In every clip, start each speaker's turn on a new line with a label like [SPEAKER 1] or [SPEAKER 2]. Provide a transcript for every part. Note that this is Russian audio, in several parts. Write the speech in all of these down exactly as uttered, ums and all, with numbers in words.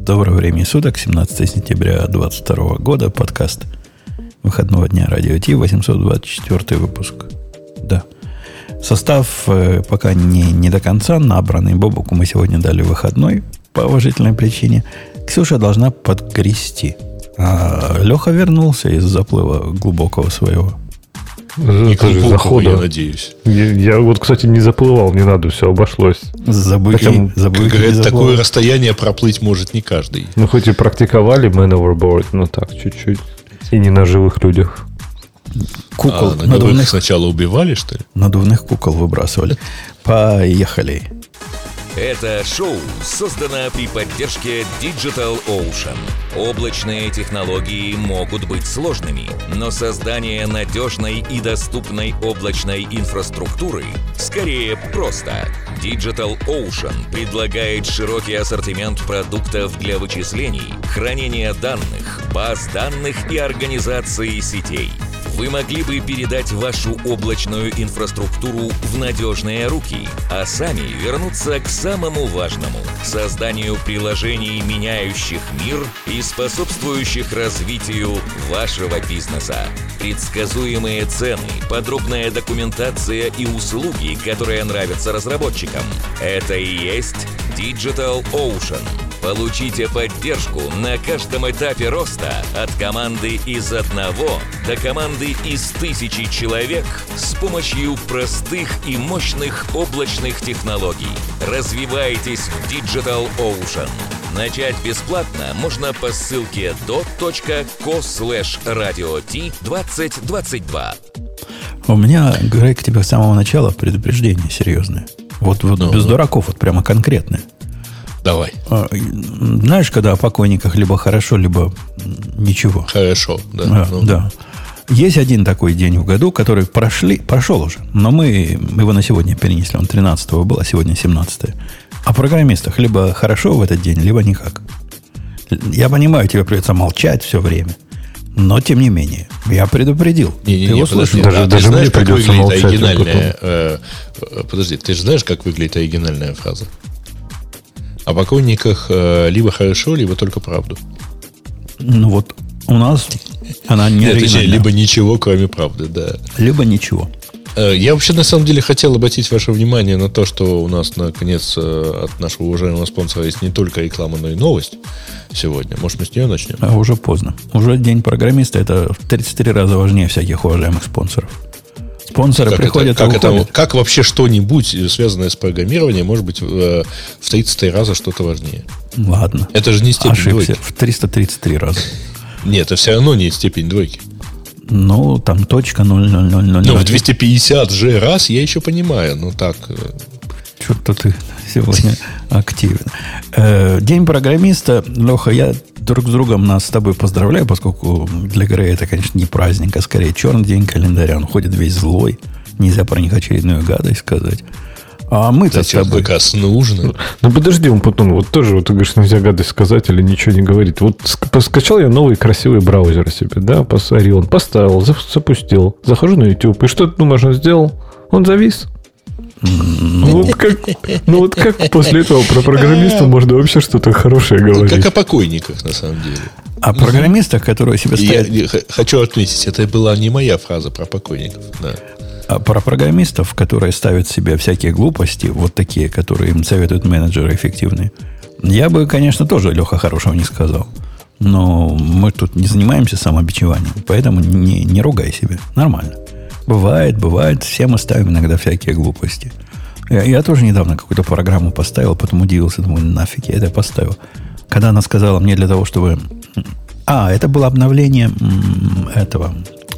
[SPEAKER 1] Доброго времени суток, семнадцатое сентября двадцать второго года, подкаст выходного дня Радио Ти, восемьсот двадцать четвёртый выпуск. Да. Состав э, пока не, не до конца набранный. Бобуку мы сегодня дали выходной по уважительной причине. Ксюша должна подгрести. А Леха вернулся из заплыва глубокого своего.
[SPEAKER 2] Не глубокого, я надеюсь. Я, я вот, кстати, не заплывал, не надо, все обошлось.
[SPEAKER 1] Забыли,
[SPEAKER 2] Хотя,
[SPEAKER 1] забыли,
[SPEAKER 2] как говорят,
[SPEAKER 3] такое расстояние проплыть может не каждый.
[SPEAKER 2] Ну, хоть и практиковали man overboard, но так, чуть-чуть. И не на живых людях.
[SPEAKER 1] Кукол.
[SPEAKER 3] А, надувных сначала убивали, что ли?
[SPEAKER 1] Надувных кукол выбрасывали. Поехали.
[SPEAKER 4] Это шоу создано при поддержке Digital Ocean. Облачные технологии могут быть сложными, но создание надежной и доступной облачной инфраструктуры скорее просто. Digital Ocean предлагает широкий ассортимент продуктов для вычислений, хранения данных, баз данных и организации сетей. Вы могли бы передать вашу облачную инфраструктуру в надежные руки, а сами вернуться к самому важному – созданию приложений, меняющих мир и способствующих развитию вашего бизнеса. Предсказуемые цены, подробная документация и услуги, которые нравятся разработчикам – это и есть Digital Ocean. Получите поддержку на каждом этапе роста от команды из одного до команды из тысячи человек с помощью простых и мощных облачных технологий. Развивайтесь в Digital Ocean. Начать бесплатно можно по ссылке dot.co slash radio.t двадцать двадцать два.
[SPEAKER 1] У меня, Грей, к тебе с самого начала предупреждение серьезное. Вот, вот ну, без ну. дураков, вот прямо конкретное.
[SPEAKER 3] Давай.
[SPEAKER 1] Знаешь, когда о покойниках либо хорошо, либо ничего.
[SPEAKER 3] Хорошо, да.
[SPEAKER 1] А, ну. Да. Есть один такой день в году, который прошли, прошел уже, но мы его на сегодня перенесли. Он тринадцатого был, а сегодня семнадцатое. О программистах либо хорошо в этот день, либо никак. Я понимаю, тебе придется молчать все время. Но, тем не менее, я предупредил.
[SPEAKER 3] Не, не,
[SPEAKER 1] ты
[SPEAKER 3] не,
[SPEAKER 1] услышал.
[SPEAKER 3] Подожди, даже, а даже ты знаешь, как выглядит
[SPEAKER 2] молчать,
[SPEAKER 3] оригинальная... Э, подожди, ты же знаешь, как выглядит оригинальная фраза? О покойниках э, либо хорошо, либо только правду.
[SPEAKER 1] Ну вот, у нас она не
[SPEAKER 3] оригинальная. Точнее, либо ничего, кроме правды, да.
[SPEAKER 1] Либо ничего.
[SPEAKER 3] Э, я вообще, на самом деле, хотел обратить ваше внимание на то, что у нас, наконец, э, от нашего уважаемого спонсора есть не только реклама, но и новость сегодня. Может, мы с нее начнем?
[SPEAKER 1] А уже поздно. Уже День программиста – это в тридцать три раза важнее всяких уважаемых спонсоров. Спонсоры
[SPEAKER 3] как
[SPEAKER 1] приходят,
[SPEAKER 3] это, как,
[SPEAKER 1] и
[SPEAKER 3] это, как вообще что-нибудь, связанное с программированием, может быть в тридцать три раза что-то важнее?
[SPEAKER 1] Ладно.
[SPEAKER 3] Это же не степень
[SPEAKER 1] Ошибся.
[SPEAKER 3] двойки.
[SPEAKER 1] В триста тридцать три раза.
[SPEAKER 3] Нет, это все равно не степень двойки.
[SPEAKER 1] Ну, там точка ноль ноль ноль ноль.
[SPEAKER 3] Ну, в двести пятьдесят же раз я еще понимаю. Ну, так...
[SPEAKER 1] Что-то ты сегодня активен. День программиста. Леха, я друг с другом нас с тобой поздравляю, поскольку для Грея это, конечно, не праздник, а скорее черный день календаря. Он ходит весь злой. Нельзя про них очередную гадость сказать. А мы-то с тобой...
[SPEAKER 3] как раз нужно.
[SPEAKER 2] Ну, подожди, он потом вот тоже, вот ты говоришь, нельзя гадость сказать или ничего не говорить. Вот скачал я новый красивый браузер себе, да, посмотрел, он поставил, запустил. Захожу на YouTube, и что ты думаешь, он сделал? Он завис. Ну вот, как, ну вот как после этого про программистов можно вообще что-то хорошее говорить?
[SPEAKER 3] Как о покойниках, на самом деле.
[SPEAKER 1] О программистах, которые себе ставят...
[SPEAKER 3] Я хочу отметить, это была не моя фраза про покойников. Да.
[SPEAKER 1] А про программистов, которые ставят себе всякие глупости, вот такие, которые им советуют менеджеры эффективные, я бы, конечно, тоже, Леха, хорошего не сказал. Но мы тут не занимаемся самобичеванием, поэтому не, не ругай себя. Нормально. Бывает, бывает. Все мы ставим иногда всякие глупости. Я, я тоже недавно какую-то программу поставил, потом удивился, думаю, нафиг я это поставил. Когда она сказала мне для того, чтобы... А, это было обновление этого...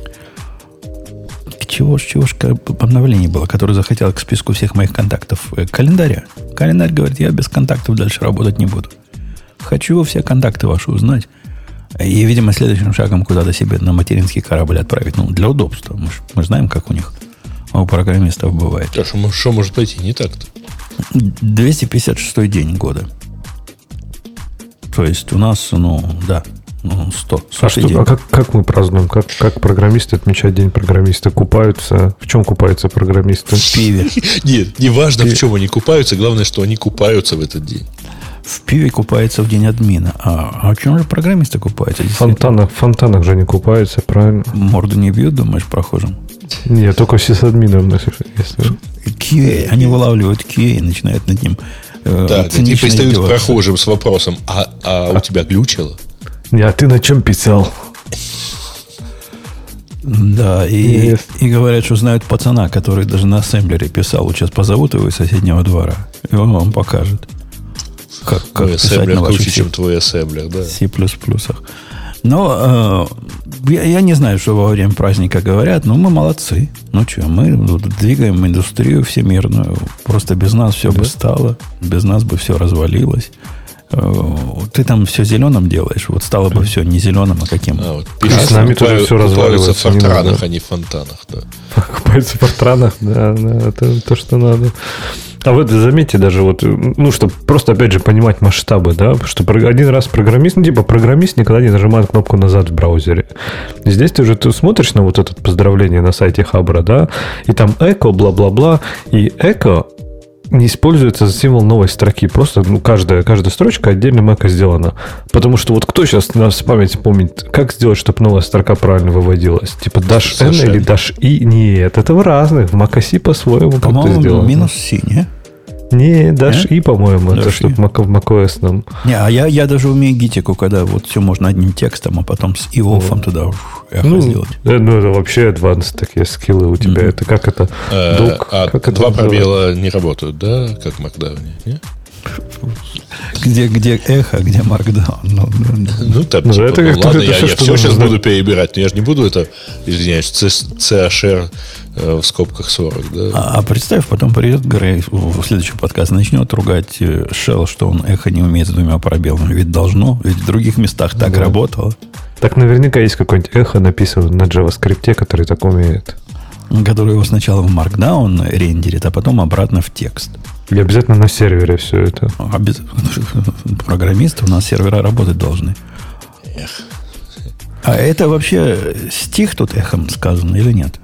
[SPEAKER 1] Чего ж, чего ж обновление было, которое захотело к списку всех моих контактов календаря. Календарь говорит, я без контактов дальше работать не буду. Хочу все контакты ваши узнать. И, видимо, следующим шагом куда-то себе на материнский корабль отправить. Ну, для удобства. Мы же мы знаем, как у них у программистов бывает.
[SPEAKER 3] А что, что может пойти не так-то?
[SPEAKER 1] двести пятьдесят шестой день года. То есть у нас, ну, да, ну, сто.
[SPEAKER 2] А, что, а как, как мы празднуем? Как, как программисты отмечают День программиста? Купаются? В чем купаются программисты?
[SPEAKER 1] В пиве.
[SPEAKER 3] Нет, не важно, в чем они купаются. Главное, что они купаются в этот день.
[SPEAKER 1] в пиве купается в день админа. А, а в чем же программисты купаются?
[SPEAKER 2] В фонтанах, в фонтанах же не купаются, правильно?
[SPEAKER 1] Морду не бьют, думаешь, прохожим?
[SPEAKER 2] Нет, только сисадмином. Если...
[SPEAKER 1] кью эй. Они вылавливают кью эй и начинают над ним э,
[SPEAKER 3] да, и пристают к прохожим с вопросом, а, а, а у тебя глючило?
[SPEAKER 2] Не, а ты на чем писал?
[SPEAKER 1] Да, и, и говорят, что знают пацана, который даже на ассемблере писал. Вот сейчас позовут его из соседнего двора, и он вам покажет, как, как писать на ваших
[SPEAKER 3] круче, чем твой ассемблер, да.
[SPEAKER 1] C++. Но э, я, я не знаю, что во время праздника говорят, но мы молодцы. Ну что, мы двигаем индустрию всемирную. Просто без нас все да. бы стало, без нас бы все развалилось. Ты там все зеленым делаешь, вот стало бы все не зеленым, а каким?
[SPEAKER 3] А, вот пишут, с нами тоже все разваливается. В фортранах, а не в фонтанах, да.
[SPEAKER 2] Купаются в фортранах, да, да, это то, что надо. А вы заметьте даже, вот, ну, чтобы просто, опять же, понимать масштабы, да, что один раз программист, ну, типа, программист никогда не нажимает кнопку назад в браузере. Здесь ты уже ты смотришь на вот это поздравление на сайте Хабра, да, и там эко, бла-бла-бла, и эко не используется за символ новой строки. Просто ну, каждая, каждая строчка отдельно эко сделана. Потому что вот кто сейчас нас в памяти помнит, как сделать, чтобы новая строка правильно выводилась? Типа dash n или dash i? Нет, это в разных. В macOS по-своему как-то сделано.
[SPEAKER 1] По-моему, минус C, не?
[SPEAKER 2] Не, dash i, по-моему, dash это чтобы в macOS нам.
[SPEAKER 1] Не, а я, я даже умею гитику, когда вот все можно одним текстом, а потом с и-оффом туда уф, эхо
[SPEAKER 2] ну,
[SPEAKER 1] сделать.
[SPEAKER 2] Да, ну, это вообще advanced такие скиллы у тебя. Mm-hmm. Это как это?
[SPEAKER 3] Дуг, а как два это пробела не работают, да? Как в Markdown, не?
[SPEAKER 1] Где, где эхо, где Markdown. Ну, ну,
[SPEAKER 3] ну там, ну, типа, это ну ладно, я, я все сейчас буду перебирать, но я же не буду это, извиняюсь, си эйч ар в скобках сорок, да?
[SPEAKER 1] А, а представь, потом придет Грей в следующий подкаст, начнет ругать Shell, что он эхо не умеет с двумя пробелами. Ведь должно, ведь в других местах так да. работало.
[SPEAKER 2] Так наверняка есть какой-нибудь эхо написан на JavaScript, который так умеет.
[SPEAKER 1] Который его сначала в Markdown рендерит, а потом обратно в текст.
[SPEAKER 2] И обязательно на сервере все это.
[SPEAKER 1] Обяз... Программисты у нас сервера работать должны. Эх. А это вообще стих тут эхом сказано или нет?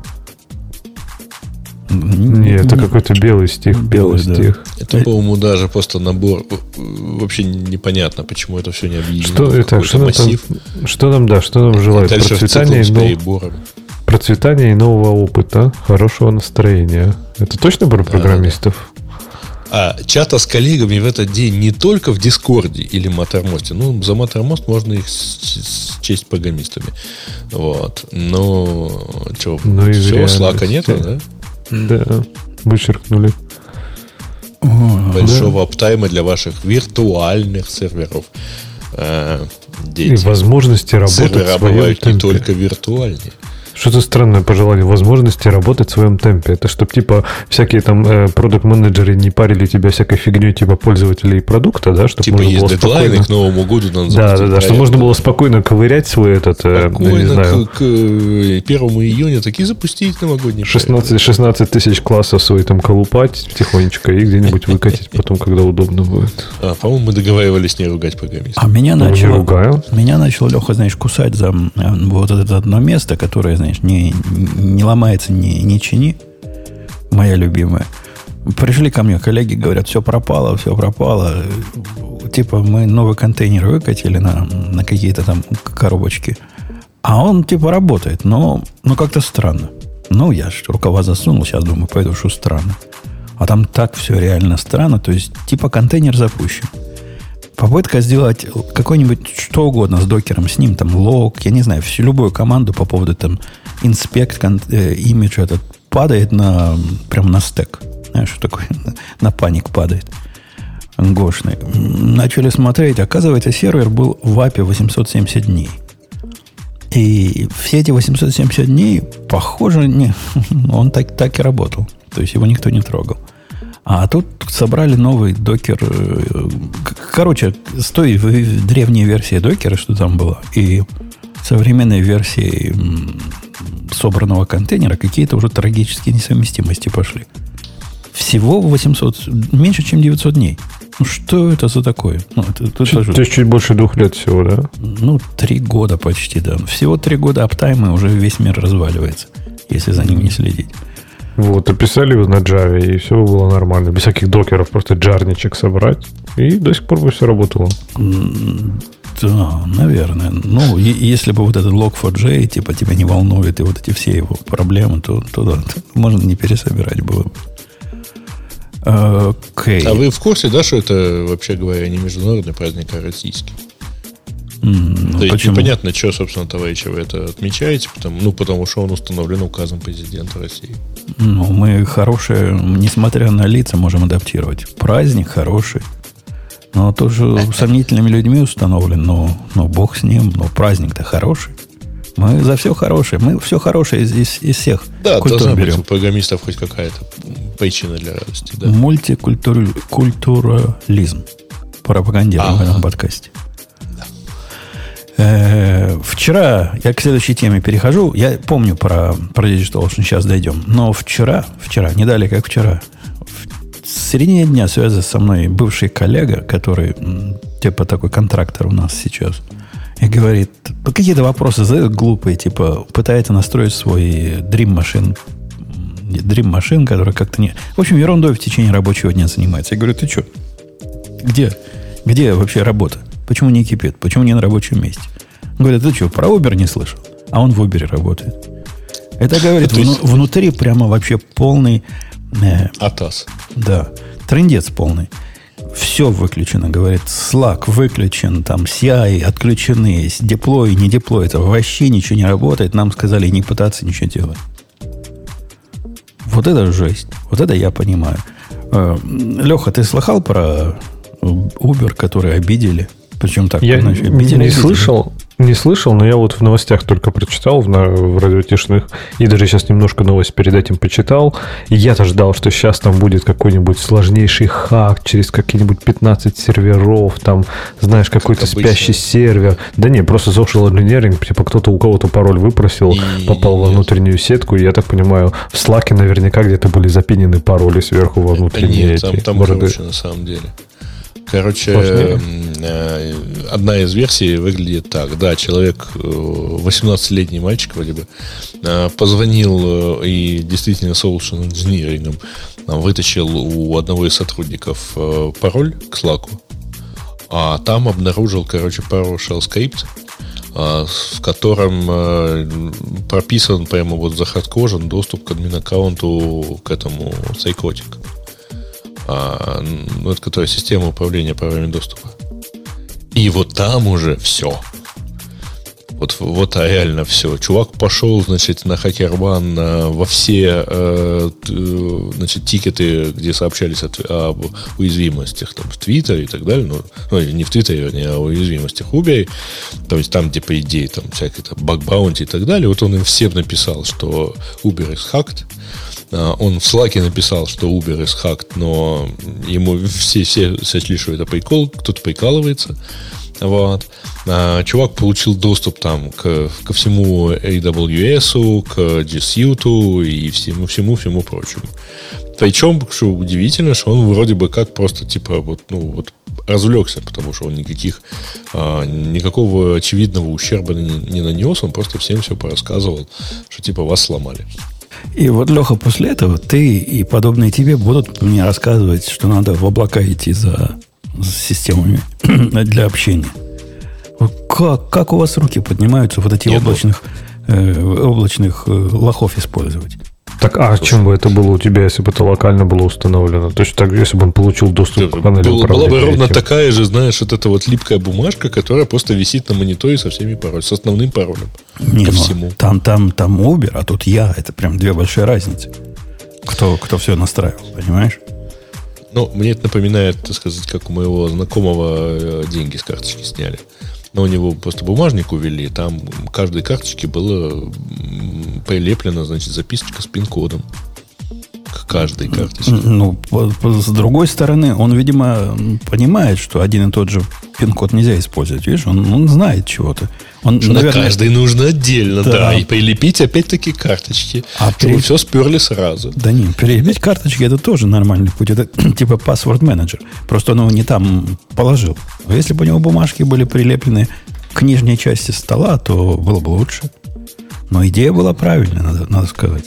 [SPEAKER 2] Нет, это какой-то белый стих. Белый, белый стих.
[SPEAKER 3] Да. Это, по-моему, даже просто набор. Вообще непонятно, почему это все не объединено.
[SPEAKER 2] Что это? Что массив. Нам, что нам, да, что нам желают? Процветание и нов... Процветание и нового опыта, хорошего настроения. Это точно про программистов?
[SPEAKER 3] А чата с коллегами в этот день не только в Дискорде или Маттермосте. Ну, за Маттермост можно их счесть программистами. Вот. Но что, ну, все, слака нету, да?
[SPEAKER 2] Да, вычеркнули.
[SPEAKER 3] Большого да. аптайма для ваших виртуальных серверов.
[SPEAKER 2] Дети. И возможности работать
[SPEAKER 3] Сервера
[SPEAKER 2] в своем
[SPEAKER 3] бывают
[SPEAKER 2] темпе.
[SPEAKER 3] Не только виртуальные.
[SPEAKER 2] Что-то странное пожелание. Возможности работать в своем темпе. Это чтобы, типа, всякие там э, продакт-менеджеры не парили тебя всякой фигней, типа, пользователей продукта, да? Чтобы
[SPEAKER 3] типа,
[SPEAKER 2] можно
[SPEAKER 3] есть
[SPEAKER 2] было
[SPEAKER 3] дедлайны
[SPEAKER 2] спокойно...
[SPEAKER 3] к Новому году надо
[SPEAKER 2] Да, да, да. Чтобы можно было спокойно ковырять свой этот,
[SPEAKER 3] спокойно
[SPEAKER 2] э, не знаю...
[SPEAKER 3] к, к первому июня таки запустить новогодний
[SPEAKER 2] шестнадцать, шестнадцать тысяч классов свои там колупать тихонечко и где-нибудь выкатить потом, когда удобно будет.
[SPEAKER 3] А, по-моему, мы договаривались не ругать программистов.
[SPEAKER 1] А меня начало... Меня начал Леха, знаешь, кусать за вот это одно место, которое, знаешь, не... не ломается, не, не чини. Моя любимая. Пришли ко мне коллеги, говорят, все пропало, все пропало. Типа мы новый контейнер выкатили на, на какие-то там коробочки. А он типа работает, но, но как-то странно. Ну, я ж рукава засунул, сейчас думаю, пойду, что странно. А там так все реально странно. То есть, типа контейнер запущен. Попытка сделать какой-нибудь что угодно с докером, с ним, там, лог, я не знаю, всю любую команду по поводу там инспект, имидж этот падает на, прям на стек. Знаешь, что такое? На паник падает. Гошный. Начали смотреть, оказывается, сервер был в эй пи ай восемьсот семьдесят дней. И все эти восемьсот семьдесят дней, похоже, не, он так, так и работал. То есть его никто не трогал. А тут собрали новый докер. Короче, с той древней версии докера, что там было, и современной версии собранного контейнера какие-то уже трагические несовместимости пошли. Всего восемьсот, меньше, чем девятьсот дней. Ну, что это за такое? Ну, это, это
[SPEAKER 2] чуть,
[SPEAKER 1] же,
[SPEAKER 2] то есть чуть больше двух лет всего, да?
[SPEAKER 1] Ну, три года почти, да. Всего три года аптайма, уже весь мир разваливается, если за ним не следить.
[SPEAKER 2] Вот, описали его на Java, и все было нормально. Без всяких докеров, просто джарничек собрать. И до сих пор бы все работало.
[SPEAKER 1] Да, наверное. Ну, и, если бы вот этот лог фор джей, типа, тебя не волнует, и вот эти все его проблемы, то, то да, то можно не пересобирать было бы. Okay.
[SPEAKER 3] А вы в курсе, да, что это, вообще говоря, не международный праздник, а российский?
[SPEAKER 1] Mm,
[SPEAKER 3] да,
[SPEAKER 1] почему?
[SPEAKER 3] Непонятно, что, собственно, товарищи, вы это отмечаете, потому, ну, потому что он установлен указом президента России.
[SPEAKER 1] Ну, мы хорошие, несмотря на лица, можем адаптировать. Праздник хороший. Но тоже сомнительными людьми установлен, но, но бог с ним, но праздник-то хороший. Мы за все хорошее. Мы все хорошее из, из, из всех.
[SPEAKER 3] Да, должна быть у программистов хоть какая-то причина для радости. Да.
[SPEAKER 1] Мультикультурализм. Пропагандируем ага. в этом подкасте.
[SPEAKER 3] Да.
[SPEAKER 1] Э-э- вчера, я к следующей теме перехожу. Я помню про, про Digital Ocean, сейчас дойдем. Но вчера, вчера, не далее, как вчера, в середине дня связался со мной бывший коллега, который типа такой контрактор у нас сейчас. И говорит, какие-то вопросы задают глупые, типа пытается настроить свой Dream Machine, Dream Machine, который как-то не... В общем, ерундой в течение рабочего дня занимается. Я говорю, ты что? Где? Где вообще работа? Почему не кипит? Почему не на рабочем месте? Он говорит, ты что, про Uber не слышал? А он в Uber работает. Это, говорит, вну, внутри прямо вообще полный... Э,
[SPEAKER 3] Атас.
[SPEAKER 1] Да, трындец полный. Все выключено, говорит, Slack выключен, там си ай отключены, деплой, не деплой, это вообще ничего не работает. Нам сказали не пытаться ничего делать. Вот это жесть. Вот это я понимаю. Леха, ты слыхал про Uber, которые обидели? Причем так,
[SPEAKER 2] я
[SPEAKER 1] значит,
[SPEAKER 2] обидели, не обидели. слышал. Не слышал, но я вот в новостях только прочитал, в, в радиотешных, и даже сейчас немножко новость перед этим почитал. И я-то ждал, что сейчас там будет какой-нибудь сложнейший хак через какие-нибудь пятнадцать серверов, там, знаешь, какой-то как спящий сервер. Да не, просто social engineering, типа кто-то у кого-то пароль выпросил, и, попал и, во внутреннюю сетку, и я так понимаю, в Slack наверняка где-то были запинены пароли сверху во внутренние
[SPEAKER 3] Нет, там, там короче, на самом деле. Короче, э, одна из версий выглядит так. Да, человек, восемнадцатилетний мальчик вроде бы, позвонил и действительно social engineering вытащил у одного из сотрудников пароль к Slack, а там обнаружил, короче, PowerShell скрипт, в котором прописан прямо вот захардкожен доступ к админ-аккаунту к этому Cyclotic. А, ну, это которая система управления правами доступа. И вот там уже все. Вот, вот а реально все. Чувак пошел, значит, на HackerOne во все э, значит, тикеты, где сообщались от, об уязвимостях там, в Твиттере и так далее. Ну, ну не в Твиттере, вернее, а о уязвимостях Uber. То есть там, где, по идее, там всякие там баг-баунти и так далее. Вот он им всем написал, что Uber is hacked. Он в Slack написал, что Uber is hacked, но ему все, все сочли, что это прикол, кто-то прикалывается. Вот. А, чувак получил доступ там к, ко всему эй дабл ю эс, к G Suite и всему, всему, всему прочему. Причем, что удивительно, что он вроде бы как просто типа вот, ну, вот развлекся, потому что он никаких, а, никакого очевидного ущерба не, не нанес, он просто всем все порассказывал, что типа вас сломали.
[SPEAKER 1] И вот, Леха, после этого ты и подобные тебе будут мне рассказывать, что надо в облака идти за, за системами для общения. Как, как у вас руки поднимаются вот эти Нет, облачных, э, облачных э, лохов использовать?
[SPEAKER 2] Так, а Слушай, чем бы это было у тебя, если бы это локально было установлено? То есть, так, если бы он получил доступ к панели
[SPEAKER 3] управления? Была бы ровно этим. Такая же, знаешь, вот эта вот липкая бумажка, которая просто висит на мониторе со всеми паролями, с основным паролем.
[SPEAKER 1] Не, ко всему. Там, там, там Uber, а тут я. Это прям две большие разницы. Кто, кто все настраивал, понимаешь?
[SPEAKER 3] Ну, мне это напоминает, так сказать, как у моего знакомого деньги с карточки сняли. Но у него просто бумажник увели, там к каждой карточке было прилеплена, значит, записочка с пин-кодом. К каждой карточке.
[SPEAKER 1] Ну, с другой стороны, он, видимо, понимает, что один и тот же пин-код нельзя использовать. Видишь, он, он знает чего-то. Он,
[SPEAKER 3] что наверное, на каждый нужно отдельно, да. да. И прилепить опять-таки карточки. А чтобы пере... все сперли сразу.
[SPEAKER 1] Да не, прилепить карточки это тоже нормальный путь. Это типа паспорт-менеджер. Просто он его не там положил. А если бы у него бумажки были прилеплены к нижней части стола, то было бы лучше. Но идея была правильная, надо, надо сказать.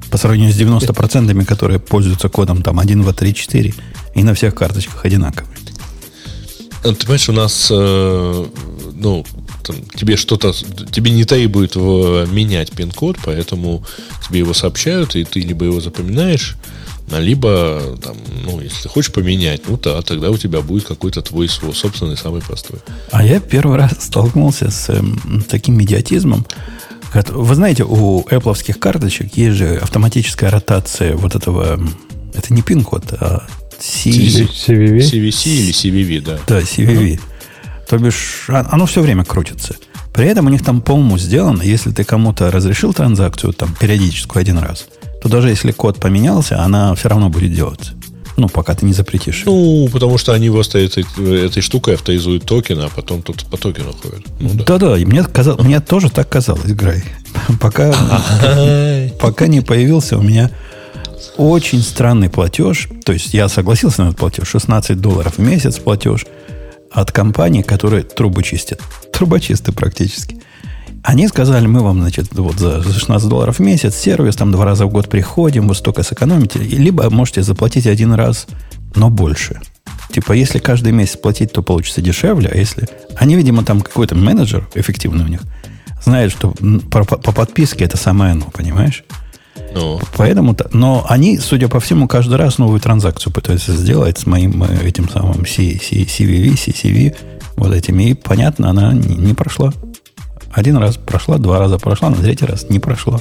[SPEAKER 1] По сравнению с девяносто процентов, которые пользуются кодом там один, два, три, четыре, и на всех карточках одинаковые.
[SPEAKER 3] Ты понимаешь, у нас, э, ну, там, тебе что-то, тебе не требует менять пин-код, поэтому тебе его сообщают, и ты либо его запоминаешь, либо, там, ну, если хочешь поменять, ну, да, тогда у тебя будет какой-то твой свой собственный, самый простой.
[SPEAKER 1] А я первый раз столкнулся с э, таким идиотизмом. Вы знаете, у Apple-овских карточек есть же автоматическая ротация вот этого, это не пин-код, а
[SPEAKER 2] си ви ви?
[SPEAKER 3] си ви си или си ви ви, да.
[SPEAKER 1] Да, си ви ви. То бишь, оно все время крутится. При этом у них там, по-моему, сделано, если ты кому-то разрешил транзакцию, там, периодическую один раз, то даже если код поменялся, она все равно будет делаться. Ну, пока ты не запретишь.
[SPEAKER 3] Ну, потому что они просто этой, этой штукой авторизуют токены, а потом тут по токену ходят. Ну, да.
[SPEAKER 1] Да-да, и мне, казалось, мне тоже так казалось, Грей. Пока, пока не появился у меня очень странный платеж. То есть я согласился на этот платеж. шестнадцать долларов в месяц платеж от компании, которые трубы чистят. Трубочисты практически. Они сказали, мы вам, значит, вот за шестнадцать долларов в месяц сервис, там два раза в год приходим, вы столько сэкономите. Либо можете заплатить один раз, но больше. Типа, если каждый месяц платить, то получится дешевле. А если... Они, видимо, там какой-то менеджер эффективный у них, знает, что по, по подписке это самое оно, понимаешь?
[SPEAKER 3] Ну.
[SPEAKER 1] Поэтому... Но они, судя по всему, каждый раз новую транзакцию пытаются сделать с моим этим самым си ви ви, си си ви, вот этими. И, понятно, она не, не прошла. Один раз прошла, два раза прошла, на третий раз не прошла.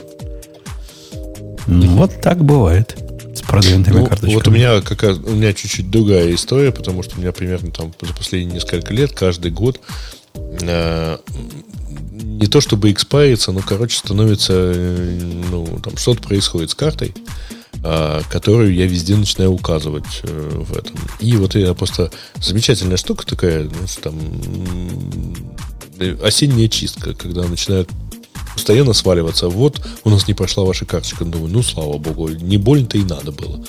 [SPEAKER 1] Mm-hmm. Вот так бывает с продвинутыми
[SPEAKER 3] ну,
[SPEAKER 1] карточками.
[SPEAKER 3] Вот у меня, какая, у меня чуть-чуть другая история, потому что у меня примерно там за последние несколько лет каждый год э, не то чтобы экспарится, но, короче, становится, э, ну, там что-то происходит с картой, э, которую я везде начинаю указывать э, в этом. И вот я просто замечательная штука такая, ну, там осенняя чистка, когда начинают постоянно сваливаться. Вот у нас не прошла ваша карточка. Думаю, ну, слава богу, не больно-то и надо было.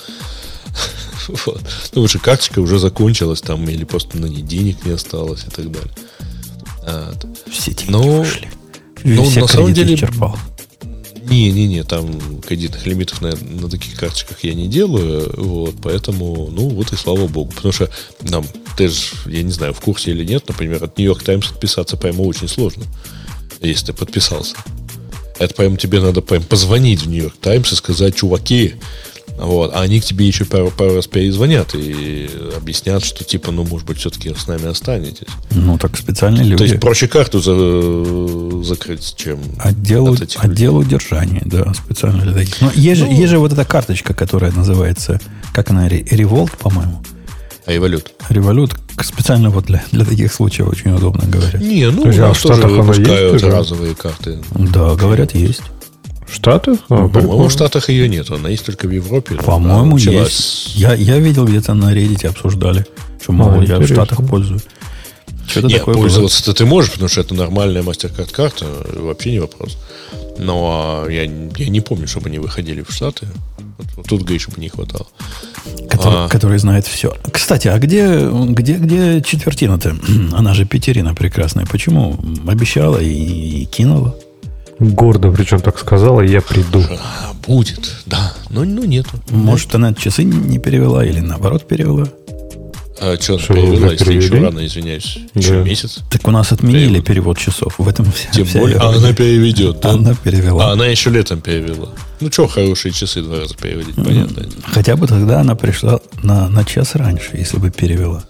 [SPEAKER 3] Вот. Ну, ваша карточка уже закончилась там, или просто на ней денег не осталось и так далее. Вот.
[SPEAKER 1] Все деньги
[SPEAKER 3] но,
[SPEAKER 1] ушли.
[SPEAKER 3] Но
[SPEAKER 1] все
[SPEAKER 3] на самом деле...
[SPEAKER 1] исчерпал.
[SPEAKER 3] Не-не-не, там кредитных лимитов на, на таких карточках я не делаю, вот, поэтому, ну, вот и слава богу. Потому что, нам, ты же, я не знаю, в курсе или нет, например, от Нью-Йорк Таймс отписаться прямо очень сложно, если ты подписался. Это прямо тебе надо прям позвонить в Нью-Йорк Таймс и сказать, чуваки, вот, а они к тебе еще пару, пару раз перезвонят и объяснят, что типа, ну, может быть, все-таки с нами останетесь.
[SPEAKER 1] Ну, так специальные люди.
[SPEAKER 3] То есть проще карту за, закрыть, чем
[SPEAKER 1] отдел, отдел удержания, да, специально для таких. Но есть, ну, же, есть же вот эта карточка, которая называется, как она, Revolt, по-моему.
[SPEAKER 3] А Revolut.
[SPEAKER 1] Revolut специально вот для, для таких случаев очень удобно, говорят.
[SPEAKER 3] Не, ну,
[SPEAKER 2] у нас тоже выпускают
[SPEAKER 3] разовые карты.
[SPEAKER 1] Да, говорят, есть.
[SPEAKER 2] В Штатах?
[SPEAKER 3] А, по-моему, в Штатах ее нет. Она есть только в Европе.
[SPEAKER 1] По-моему, есть. Я, я видел где-то на Reddit обсуждали, что, мол, а, я интересно. В Штатах пользуюсь. Что-то
[SPEAKER 3] Нет,
[SPEAKER 1] такое
[SPEAKER 3] пользоваться-то ты можешь, потому что это нормальная MasterCard карта, вообще не вопрос. Но я, я не помню, чтобы они выходили в Штаты. Вот тут, Гриша, бы не хватало.
[SPEAKER 1] Который, а. который знает все. Кстати, а где, где, где четвертина-то? Она же пятерина прекрасная. Почему обещала и, и кинула?
[SPEAKER 2] Гордо, причем так сказала, я приду.
[SPEAKER 3] А, будет, да. Но ну, нету.
[SPEAKER 1] Может, она часы не перевела или наоборот перевела?
[SPEAKER 3] А что она перевела, если перевели? Еще рано, извиняюсь. Да. Еще месяц.
[SPEAKER 1] Так у нас отменили перевод, перевод часов. В этом вся,
[SPEAKER 3] Тем
[SPEAKER 1] вся
[SPEAKER 3] более, а она переведет. Да?
[SPEAKER 1] Она перевела.
[SPEAKER 3] А она еще летом перевела. Ну, что хорошие часы два раза переводить, понятно.
[SPEAKER 1] Хотя бы тогда она пришла на, на час раньше, если бы перевела.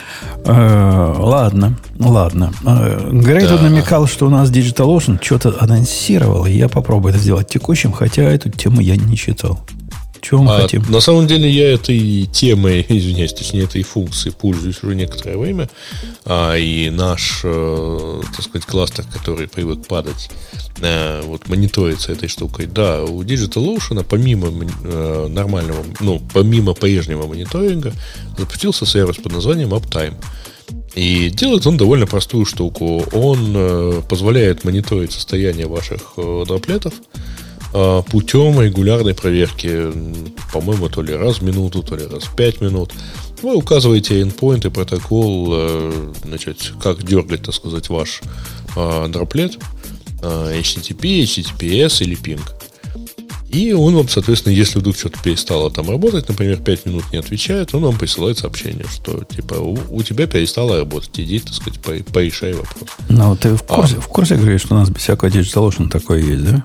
[SPEAKER 1] Э, ладно, ладно. Э, Грей тут да. намекал, что у нас DigitalOcean что-то анонсировал, и я попробую это сделать текущим, хотя эту тему я не читал. Чего мы а, хотим?
[SPEAKER 3] На самом деле я этой темой, извиняюсь, точнее этой функцией пользуюсь уже некоторое время, а, и наш, э, так сказать, кластер, который привык падать, э, вот мониторится этой штукой. Да, у DigitalOcean помимо э, нормального, ну, помимо прежнего мониторинга запустился сервис под названием Uptime. И делает он довольно простую штуку. Он э, позволяет мониторить состояние ваших э, дроплетов путем регулярной проверки, по-моему, то ли раз в минуту, то ли раз в пять минут. Вы указываете endpoint и протокол, значит, как дергать, так сказать, ваш дроплет, эйч ти ти пи, эйч ти ти пи эс или пинг. И он вам, соответственно, если вдруг что-то перестало там работать, например, пять минут не отвечает, он вам присылает сообщение, что типа у, у тебя перестало работать, иди, так сказать, по, порешай вопрос.
[SPEAKER 1] Ну, ты в курсе, а, в курсе говоришь, что у нас без всякого DigitalOcean такое есть, да?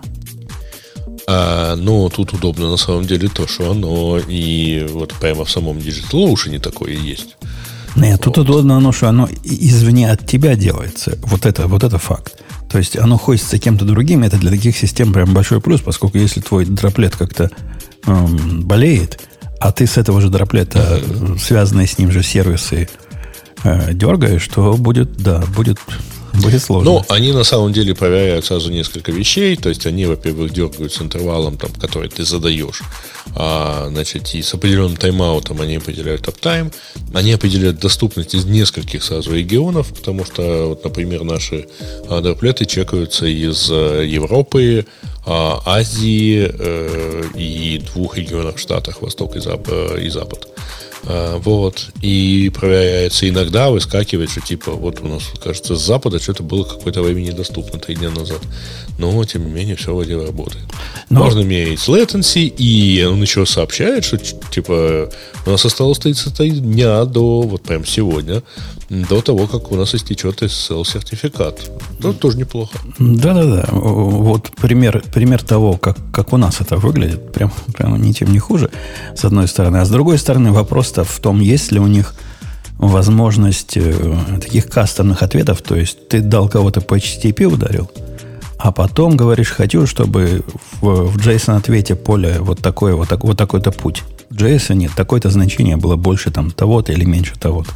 [SPEAKER 3] А, ну, тут удобно на самом деле то, что оно и вот прямо в самом DigitalOcean такое есть.
[SPEAKER 1] Нет, вот. Тут удобно оно, что оно извне от тебя делается. Вот это, вот это факт. То есть оно хочется кем-то другим, это для таких систем прям большой плюс, поскольку если твой дроплет как-то эм, болеет, а ты с этого же дроплета, mm-hmm. связанные с ним же сервисы, э, дергаешь, то будет, да, будет, будет сложно.
[SPEAKER 3] Ну, они на самом деле проверяют сразу несколько вещей. То есть они, во-первых, дергают с интервалом, там, который ты задаешь. А, значит, и с определенным тайм-аутом они определяют аптайм. Они определяют доступность из нескольких сразу регионов, потому что, вот, например, наши а, дроплеты чекаются из а, Европы, а, Азии э, и двух регионов в Штатах, Восток и, Зап, э, и Запад. А, вот. И проверяется иногда, выскакивает, что типа, вот у нас, кажется, с Запада что-то было какое-то время недоступно три дня назад. Но, тем не менее, все вроде работает. Но... Можно мерить latency, и он еще сообщает, что типа у нас осталось тридцать три дня до, вот прям сегодня, до того, как у нас истечет эс эс эл-сертификат. Это тоже неплохо.
[SPEAKER 1] Да-да-да. Вот пример, пример того, как, как у нас это выглядит, прям, прям ничем не хуже, с одной стороны. А с другой стороны, вопрос-то в том, есть ли у них возможность э, таких кастомных ответов, то есть ты дал кого-то по эйч ти ти пи ударил, а потом говоришь, хочу, чтобы в, в JSON-ответе поле вот такое, вот, так, вот такой-то путь. В джей эс нет, такое-то значение было больше там того-то или меньше того-то.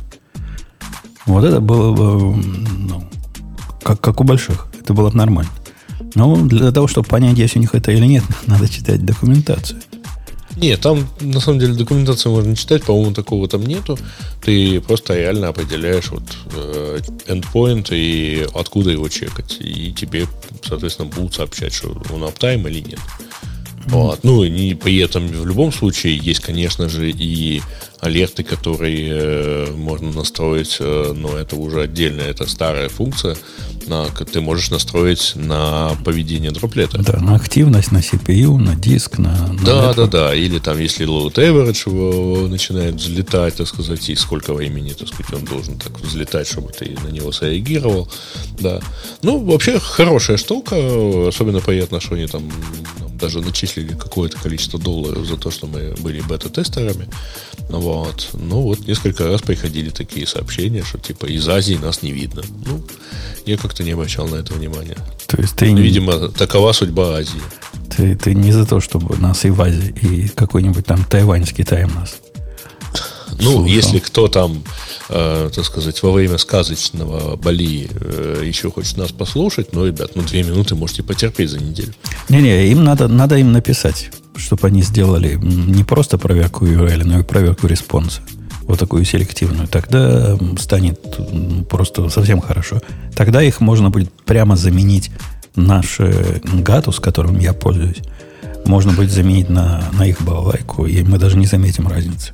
[SPEAKER 1] Вот это было бы, ну, как, как у больших. Это было бы нормально. Но для того, чтобы понять, есть у них это или нет, надо читать документацию.
[SPEAKER 3] Нет, там на самом деле документацию можно читать, по-моему, такого там нету. Ты просто реально определяешь вот э, endpoint и откуда его чекать. И тебе, соответственно, будут сообщать, что он аптайм или нет. Mm-hmm. Вот. Ну, и при этом в любом случае есть, конечно же, и алерты, которые э, можно настроить, э, но это уже отдельно, это старая функция. На, ты можешь настроить на поведение дроплета.
[SPEAKER 1] Да, на активность, на си пи ю, на диск, на... на
[SPEAKER 3] да, да, да. Или там, если load average его начинает взлетать, так сказать, и сколько времени, так сказать, он должен так взлетать, чтобы ты на него среагировал. Да. Ну, вообще, хорошая штука. Особенно приятно, что они там нам даже начислили какое-то количество долларов за то, что мы были бета-тестерами. Вот. Ну, вот несколько раз приходили такие сообщения, что типа из Азии нас не видно. Ну, я как-то не обращал на это внимания.
[SPEAKER 1] То есть ты...
[SPEAKER 3] Видимо, такова судьба Азии.
[SPEAKER 1] Ты, ты не за то, чтобы нас и в Азии, и какой-нибудь там Тайвань с Китаем нас.
[SPEAKER 3] Ну,
[SPEAKER 1] слушал.
[SPEAKER 3] Если кто там, э, так сказать, во время сказочного Бали э, еще хочет нас послушать, ну, ребят, ну, две минуты можете потерпеть за неделю.
[SPEAKER 1] Не-не, им надо, надо им написать, чтобы они сделали не просто проверку ю ар эл, но и проверку респонса. Вот такую селективную. Тогда станет просто совсем хорошо. Тогда их можно будет прямо заменить наш гату, с которым я пользуюсь. Можно будет заменить на, на их балалайку, и мы даже не заметим разницы.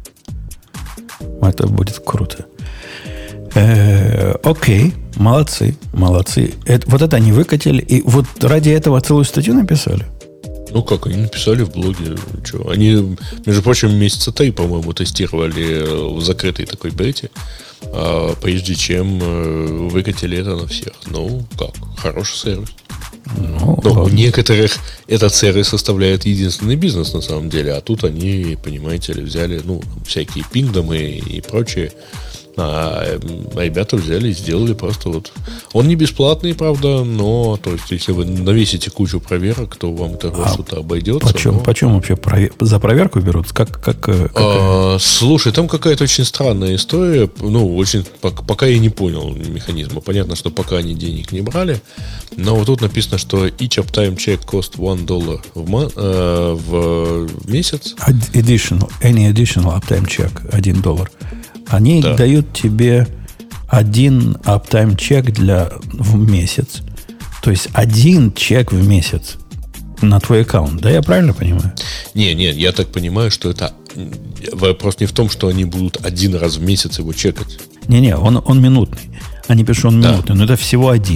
[SPEAKER 1] Это будет круто. Э-э, окей, молодцы, молодцы. Это, вот это они выкатили, и вот ради этого целую статью написали.
[SPEAKER 3] Ну как, они написали в блоге. Что? Они, между прочим, месяца три, по-моему, тестировали в закрытой такой бете, а, прежде чем выкатили это на всех. Ну, как, хороший сервис. Ну, Но у некоторых этот сервис составляет единственный бизнес на самом деле, а тут они, понимаете ли, взяли, ну, всякие пингдомы и прочее. А ребята взяли и сделали просто вот... Он не бесплатный, правда, но то есть, если вы навесите кучу проверок, то вам это а что-то обойдется.
[SPEAKER 1] Почем,
[SPEAKER 3] но...
[SPEAKER 1] почем вообще провер... за проверку берут? Как, как, как...
[SPEAKER 3] А, слушай, там какая-то очень странная история. Ну, очень... Пока я не понял механизма. Понятно, что пока они денег не брали. Но вот тут написано, что each uptime check cost one dollar в, ма... э, в месяц.
[SPEAKER 1] Additional, any additional uptime check один доллар. Они да. дают тебе один аптайм чек для, в месяц. То есть один чек в месяц на твой аккаунт. Да, я правильно понимаю?
[SPEAKER 3] Не, не, я так понимаю, что это вопрос не в том, что они будут один раз в месяц его чекать.
[SPEAKER 1] Не-не, он, он минутный. Они пишут, он да. минутный, но это всего один.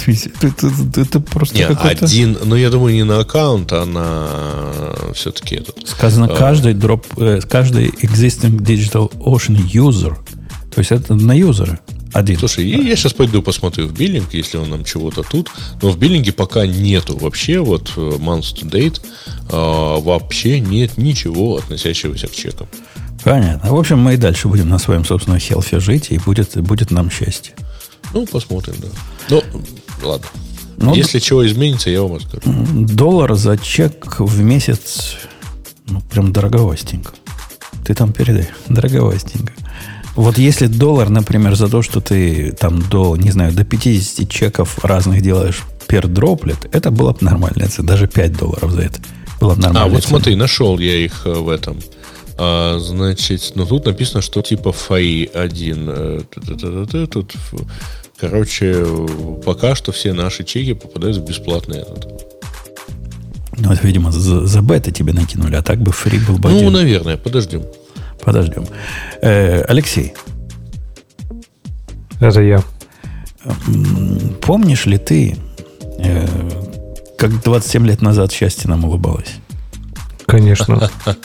[SPEAKER 1] Это, это, это просто
[SPEAKER 3] не,
[SPEAKER 1] какой-то...
[SPEAKER 3] один, но я думаю, не на аккаунт, а на все-таки этот.
[SPEAKER 1] Сказано, а... каждый дроп, каждый existing Digital Ocean user. То есть это на юзера один.
[SPEAKER 3] Слушай, да. Я сейчас пойду посмотрю в биллинг, если он нам чего-то тут. Но в биллинге пока нету вообще, вот month to date, вообще нет ничего, относящегося к чекам.
[SPEAKER 1] Понятно. В общем, мы и дальше будем на своем собственном хелфе жить, и будет, будет нам счастье.
[SPEAKER 3] Ну, посмотрим, да. Ну, ладно.
[SPEAKER 1] Ну,
[SPEAKER 3] если д... чего изменится, я вам расскажу.
[SPEAKER 1] Доллар за чек в месяц, ну, прям дороговастенько. Ты там передай. Дороговастенько. Вот если доллар, например, за то, что ты там до, не знаю, до пятьдесят чеков разных делаешь per droplet, это было бы нормальная цена. Даже пять долларов за это было бы нормально.
[SPEAKER 3] А, вот цена. Смотри, нашел я их в этом. А, значит, ну тут написано, что типа эф эй один. Тут, короче, пока что все наши чеки попадают в бесплатный этот.
[SPEAKER 1] Ну, это, видимо, за, за бета тебе накинули, а так бы фри был бы.
[SPEAKER 3] Ну,
[SPEAKER 1] один.
[SPEAKER 3] наверное, подождем.
[SPEAKER 1] Подождем. Э, Алексей.
[SPEAKER 2] Это я.
[SPEAKER 1] Помнишь ли ты, э, как двадцать семь лет назад счастье нам улыбалось?
[SPEAKER 2] Конечно.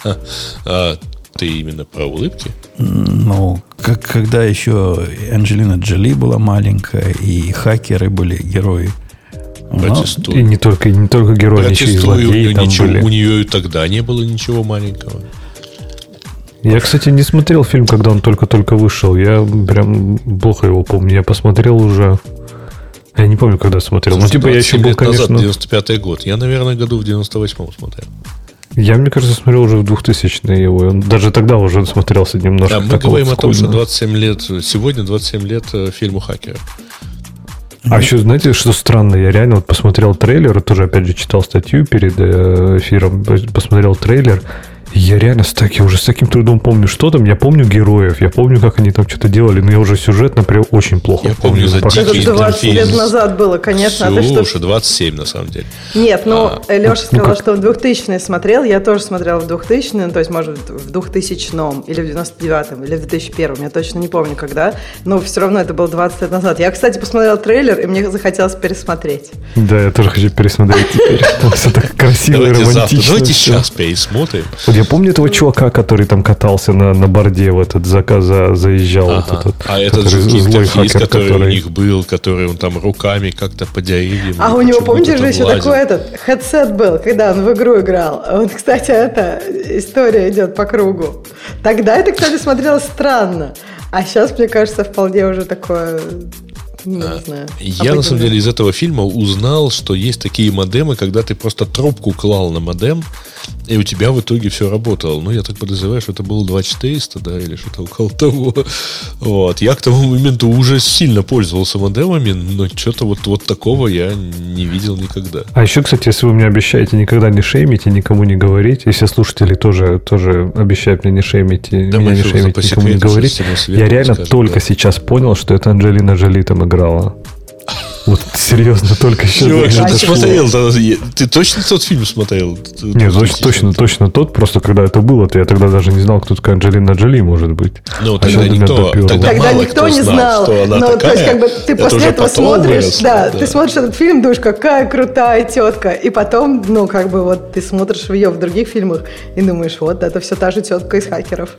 [SPEAKER 3] А ты именно про улыбки?
[SPEAKER 1] Ну, как, когда еще Анджелина Джоли была маленькая, и хакеры были герои.
[SPEAKER 3] Протестую.
[SPEAKER 2] И не только, не только герои, еще и злодеи там
[SPEAKER 3] ничего,
[SPEAKER 2] были.
[SPEAKER 3] У нее и тогда не было ничего маленького.
[SPEAKER 2] Я, кстати, не смотрел фильм, когда он только-только вышел. Я прям плохо его помню. Я посмотрел уже... Я не помню, когда смотрел. Ну, типа, я еще был, конечно...
[SPEAKER 3] назад, девяносто пятый год. Я, наверное, году в девяносто восьмом смотрел.
[SPEAKER 2] Я, мне кажется, смотрел уже в двухтысячные его. Он даже тогда уже смотрелся немножко.
[SPEAKER 3] Да, мы говорим о том, что двадцать семь лет... Сегодня двадцать семь лет фильму «Хакера».
[SPEAKER 2] А еще, знаете, что странно? Я реально вот посмотрел трейлер, тоже, опять же, читал статью перед эфиром, посмотрел трейлер. Я реально с таки, уже с таким трудом помню, что там. Я помню героев, я помню, как они там что-то делали, но я уже сюжетно прям очень плохо
[SPEAKER 3] я помню. За
[SPEAKER 5] это двадцать лет назад было, конечно.
[SPEAKER 3] Слушай, а что... двадцать семь на самом деле.
[SPEAKER 5] Нет, ну, а, Леша сказал,
[SPEAKER 2] ну,
[SPEAKER 5] что в двухтысячные смотрел. Я тоже смотрел в двухтысячные, то есть, может, в двухтысячном или в девяносто девятом, или в две тысячи первом. Я точно не помню, когда. Но все равно это было двадцать лет назад. Я, кстати, посмотрел трейлер, и мне захотелось пересмотреть.
[SPEAKER 2] Да, я тоже хочу пересмотреть теперь. Там все так красиво и романтично.
[SPEAKER 3] Давайте сейчас пересмотрим.
[SPEAKER 2] Я помню этого чувака, который там катался на, на борде в этот заказа заезжал.
[SPEAKER 3] Ага.
[SPEAKER 2] Вот этот,
[SPEAKER 3] а этот же интерфейс, который, который у них был, который он там руками как-то по деревьям.
[SPEAKER 5] А у него, помните же, еще лазил. Такой этот хедсет был, когда он в игру играл. Вот, кстати, эта история идет по кругу. Тогда это, кстати, смотрелось странно. А сейчас, мне кажется, вполне уже такое... Не а, знаю.
[SPEAKER 3] Я, на самом деле, из этого фильма узнал, что есть такие модемы, когда ты просто трубку клал на модем, и у тебя в итоге все работало. Ну, я так подозреваю, что это было два четыреста, да, или что-то около того. Вот. Я к тому моменту уже сильно пользовался модемами, но что-то вот, вот такого я не видел никогда.
[SPEAKER 2] А еще, кстати, если вы мне обещаете никогда не шеймить и никому не говорить, и все слушатели тоже, тоже обещают мне не шеймить, и да меня не шеймить, никому не говорить, я реально скажем, только да. сейчас понял, что это Анджелина Джоли там играла. Вот серьезно, только еще.
[SPEAKER 3] Чувак, что ты смотрел? Ты точно тот фильм смотрел?
[SPEAKER 2] Нет, точно, точно, точно тот. Просто когда это было, то я тогда даже не знал, кто такая Анджелина Джоли может быть.
[SPEAKER 3] Ну, тогда а никто, тогда
[SPEAKER 5] тогда никто не знал. Что она но, такая. То есть, как бы ты это после этого смотришь, вырос, да, да, ты смотришь этот фильм, думаешь, какая крутая тетка. И потом, ну, как бы вот ты смотришь ее в других фильмах и думаешь, вот, это все та же тетка из «Хакеров».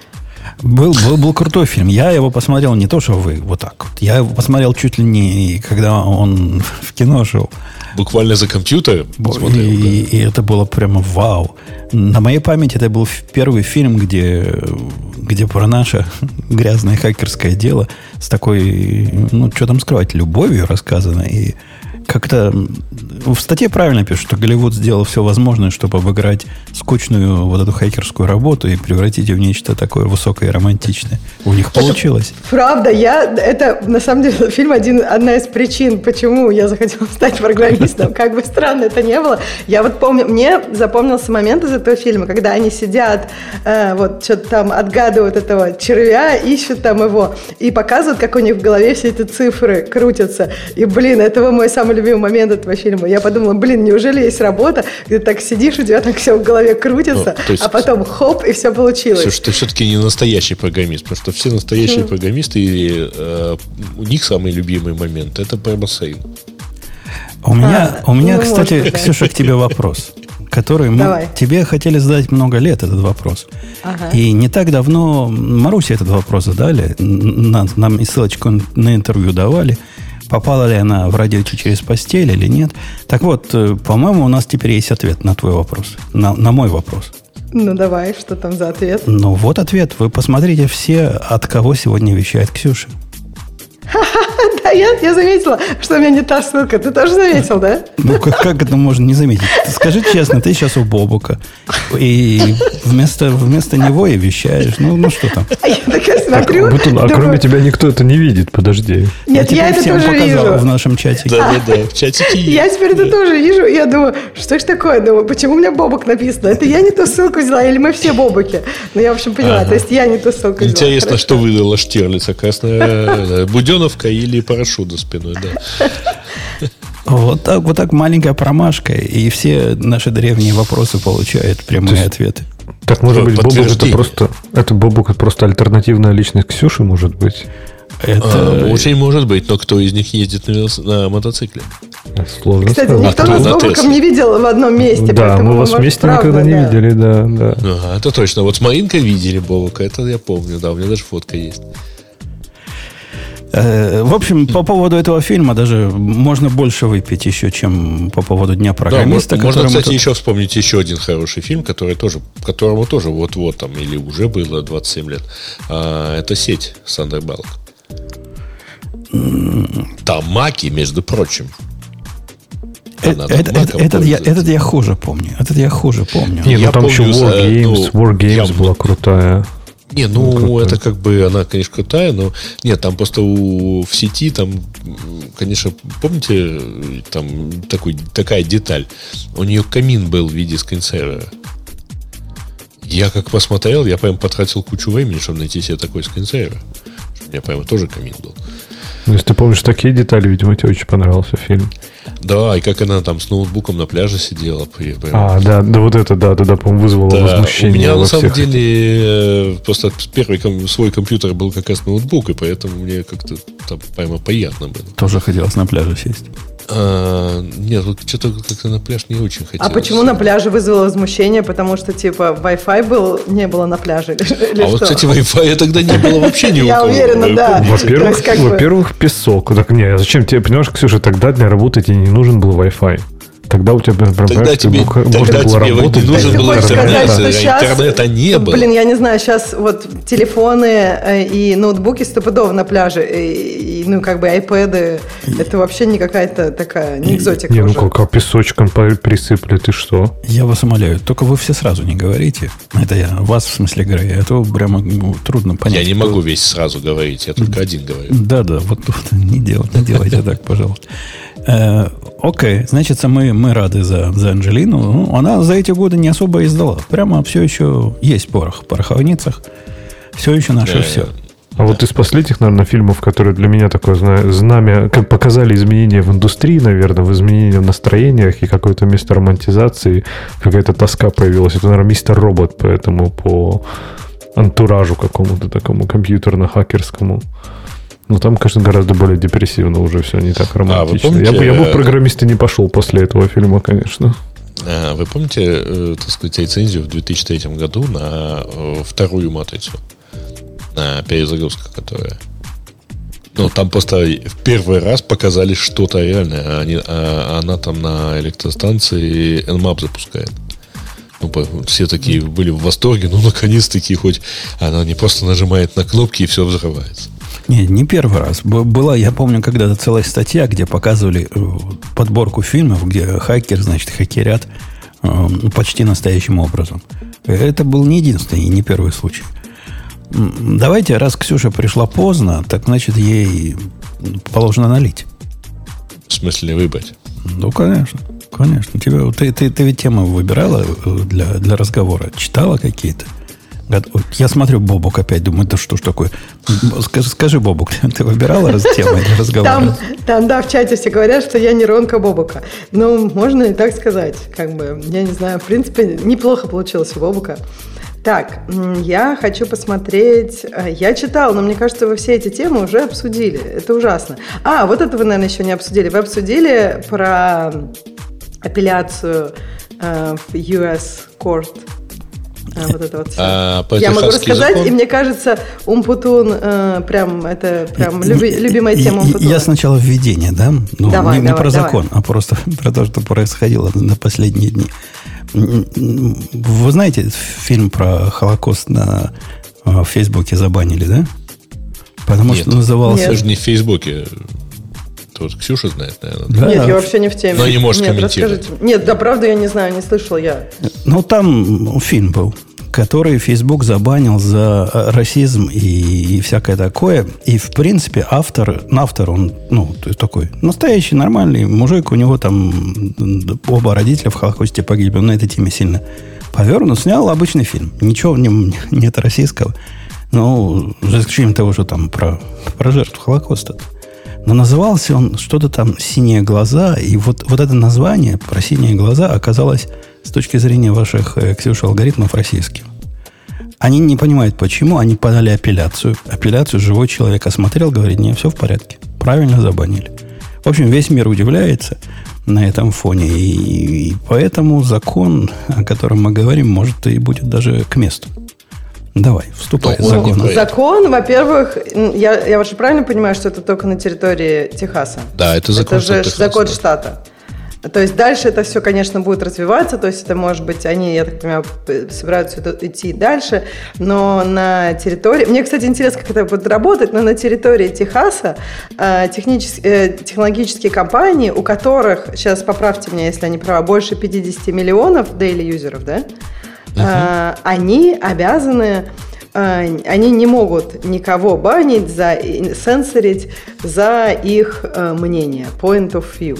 [SPEAKER 1] Был, был, был крутой фильм. Я его посмотрел не то, что вы, вот так вот. Я его посмотрел чуть ли не, когда он в кино шел.
[SPEAKER 3] Буквально за компьютером
[SPEAKER 1] смотрел, и, да. и это было прямо вау. На моей памяти это был первый фильм, где, где про наше грязное хакерское дело с такой, ну, что там скрывать, любовью рассказано. И как-то в статье правильно пишут, что Голливуд сделал все возможное, чтобы обыграть скучную вот эту хакерскую работу и превратить ее в нечто такое высокое и романтичное. У них получилось.
[SPEAKER 5] Это, правда, я, это на самом деле фильм один, одна из причин, почему я захотела стать программистом. Как бы странно это не было. Я вот помню, мне запомнился момент из этого фильма, когда они сидят, э, вот что-то там отгадывают этого червя, ищут там его и показывают, как у них в голове все эти цифры крутятся. И, блин, это мой самый любимый момент этого фильма. Я подумала, блин, неужели есть работа, где ты так сидишь, у тебя так все в голове крутится, ну, есть, а потом хоп, и все получилось.
[SPEAKER 3] Слушай, ты все-таки не настоящий программист, потому что все настоящие mm. программисты, и, э, у них самый любимый момент — это прямо сейл.
[SPEAKER 1] У меня, а, у меня ну, кстати, может, Ксюша, к тебе вопрос, который мы тебе хотели задать много лет, этот вопрос. Ага. И не так давно Марусе этот вопрос задали, нам, нам и ссылочку на интервью давали, попала ли она в радио через постель или нет. Так вот, по-моему, у нас теперь есть ответ на твой вопрос, на, на мой вопрос.
[SPEAKER 5] Ну, давай, что там за ответ?
[SPEAKER 1] Ну, вот ответ. Вы посмотрите все, от кого сегодня вещает Ксюша.
[SPEAKER 5] Да, я, я заметила, что у меня не та ссылка. Ты тоже заметил, да?
[SPEAKER 1] Ну, как, как это можно не заметить? Скажи честно, ты сейчас у Бобука. И вместо, вместо него и вещаешь. Ну, ну что там?
[SPEAKER 5] А я такая смотрю.
[SPEAKER 2] Так, Бутун, а думаю, кроме тебя никто это не видит, подожди.
[SPEAKER 5] Нет, я, я это тоже вижу.
[SPEAKER 1] В нашем чатике.
[SPEAKER 3] Да, да, да, в чатике.
[SPEAKER 5] Я теперь это тоже вижу. Я думаю, что ж такое? Думаю, почему у меня Бобук написано? Это я не ту ссылку взяла, или мы все Бобуки? Ну, я, в общем, поняла. Ага. То есть я не ту ссылку взяла.
[SPEAKER 3] Интересно, что выдала Штирлица. Красная Буденовка или парашют за спиной, да.
[SPEAKER 1] Вот так, вот так маленькая промашка, и все наши древние вопросы получают прямые есть, ответы.
[SPEAKER 2] Так, может быть, Бобук это просто, это Бобук это просто альтернативная личность Ксюши, может быть?
[SPEAKER 1] Это...
[SPEAKER 3] А, очень может быть, но кто из них ездит на, на мотоцикле?
[SPEAKER 2] Сложно
[SPEAKER 5] Кстати,
[SPEAKER 2] сказать.
[SPEAKER 5] никто нас с Бобуком не видел в одном месте.
[SPEAKER 2] Да, мы вас вместе правда, никогда не да. видели, да, да.
[SPEAKER 3] Ага, это точно. Вот с Маринкой видели Бобука, это я помню, да, у меня даже фотка есть.
[SPEAKER 1] В общем, по поводу этого фильма даже можно больше выпить еще, чем по поводу Дня программиста.
[SPEAKER 3] Да, можно, кстати, тут... еще вспомнить еще один хороший фильм, который тоже, которому тоже вот-вот там, или уже было двадцать семь лет. А, это «Сеть» с Сандрой Баллок. Тамаки, между прочим.
[SPEAKER 1] Это, это, этот, я, этот я хуже помню. Этот я хуже помню.
[SPEAKER 2] Не, ну
[SPEAKER 3] я
[SPEAKER 2] там
[SPEAKER 3] помню,
[SPEAKER 2] еще War Games, ну, War Games
[SPEAKER 3] я...
[SPEAKER 2] была крутая.
[SPEAKER 3] Не, ну, ну это как бы, она, конечно, крутая, но нет, там просто у, в сети, там, конечно, помните, там такой, такая деталь. У нее камин был в виде скринсейвера. Я как посмотрел, я прям потратил кучу времени, чтобы найти себе такой скринсейвер. У меня прямо тоже камин был.
[SPEAKER 2] Ну, если ты помнишь такие детали, видимо, тебе очень понравился фильм.
[SPEAKER 3] Да, и как она там с ноутбуком на пляже сидела. Прям.
[SPEAKER 2] А, да, да, вот это, да, да, да, по-моему, вызвало да, возмущение.
[SPEAKER 3] У меня, на самом
[SPEAKER 2] всех.
[SPEAKER 3] деле, просто первый свой компьютер был как раз ноутбук, и поэтому мне как-то там прямо приятно было.
[SPEAKER 1] Тоже хотелось на пляже сесть.
[SPEAKER 3] А, нет, вот что-то как-то на пляж не очень хотелось.
[SPEAKER 5] А почему на пляже вызвало возмущение? Потому что, типа, Wi-Fi был, не было на пляже? Или
[SPEAKER 3] а
[SPEAKER 5] что?
[SPEAKER 3] Вот, кстати, Wi-Fi тогда не было вообще ни у кого.
[SPEAKER 5] Я уверена, да.
[SPEAKER 2] Во-первых, во-первых, песок. Так, не, зачем тебе, понимаешь, Ксюша, тогда для работы тебе не нужен был Wi-Fi. Тогда у тебя, например,
[SPEAKER 3] тогда тебе,
[SPEAKER 2] можно
[SPEAKER 3] тогда
[SPEAKER 2] было
[SPEAKER 3] тебе
[SPEAKER 2] работать.
[SPEAKER 3] Не нужен был интернет,
[SPEAKER 5] сказать, сейчас,
[SPEAKER 3] интернета не было.
[SPEAKER 5] Блин, я не знаю, сейчас вот телефоны и ноутбуки стопудово на пляже, и, и, ну, как бы айпэды, это вообще не какая-то такая, не экзотика.
[SPEAKER 2] Не,
[SPEAKER 5] уже.
[SPEAKER 2] ну как песочком присыпали, ты что?
[SPEAKER 1] Я вас умоляю, только вы все сразу не говорите. Это я, вас в смысле говорю, это прямо ну, трудно понять.
[SPEAKER 3] Я не могу весь сразу говорить, я только один говорю.
[SPEAKER 1] Да-да, вот, вот не делайте, не делайте так, пожалуйста. Э, окей, значит, мы, мы рады за, за Анджелину. Ну, она за эти годы не особо издала. Прямо все еще есть порох в пороховницах. Все еще наше
[SPEAKER 3] да,
[SPEAKER 1] все.
[SPEAKER 2] А
[SPEAKER 1] да.
[SPEAKER 2] вот из последних, наверное, фильмов, которые для меня такое знамя, как показали изменения в индустрии, наверное, в изменении в настроениях и какое-то место романтизации, какая-то тоска появилась. Это, наверное, мистер Робот, поэтому по антуражу какому-то такому компьютерно-хакерскому. Но там, конечно, гораздо более депрессивно уже все, не так романтично. А, помните, я, бы, я бы в программисты не пошел после этого фильма, конечно.
[SPEAKER 3] А, вы помните, э, так сказать, рецензию в две тысячи третьем году на э, вторую матрицу? На перезагрузку, которая... Ну, там просто в первый раз показали что-то реальное. Они, а она там на электростанции Nmap запускает. Ну, все такие были в восторге. Ну, наконец-таки хоть она не просто нажимает на кнопки и все взрывается.
[SPEAKER 1] Не, не первый раз. Была, я помню, когда-то целая статья, где показывали подборку фильмов, где хакер, значит, хакерят э, почти настоящим образом. Это был не единственный и не первый случай. Давайте, раз Ксюша пришла поздно, так, значит, ей положено налить.
[SPEAKER 3] В смысле выбрать?
[SPEAKER 1] Ну, конечно. Конечно. Тебе, ты, ты, ты ведь темы выбирала для, для разговора? Читала какие-то? Я смотрю, Бобук опять, думаю, да что ж такое? Скажи, скажи Бобук, ты выбирала раз темы для разговора?
[SPEAKER 5] Там, там, да, в чате все говорят, что я нейронка Бобука. Ну, можно и так сказать. Как бы, я не знаю, в принципе, неплохо получилось у Бобука. Так, я хочу посмотреть... Я читала, но мне кажется, вы все эти темы уже обсудили. Это ужасно. А, вот это вы, наверное, еще не обсудили. Вы обсудили про апелляцию э, в ю эс Court. А, вот это вот все. А, я могу рассказать, закон? И мне кажется, Умпутун э, прям это прям люби, любимая тема Умпутуна.
[SPEAKER 1] Я сначала введение, да? Ну,
[SPEAKER 5] давай,
[SPEAKER 1] не,
[SPEAKER 5] давай,
[SPEAKER 1] не про
[SPEAKER 5] давай.
[SPEAKER 1] закон, а просто про то, что происходило на последние дни. Вы знаете, фильм про Холокост на, в Фейсбуке забанили, да? Потому
[SPEAKER 3] Нет.
[SPEAKER 1] что назывался...
[SPEAKER 3] Это же не в Фейсбуке. Вот Ксюша знает, наверное.
[SPEAKER 5] Да? Нет, я вообще не в теме.
[SPEAKER 3] Но не может
[SPEAKER 5] Нет,
[SPEAKER 3] комментировать.
[SPEAKER 5] Расскажите. Нет, да, правда, я не знаю, не слышал я.
[SPEAKER 1] Ну, там фильм был, который Facebook забанил за расизм и, и всякое такое. И, в принципе, автор, автор, он, ну, такой настоящий, нормальный мужик. У него там оба родителя в Холокосте погибли. Он на этой теме сильно повернут. Снял обычный фильм. Ничего в нем нет российского. Ну, за исключением того, что там про, про жертву Холокоста. Но назывался он что-то там «Синие глаза». И вот, вот это название про «Синие глаза» оказалось с точки зрения ваших, Ксюша, алгоритмов российским. Они не понимают, почему. Они подали апелляцию. Апелляцию живой человек осмотрел, говорит, нет, все в порядке. Правильно забанили. В общем, весь мир удивляется на этом фоне. И, и поэтому закон, о котором мы говорим, может, и будет даже к месту. Давай, вступай в закон.
[SPEAKER 5] Закон, во-первых, я, я вообще правильно понимаю, что это только на территории Техаса?
[SPEAKER 3] Да, это закон
[SPEAKER 5] Это же
[SPEAKER 3] Техаса,
[SPEAKER 5] закон
[SPEAKER 3] да.
[SPEAKER 5] штата. То есть дальше это все, конечно, будет развиваться, то есть это, может быть, они, я так понимаю, собираются идти дальше, но на территории... Мне, кстати, интересно, как это будет работать, но на территории Техаса э, технические, э, технологические компании, у которых, сейчас поправьте меня, если они правы, больше пятьдесят миллионов дейли-юзеров, да? Uh-huh. Они обязаны, они не могут никого банить, за, сенсорить за их мнение, point of view.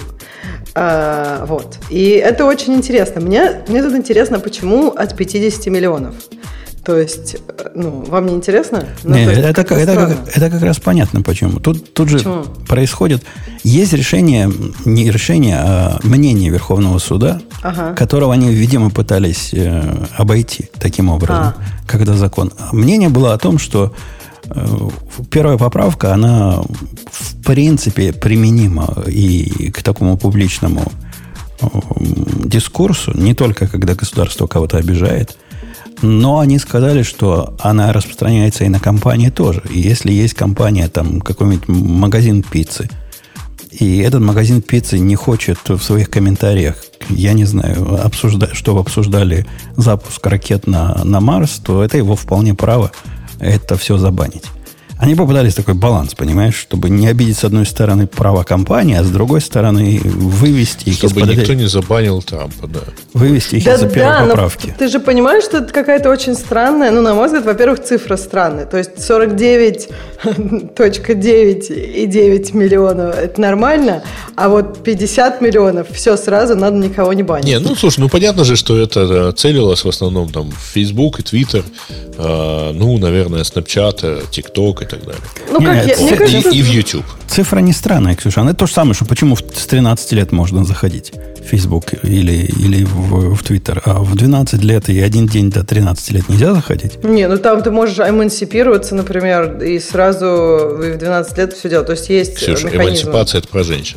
[SPEAKER 5] Вот. И это очень интересно. Мне, мне тут интересно, почему от пятьдесят миллионов? То есть, ну, вам не интересно? Ну,
[SPEAKER 1] Нет,
[SPEAKER 5] есть,
[SPEAKER 1] это, как, это, как, это как раз понятно, почему. Тут, тут же почему? происходит... Есть решение, не решение, а мнение Верховного суда, ага. которого они, видимо, пытались э, обойти таким образом, а. когда закон. Мнение было о том, что э, первая поправка, она в принципе применима и к такому публичному э, дискурсу, не только когда государство кого-то обижает. Но они сказали, что она распространяется и на компании тоже. И если есть компания, там, какой-нибудь магазин пиццы, и этот магазин пиццы не хочет в своих комментариях, я не знаю, обсуждать, чтобы обсуждали запуск ракет на, на Марс, то это его вполне право это все забанить. Они попытались такой баланс, понимаешь, чтобы не обидеть с одной стороны права компании, а с другой стороны вывести их
[SPEAKER 3] чтобы
[SPEAKER 1] из-под...
[SPEAKER 3] Чтобы никто не забанил Трампа, да.
[SPEAKER 1] Вывести их
[SPEAKER 5] да,
[SPEAKER 1] из-за первой
[SPEAKER 5] да,
[SPEAKER 1] поправки.
[SPEAKER 5] Ты же понимаешь, что это какая-то очень странная, ну, на мой взгляд, во-первых, цифра странная. То есть сорок девять целых девять и девять миллионов – это нормально, а вот пятьдесят миллионов – все сразу, надо никого не банить.
[SPEAKER 3] Не, ну, слушай, ну, понятно же, что это целилось в основном там в Facebook и Twitter, э, ну, наверное, Snapchat, TikTok и так далее.
[SPEAKER 5] Ну, как
[SPEAKER 1] Нет,
[SPEAKER 5] я, мне
[SPEAKER 3] и,
[SPEAKER 5] кажется,
[SPEAKER 3] и в YouTube.
[SPEAKER 1] Цифра не странная, Ксюша. Она то же самое, что почему с тринадцати лет можно заходить в Facebook или, или в, в Twitter, а в двенадцать лет и один день до тринадцати лет нельзя заходить?
[SPEAKER 5] Не, ну там ты можешь эмансипироваться, например, и сразу в двенадцать лет все делать. То есть есть
[SPEAKER 3] Ксюша,
[SPEAKER 5] механизм.
[SPEAKER 3] эмансипация – это про женщин.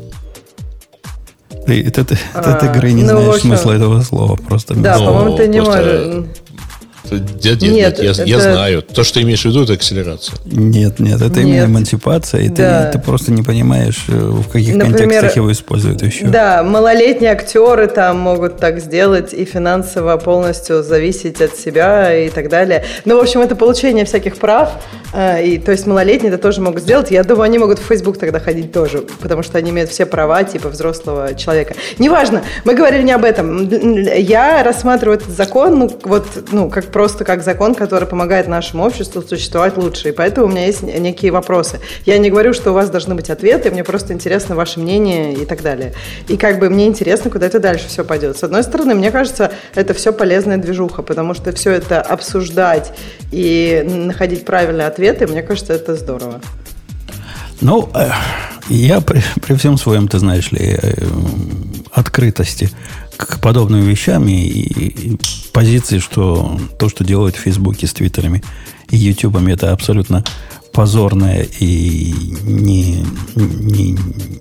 [SPEAKER 1] Ты от этой
[SPEAKER 5] А,
[SPEAKER 1] игры не
[SPEAKER 5] ну,
[SPEAKER 1] знаешь
[SPEAKER 5] в общем,
[SPEAKER 1] смысла этого слова. Просто
[SPEAKER 5] Да,
[SPEAKER 3] Но
[SPEAKER 5] по-моему, ты не
[SPEAKER 3] просто-
[SPEAKER 5] можешь.
[SPEAKER 3] Нет, нет,
[SPEAKER 5] Нет,
[SPEAKER 3] нет, я,
[SPEAKER 5] это-
[SPEAKER 3] я знаю. То, что ты имеешь в виду, это акселерация.
[SPEAKER 1] Нет, нет, это
[SPEAKER 5] Нет.
[SPEAKER 1] именно эмансипация, и
[SPEAKER 5] Да.
[SPEAKER 1] ты, ты просто не понимаешь, э, в каких
[SPEAKER 5] Например,
[SPEAKER 1] контекстах его используют еще.
[SPEAKER 5] Да, малолетние актеры там могут так сделать и финансово полностью зависеть от себя и так далее. Ну, в общем, это получение всяких прав. э, И, то есть малолетние это тоже могут сделать. Я думаю, они могут в Facebook тогда ходить тоже, потому что они имеют все права типа взрослого человека. Неважно, мы говорили не об этом. Я рассматриваю этот закон, ну, вот, ну, как просто как закон, который помогает нашему обществу существовать лучше. И поэтому у меня есть некие вопросы. Я не говорю, что у вас должны быть ответы, мне просто интересно ваше мнение и так далее. И как бы мне интересно, куда это дальше все пойдет. С одной стороны, мне кажется, это все полезная движуха, потому что все это обсуждать и находить правильные ответы, мне кажется, это здорово.
[SPEAKER 1] Ну, э, я при, при всем своем, ты знаешь ли, э, открытости к подобным вещам и, и позиции, что то, что делают в Фейсбуке с Твиттерами и Ютубами, это абсолютно позорная и не, не,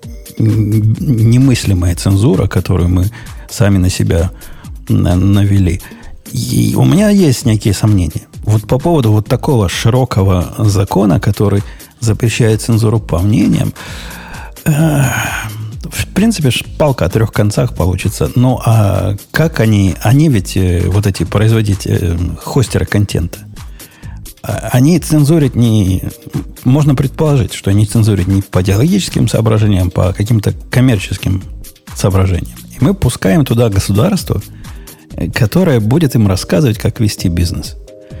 [SPEAKER 1] немыслимая цензура, которую мы сами на себя навели. И у меня есть некие сомнения. Вот по поводу вот такого широкого закона, который запрещает цензуру по мнениям, э, в принципе, палка о трех концах получится. Ну, а как они... Они ведь, э, вот эти производители, э, хостеры контента, они цензурят не... Можно предположить, что они цензурят не по идеологическим соображениям, а по каким-то коммерческим соображениям. И мы пускаем туда государство, которое будет им рассказывать, как вести бизнес.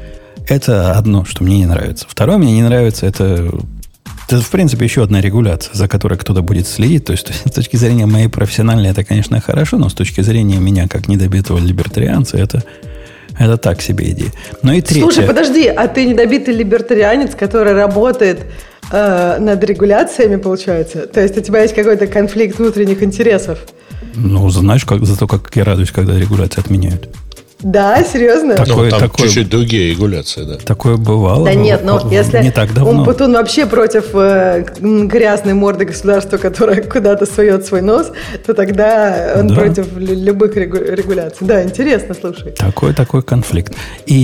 [SPEAKER 1] Это одно, что мне не нравится. Второе, мне не нравится, это, это, в принципе, еще одна регуляция, за которой кто-то будет следить. То есть, с точки зрения моей профессиональной, это, конечно, хорошо, но с точки зрения меня, как недобитого либертарианца, это, это так себе идея. Но и третье...
[SPEAKER 5] Слушай, подожди, а ты недобитый либертарианец, который работает э, над регуляциями, получается? То есть, у тебя есть какой-то конфликт внутренних интересов?
[SPEAKER 1] Ну, знаешь, как, за то, как я радуюсь, когда регуляции отменяют.
[SPEAKER 5] Да, серьезно?
[SPEAKER 3] Такое, ну, там такое, чуть-чуть другие регуляции, да.
[SPEAKER 1] Такое бывало.
[SPEAKER 5] Да нет, но если
[SPEAKER 1] не так давно.
[SPEAKER 5] Умпутун вообще против э, грязной морды государства, которое куда-то сует свой нос, то тогда он да. против любых регуляций. Да, интересно, слушай.
[SPEAKER 1] Такой, такой конфликт.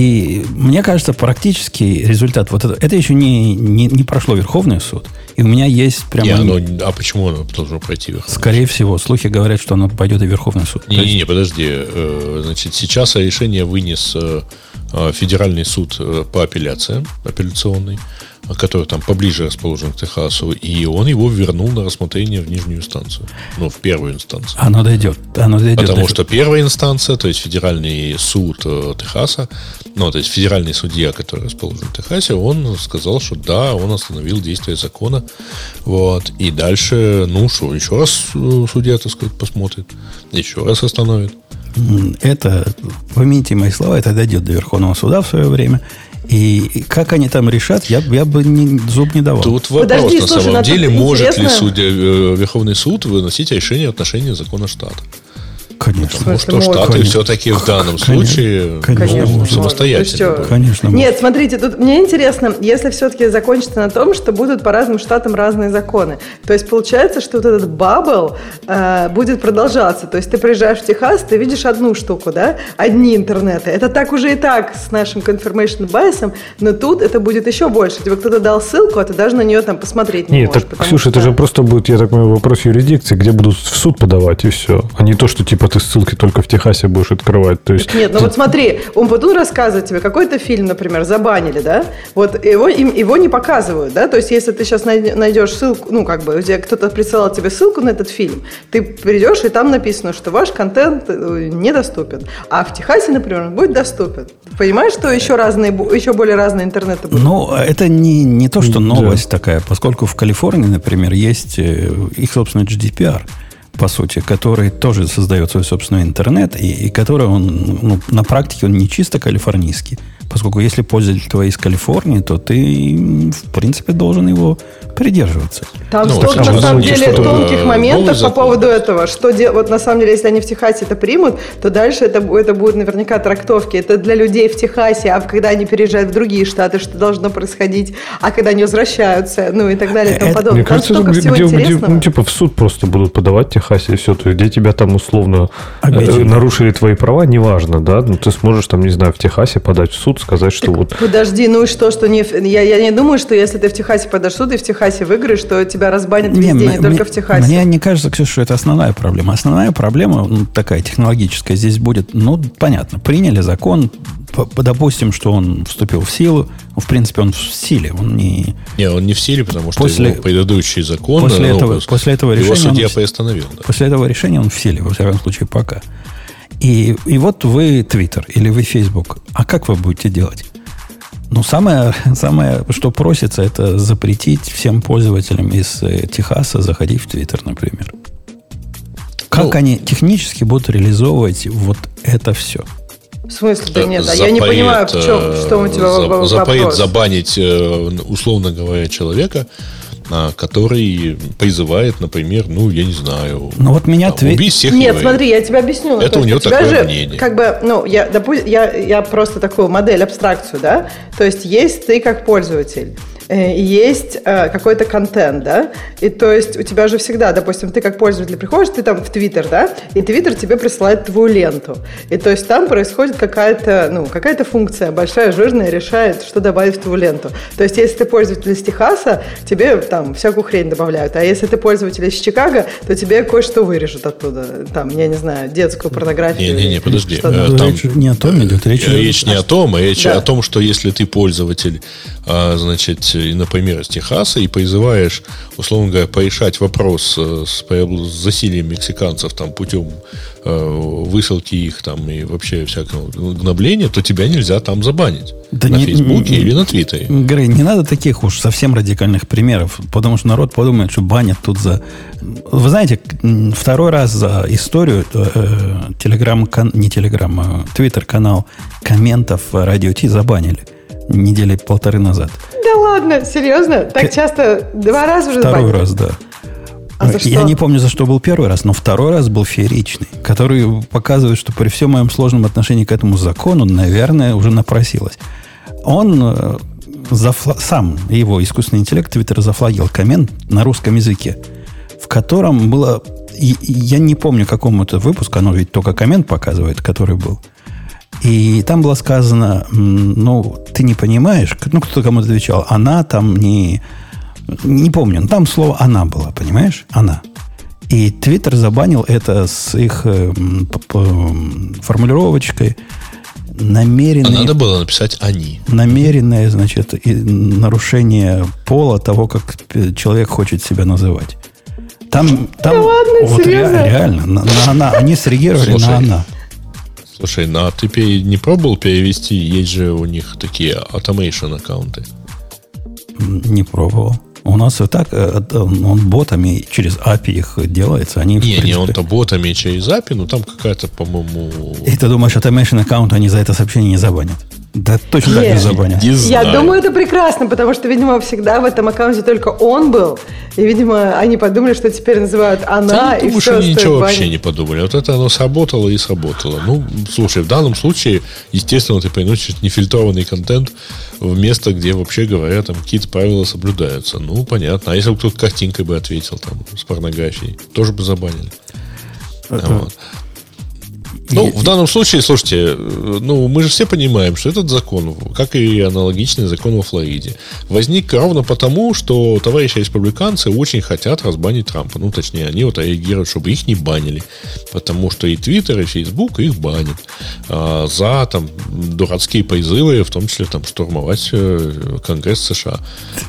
[SPEAKER 1] И мне кажется, практический результат вот это, это еще не, не, не прошло Верховный суд. И у меня есть прямо...
[SPEAKER 3] Не, оно, а почему оно должно пройти Верховный
[SPEAKER 1] Скорее
[SPEAKER 3] суд?
[SPEAKER 1] всего, слухи говорят, что оно пойдет и в Верховный суд.
[SPEAKER 3] Не-не-не, есть... подожди. Значит, сейчас решение вынес Федеральный суд по апелляциям, апелляционный, который там поближе расположен к Техасу, и он его вернул на рассмотрение в нижнюю инстанцию. Ну, в первую инстанцию.
[SPEAKER 1] Оно дойдет. Оно дойдет
[SPEAKER 3] Потому
[SPEAKER 1] дойдет.
[SPEAKER 3] что первая инстанция, то есть Федеральный суд Техаса, ну, то есть федеральный судья, который расположен в Техасе, он сказал, что да, он остановил действие закона. Вот. И дальше, ну что, еще раз судья, так сказать, посмотрит, еще раз остановит.
[SPEAKER 1] Это, помяните мои слова, это дойдет до Верховного суда в свое время. И как они там решат, я, я бы не, зуб не давал.
[SPEAKER 3] Тут вопрос, Подожди, на слушай, самом деле, может ли судья, Верховный суд выносить решение в отношении закона штата?
[SPEAKER 1] Конечно.
[SPEAKER 3] Потому что может. Штаты конечно. все-таки в данном конечно. случае
[SPEAKER 1] конечно.
[SPEAKER 3] Ну, самостоятельно.
[SPEAKER 1] Конечно.
[SPEAKER 5] Нет, смотрите, тут мне интересно, если все-таки закончится на том, что будут по разным штатам разные законы. То есть получается, что вот этот бабл э, будет продолжаться. То есть ты приезжаешь в Техас, ты видишь одну штуку, да, одни интернеты. Это так уже и так с нашим confirmation bias'ом, но тут это будет еще больше. Тебе кто-то дал ссылку, а ты даже на нее там посмотреть не
[SPEAKER 2] Нет,
[SPEAKER 5] можешь.
[SPEAKER 2] Так, Ксюша, что... это же просто будет, я так понимаю, вопрос юрисдикции, где будут в суд подавать, и все. А не то, что типа ты ссылки только в Техасе будешь открывать. То есть...
[SPEAKER 5] Нет, ну вот смотри, Умпутун рассказывает тебе, какой-то фильм, например, забанили, да, вот его, им, его не показывают, да, то есть если ты сейчас найдешь ссылку, ну как бы, где кто-то присылал тебе ссылку на этот фильм, ты придешь, и там написано, что ваш контент недоступен, а в Техасе, например, он будет доступен. Понимаешь, что еще разные, еще более разные интернеты будут?
[SPEAKER 1] Ну, это не, не то, что новость да. такая, поскольку в Калифорнии, например, есть их собственный джи ди пи ар, по сути, который тоже создает свой собственный интернет, и, и который он, ну, на практике он не чисто калифорнийский. Поскольку если пользователь твой из Калифорнии, то ты, в принципе, должен его придерживаться.
[SPEAKER 5] Там
[SPEAKER 3] ну,
[SPEAKER 5] столько, на самом деле,
[SPEAKER 3] что
[SPEAKER 5] тонких моментов по поводу этого. Что де... Вот на самом деле, если они в Техасе это примут, то дальше это, это будут наверняка трактовки. Это для людей в Техасе, а когда они переезжают в другие штаты, что должно происходить, а когда они возвращаются, ну и так далее и тому подобное.
[SPEAKER 2] Мне кажется, там где, где, где, ну, типа в суд просто будут подавать в Техасе, и все. То есть, где тебя там условно э, нарушили твои права, неважно, да? Ну, ты сможешь там, не знаю, в Техасе подать в суд, сказать, что так, вот...
[SPEAKER 5] Подожди, ну и что, что не... Я, я не думаю, что если ты в Техасе подашь в суд и в Техасе выиграешь, что тебя разбанят везде, не, не мне, только в Техасе.
[SPEAKER 1] Мне не кажется, Ксюша, что это основная проблема. Основная проблема, ну, такая технологическая, здесь будет, ну, понятно, приняли закон, допустим, что он вступил в силу, в принципе, он в силе, он не...
[SPEAKER 3] Не, он не в силе, потому что
[SPEAKER 1] после,
[SPEAKER 3] его предыдущий закон,
[SPEAKER 1] после
[SPEAKER 3] ну,
[SPEAKER 1] этого, после этого
[SPEAKER 3] его
[SPEAKER 1] решения
[SPEAKER 3] судья
[SPEAKER 1] он,
[SPEAKER 3] приостановил. Да.
[SPEAKER 1] После этого решения он в силе, во всяком случае, пока. И, и вот вы Twitter или вы Facebook, а как вы будете делать? Ну, самое, самое, что просится, это запретить всем пользователям из э, Техаса заходить в Twitter, например. Как ну, они технически будут реализовывать вот это все?
[SPEAKER 5] В смысле? Да нет, а я не понимаю, в чем, что у тебя
[SPEAKER 3] за,
[SPEAKER 5] вопрос.
[SPEAKER 3] Запрет забанить, условно говоря, человека, который призывает, например, ну, я не знаю,
[SPEAKER 1] ну, вот меня
[SPEAKER 3] там,
[SPEAKER 1] тви...
[SPEAKER 3] убить всех
[SPEAKER 5] Нет,
[SPEAKER 3] евреев.
[SPEAKER 5] смотри, я тебе объясню.
[SPEAKER 3] Это
[SPEAKER 5] то
[SPEAKER 3] у него такое
[SPEAKER 5] же,
[SPEAKER 3] мнение.
[SPEAKER 5] Как бы, ну, я, допустим, я, я просто такую модель, абстракцию, да, то есть есть ты как пользователь, есть э, какой-то контент, да, и то есть у тебя же всегда, допустим, ты как пользователь приходишь, ты там в Твиттер, да, и Твиттер тебе присылает твою ленту, и то есть там происходит какая-то, ну, какая-то функция большая, жирная, решает, что добавить в твою ленту. То есть если ты пользователь из Техаса, тебе там всякую хрень добавляют, а если ты пользователь из Чикаго, то тебе кое-что вырежут оттуда, там, я не знаю, детскую порнографию.
[SPEAKER 3] Не-не-не, подожди.
[SPEAKER 1] Там речь не о том идет, речь,
[SPEAKER 3] речь не о том, а речь
[SPEAKER 5] да.
[SPEAKER 3] о том, что если ты пользователь, значит, например, из Техаса, и призываешь, условно говоря, порешать вопрос с, с засилием мексиканцев там, путем э, высылки их там и вообще всякого гнобления, то тебя нельзя там забанить. Да на не, Фейсбуке не, или на Твиттере.
[SPEAKER 1] Грей, не надо таких уж совсем радикальных примеров, потому что народ подумает, что банят тут за... Вы знаете, второй раз за историю э, телеграм, не телеграм, а твиттер-канал комментов Радио Ти забанили недели полторы назад.
[SPEAKER 5] Да ладно, серьезно? Так часто? Два раза уже
[SPEAKER 1] Второй
[SPEAKER 5] забанили?
[SPEAKER 1] раз, да.
[SPEAKER 5] А за что?
[SPEAKER 1] Я не помню, за что был первый раз, но второй раз был фееричный, который показывает, что при всем моем сложном отношении к этому закону, наверное, уже напросилось. Он э, зафла... сам, его искусственный интеллект, Твиттер зафлагил коммент на русском языке, в котором было... И, и я не помню, какому это выпуску, оно ведь только коммент показывает, который был. И там было сказано, ну, ты не понимаешь, ну, кто-то кому-то отвечал, она там не... Не помню, но там слово «она» было, понимаешь? «Она». И Твиттер забанил это с их э, формулировочкой намеренное...
[SPEAKER 3] А надо было написать «они».
[SPEAKER 1] Намеренное, значит, и нарушение пола того, как человек хочет себя называть. Там, там
[SPEAKER 5] да ладно,
[SPEAKER 1] вот
[SPEAKER 5] серьезно?
[SPEAKER 1] ре, реально, на, на «она». Они среагировали
[SPEAKER 3] Слушай,
[SPEAKER 1] на «она».
[SPEAKER 3] Слушай, ну а ты не пробовал перевести? Есть же у них такие automation аккаунты.
[SPEAKER 1] Не пробовал. У нас и так он ботами через эй пи ай их делается. Они,
[SPEAKER 3] не,
[SPEAKER 1] принципе...
[SPEAKER 3] не, он-то ботами через эй пи ай, но там какая-то, по-моему...
[SPEAKER 1] И ты думаешь, automation аккаунт они за это сообщение не забанят? Да точно так
[SPEAKER 5] Нет.
[SPEAKER 1] не забанят.
[SPEAKER 3] Не
[SPEAKER 5] Я
[SPEAKER 3] знаю.
[SPEAKER 5] думаю, это прекрасно, потому что, видимо, всегда в этом аккаунте только он был. И, видимо, они подумали, что теперь называют «она»,
[SPEAKER 3] Да,
[SPEAKER 5] и
[SPEAKER 3] думаю,
[SPEAKER 5] все,
[SPEAKER 3] что ничего
[SPEAKER 5] стоит
[SPEAKER 3] вообще
[SPEAKER 5] банить.
[SPEAKER 3] не подумали. Вот это оно сработало и сработало. Ну, слушай, в данном случае, естественно, ты приносишь нефильтрованный контент в место, где, вообще говоря, там какие-то правила соблюдаются. Ну, понятно. А если бы кто-то картинкой бы ответил там с порнографией, тоже бы забанили. Вот. Ну, в данном случае, слушайте, ну, мы же все понимаем, что этот закон, как и аналогичный закон во Флориде, возник ровно потому, что товарищи республиканцы очень хотят разбанить Трампа. Ну, точнее, они вот реагируют, чтобы их не банили. Потому что и Твиттер, и Фейсбук их банят а, за там дурацкие призывы, в том числе там штурмовать Конгресс США.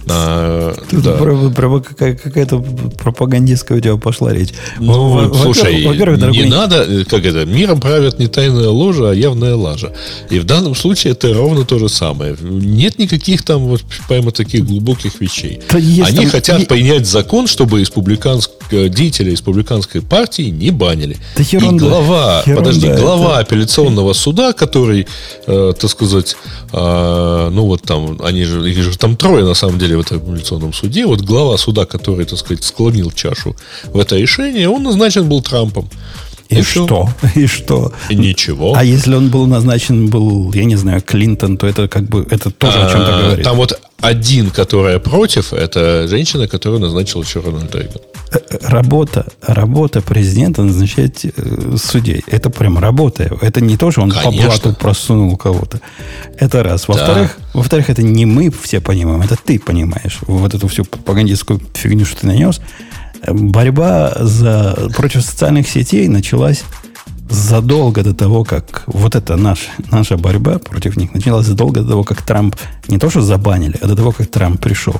[SPEAKER 3] А,
[SPEAKER 1] Тут
[SPEAKER 3] да.
[SPEAKER 1] про, про, какая, какая-то пропагандистская у тебя пошла речь.
[SPEAKER 3] Ну,
[SPEAKER 1] Во-
[SPEAKER 3] слушай,
[SPEAKER 1] во-первых,
[SPEAKER 3] не
[SPEAKER 1] дорогой,
[SPEAKER 3] надо, как это, миром правят не тайная ложа, а явная лажа. И в данном случае это ровно то же самое. Нет никаких там вот прямо таких глубоких вещей.
[SPEAKER 1] Да есть
[SPEAKER 3] Они
[SPEAKER 1] там-
[SPEAKER 3] хотят
[SPEAKER 1] е-
[SPEAKER 3] принять закон, чтобы республиканск... деятели республиканской партии не банили.
[SPEAKER 1] Да ерунда.
[SPEAKER 3] И глава,
[SPEAKER 1] Ерунда
[SPEAKER 3] подожди,
[SPEAKER 1] это.
[SPEAKER 3] глава апелляционного суда, который, э, так сказать, э, ну вот там, они же, их же там трое на самом деле в этом апелляционном суде. Вот глава суда, который, так сказать, склонил чашу в это решение, он назначен был Трампом.
[SPEAKER 1] И
[SPEAKER 3] всё.
[SPEAKER 1] что? И что?
[SPEAKER 3] И ничего.
[SPEAKER 1] А если он был назначен, был, я не знаю, Клинтон, то это как бы, это тоже о чем-то
[SPEAKER 3] А,
[SPEAKER 1] говорит.
[SPEAKER 3] Там вот один, которая против, это женщина, которую назначил еще Рональд Рейган.
[SPEAKER 1] Работа, работа президента назначать э, судей. Это прям работа. Это не то, что он по
[SPEAKER 3] Конечно.
[SPEAKER 1] блату просунул кого-то. Это раз. Во-вторых, во-вторых, это не мы все понимаем, это ты понимаешь. Вот эту всю пропагандистскую фигню, что ты нанес. Борьба за, против социальных сетей началась задолго до того, как... Вот это наш, наша борьба против них началась задолго до того, как Трамп... Не то, что забанили, а до того, как Трамп пришел.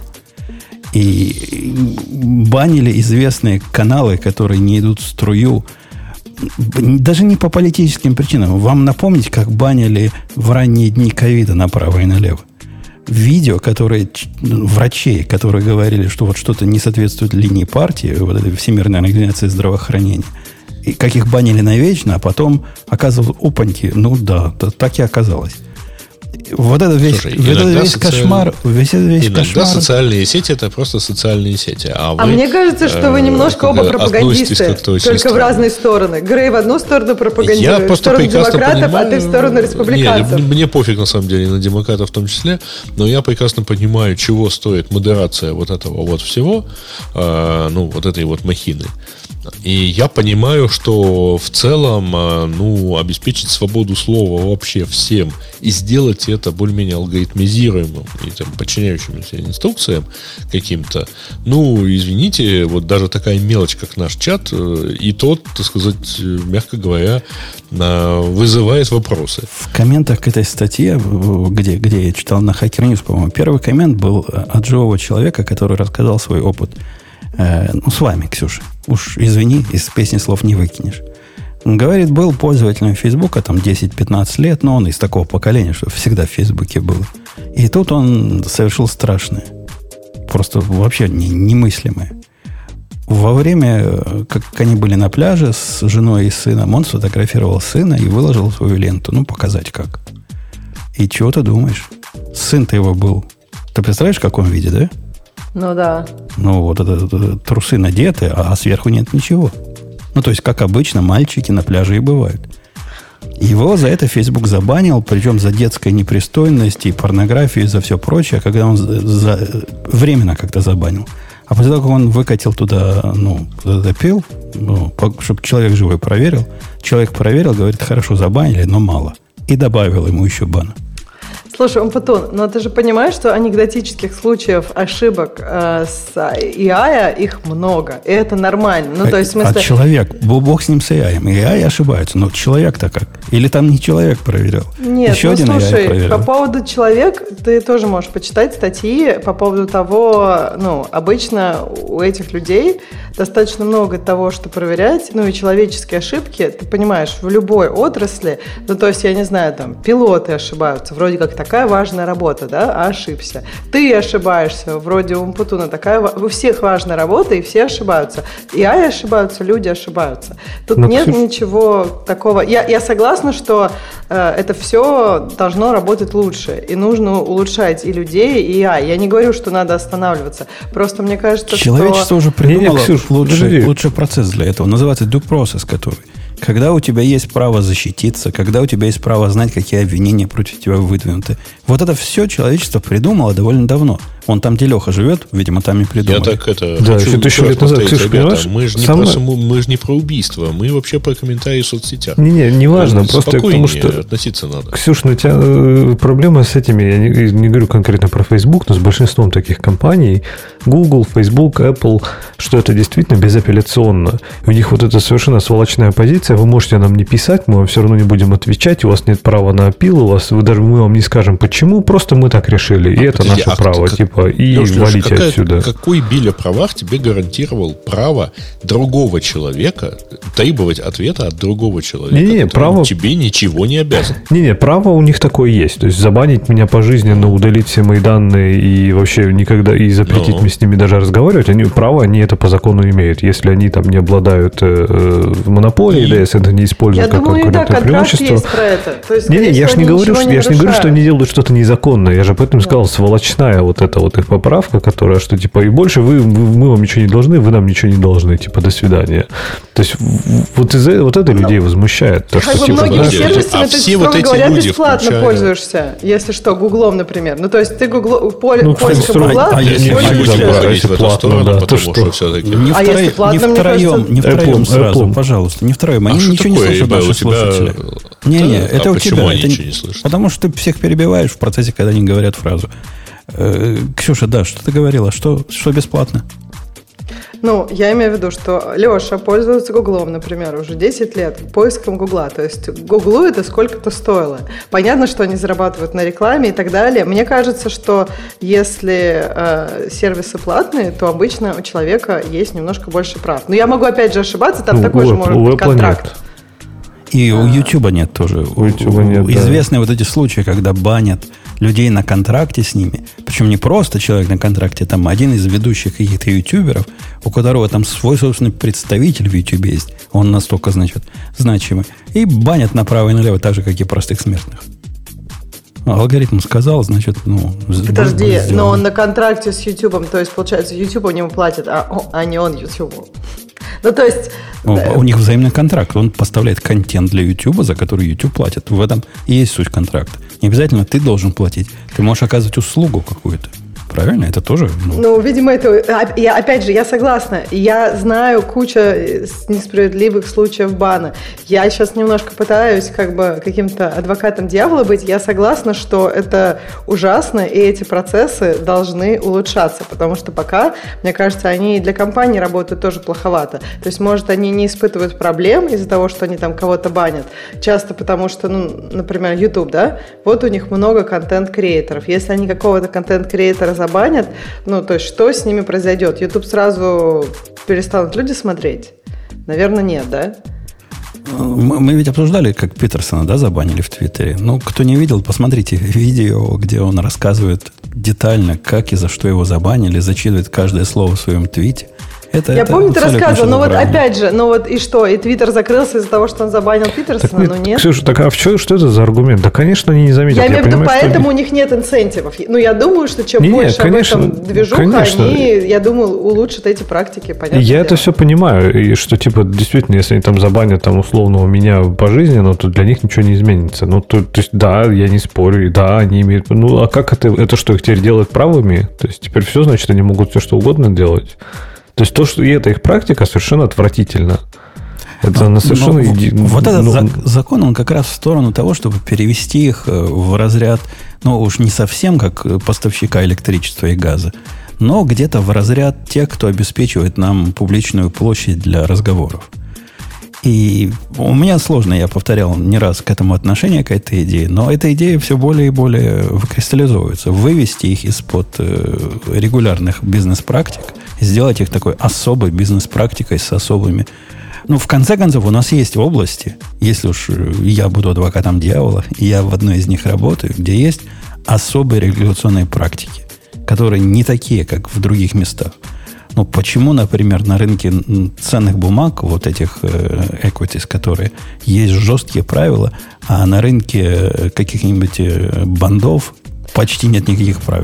[SPEAKER 1] И банили известные каналы, которые не идут в струю. Даже не по политическим причинам. Вам напомнить, как банили в ранние дни ковида направо и налево? Видео, которые врачей, которые говорили, что вот что-то не соответствует линии партии, вот этой Всемирной организации здравоохранения, и как их банили навечно, а потом оказывалось, опаньки, ну да, так и оказалось. Вот этот весь,
[SPEAKER 3] Слушай,
[SPEAKER 1] вот этот весь
[SPEAKER 3] социаль...
[SPEAKER 1] кошмар, весь, весь
[SPEAKER 3] иногда
[SPEAKER 1] кошмар.
[SPEAKER 3] социальные сети это просто социальные сети. А,
[SPEAKER 5] а
[SPEAKER 3] вы,
[SPEAKER 5] мне кажется, что вы немножко оба пропагандисты, только странно. В разные стороны. Грей в одну сторону пропагандирует, в сторону демократов, понимаю, а ты в сторону республиканцев.
[SPEAKER 3] Нет, мне пофиг на самом деле на демократов в том числе, но я прекрасно понимаю, чего стоит модерация вот этого вот всего, э, ну, вот этой вот махины. И я понимаю, что в целом, ну, обеспечить свободу слова вообще всем и сделать это более-менее алгоритмизируемым и там, подчиняющимся инструкциям каким-то, ну, извините, вот даже такая мелочь, как наш чат, и тот, так сказать, мягко говоря, вызывает вопросы.
[SPEAKER 1] В комментах к этой статье, где, где я читал на Hacker News, по-моему, первый коммент был от живого человека, который рассказал свой опыт. Ну, с вами, Ксюша. Уж извини, из песни слов не выкинешь. Он говорит, был пользователем Фейсбука там десять-пятнадцать лет, но он из такого поколения, что всегда в Фейсбуке был. И тут он совершил страшное. Просто вообще не, немыслимое. Во время, как они были на пляже с женой и сыном, он сфотографировал сына и выложил свою ленту. Ну, показать как. И чего ты думаешь? Сын-то его был. Ты представляешь, в каком виде, да?
[SPEAKER 5] Ну да.
[SPEAKER 1] Ну, вот это, это трусы надеты, а сверху нет ничего. Ну, то есть, как обычно, мальчики на пляже и бывают. Его за это Facebook забанил, причем за детскую непристойность и порнографию, и за все прочее, когда он за, за, временно как-то забанил. А после того, как он выкатил туда, ну, допил, ну, чтобы человек живой проверил, человек проверил, говорит, хорошо, забанили, но мало. И добавил ему еще бана.
[SPEAKER 5] Слушай, Умпутун, но ты же понимаешь, что анекдотических случаев ошибок э, с эй ай их много, и это нормально. Ну,
[SPEAKER 1] а,
[SPEAKER 5] то есть, в смысле...
[SPEAKER 1] а человек, бог с ним с эй ай. эй ай ошибаются, но человек-то как? Или там не человек проверял?
[SPEAKER 5] Нет,
[SPEAKER 1] Еще
[SPEAKER 5] ну
[SPEAKER 1] один
[SPEAKER 5] слушай,
[SPEAKER 1] эй ай проверял.
[SPEAKER 5] По поводу человек, ты тоже можешь почитать статьи по поводу того, ну, обычно у этих людей достаточно много того, что проверять, ну, и человеческие ошибки, ты понимаешь, в любой отрасли, ну, то есть, я не знаю, там, пилоты ошибаются, вроде как такая важная работа, да, а ошибся. Ты ошибаешься, вроде у Умпутуна такая, у всех важная работа, и все ошибаются. И эй ай ошибаются, люди ошибаются. Тут Но нет Ксюш... ничего такого. Я, я согласна, что э, это все должно работать лучше, и нужно улучшать и людей, и эй ай. Я не говорю, что надо останавливаться. Просто мне кажется,
[SPEAKER 1] Человечество
[SPEAKER 5] что...
[SPEAKER 1] уже придумало
[SPEAKER 2] не, не, Ксюш,
[SPEAKER 1] лучший, лучший процесс для этого. Называется due process, который... Когда у тебя есть право защититься, когда у тебя есть право знать, какие обвинения против тебя выдвинуты. Вот это все человечество придумало довольно давно. Он там, где Леха живет, видимо, там и придумали.
[SPEAKER 3] Я так это...
[SPEAKER 2] Да, еще тысячу лет назад, Ксюша, понимаешь?
[SPEAKER 3] Мы же не,
[SPEAKER 2] самое...
[SPEAKER 3] просто, мы же не про убийство, мы вообще про комментарии в соцсетях.
[SPEAKER 2] Не-не, не важно, просто к тому, что...
[SPEAKER 3] относиться надо.
[SPEAKER 2] Ксюш, ну у тебя э, проблема с этими, я не, не говорю конкретно про Facebook, но с большинством таких компаний, Google, Facebook, Apple, что это действительно безапелляционно. И у них вот эта совершенно сволочная позиция, вы можете нам не писать, мы вам все равно не будем отвечать, у вас нет права на аппил, у вас, вы, даже мы вам не скажем почему, просто мы так решили, и а, это подожди, наше а право, как, типа, и Леш, валите какая, отсюда.
[SPEAKER 3] Какой биль о правах тебе гарантировал право другого человека требовать ответа от другого человека,
[SPEAKER 2] не, не, право...
[SPEAKER 3] тебе ничего не обязан?
[SPEAKER 2] Не-не, право у них такое есть, то есть забанить меня пожизненно, удалить все мои данные и вообще никогда, и запретить Но. мне с ними даже разговаривать, они, право они это по закону имеют, если они там не обладают э, монополией, и... да, если это не используют
[SPEAKER 5] я
[SPEAKER 2] как
[SPEAKER 5] думаю,
[SPEAKER 2] конкурентное
[SPEAKER 5] да,
[SPEAKER 2] преимущество.
[SPEAKER 5] Есть про это. То есть,
[SPEAKER 2] не, не, я же не говорю, что,
[SPEAKER 5] не
[SPEAKER 2] я ж не говорю, что они делают что-то незаконное. Я же поэтому да. сказал, сволочная вот эта вот их поправка, которая, что типа, и больше вы, мы вам ничего не должны, вы нам ничего не должны, типа, до свидания. То есть, вот, из вот это людей Но. возмущает. То,
[SPEAKER 5] как
[SPEAKER 2] что,
[SPEAKER 5] бы
[SPEAKER 2] типа,
[SPEAKER 5] многими
[SPEAKER 2] да,
[SPEAKER 5] сервисами
[SPEAKER 3] а
[SPEAKER 5] ты,
[SPEAKER 3] все
[SPEAKER 5] строго
[SPEAKER 3] вот эти
[SPEAKER 5] говоря,
[SPEAKER 3] люди,
[SPEAKER 5] бесплатно
[SPEAKER 3] включая...
[SPEAKER 5] пользуешься. Если что, Гуглом, например. Ну, то есть, ты Гугло, поль,
[SPEAKER 2] ну,
[SPEAKER 5] поиском Гугла...
[SPEAKER 1] А если
[SPEAKER 3] говорить в эту сторону, потому что все-таки...
[SPEAKER 1] Не
[SPEAKER 5] а если платно,
[SPEAKER 1] не втроем, не втроем сразу,
[SPEAKER 2] Apple.
[SPEAKER 1] пожалуйста, не втроем. Они
[SPEAKER 3] а
[SPEAKER 1] ничего не слышат, наши
[SPEAKER 3] тебя...
[SPEAKER 1] слушатели. Не-не,
[SPEAKER 3] да,
[SPEAKER 1] это
[SPEAKER 3] а
[SPEAKER 1] у
[SPEAKER 3] почему
[SPEAKER 1] тебя.
[SPEAKER 3] Они
[SPEAKER 1] это...
[SPEAKER 3] ничего не слышат?
[SPEAKER 1] Потому что ты всех перебиваешь в процессе, когда они говорят фразу. Э, Ксюша, да, что ты говорила? Что, что бесплатно?
[SPEAKER 5] Ну, я имею в виду, что Леша пользуется Гуглом, например, уже десять лет, поиском Гугла. То есть Гуглу это сколько-то стоило. Понятно, что они зарабатывают на рекламе и так далее. Мне кажется, что если э, сервисы платные, то обычно у человека есть немножко больше прав. Но я могу опять же ошибаться, там ну, такой же может быть контракт.
[SPEAKER 2] Нет.
[SPEAKER 1] И у YouTube нет тоже.
[SPEAKER 2] У YouTube нет,
[SPEAKER 1] известны
[SPEAKER 2] да.
[SPEAKER 1] вот эти случаи, когда банят людей на контракте с ними. Причем не просто человек на контракте, там один из ведущих каких-то ютуберов, у которого там свой собственный представитель в YouTube есть. Он настолько, значит, значимый. И банят направо и налево, так же, как и простых смертных. Алгоритм сказал, значит, ну...
[SPEAKER 5] Подожди, но он на контракте с YouTube, то есть, получается, YouTube ему платит, а, а не он YouTube. Ну, то есть...
[SPEAKER 1] У, да. у них взаимный контракт. Он поставляет контент для YouTube, за который YouTube платит. В этом и есть суть контракта. Не обязательно ты должен платить. Ты можешь оказывать услугу какую-то. Правильно? Это тоже...
[SPEAKER 5] Ну, ну видимо, это... Я, опять же, я согласна. Я знаю кучу несправедливых случаев бана. Я сейчас немножко пытаюсь как бы каким-то адвокатом дьявола быть. Я согласна, что это ужасно, и эти процессы должны улучшаться. Потому что пока, мне кажется, они для компаний работают тоже плоховато. То есть, может, они не испытывают проблем из-за того, что они там кого-то банят. Часто потому что, ну, например, YouTube, да? Вот у них много контент-креаторов. Если они какого-то контент-креатора забанят, ну, то есть, что с ними произойдет? YouTube сразу перестанут люди смотреть? Наверное, нет, да?
[SPEAKER 1] Мы, мы ведь обсуждали, как Питерсона, да, забанили в Твиттере. Ну, кто не видел, посмотрите видео, где он рассказывает детально, как и за что его забанили, зачитывает каждое слово в своем твите. Это,
[SPEAKER 5] Я
[SPEAKER 1] это
[SPEAKER 5] помню, ты рассказывал, но вот опять же, ну вот и что, и Твиттер закрылся из-за того, что он забанил Питерсона,
[SPEAKER 2] нет,
[SPEAKER 5] ну нет.
[SPEAKER 2] Ксюша, так а что, что это за аргумент? Да, конечно, они не заметят.
[SPEAKER 5] Я, я имею в виду,
[SPEAKER 2] понимаю,
[SPEAKER 5] поэтому
[SPEAKER 2] что...
[SPEAKER 5] у них нет инцентивов. Ну, я думаю, что чем
[SPEAKER 2] не,
[SPEAKER 5] больше
[SPEAKER 2] не, конечно,
[SPEAKER 5] об этом движуха,
[SPEAKER 2] конечно.
[SPEAKER 5] они, я думаю, улучшат эти практики, понятно.
[SPEAKER 2] Я
[SPEAKER 5] дело.
[SPEAKER 2] это все понимаю, и что, типа, действительно, если они там забанят там условного меня пожизненно, то для них ничего не изменится. Ну, то, то есть, да, я не спорю, и да, они имеют... Ну, а как это, это что, их теперь делает правыми? То есть, теперь все, значит, они могут все что угодно делать? То есть то, что и эта их практика совершенно отвратительна. Это
[SPEAKER 1] но,
[SPEAKER 2] совершенно...
[SPEAKER 1] но,
[SPEAKER 2] иди...
[SPEAKER 1] Вот этот
[SPEAKER 2] ну,
[SPEAKER 1] закон, он как раз в сторону того, чтобы перевести их в разряд, ну уж не совсем как поставщика электричества и газа, но где-то в разряд тех, кто обеспечивает нам публичную площадь для разговоров. И у меня сложно, я повторял не раз к этому отношение, к этой идее, но эта идея все более и более выкристаллизовывается. Вывести их из-под э, регулярных бизнес-практик, сделать их такой особой бизнес-практикой с особыми... Ну, в конце концов, у нас есть области, если уж я буду адвокатом дьявола, и я в одной из них работаю, где есть особые регуляционные практики, которые не такие, как в других местах. Ну, почему, например, на рынке ценных бумаг, вот этих э, equities, которые есть жесткие правила, а на рынке каких-нибудь бандов почти нет никаких правил?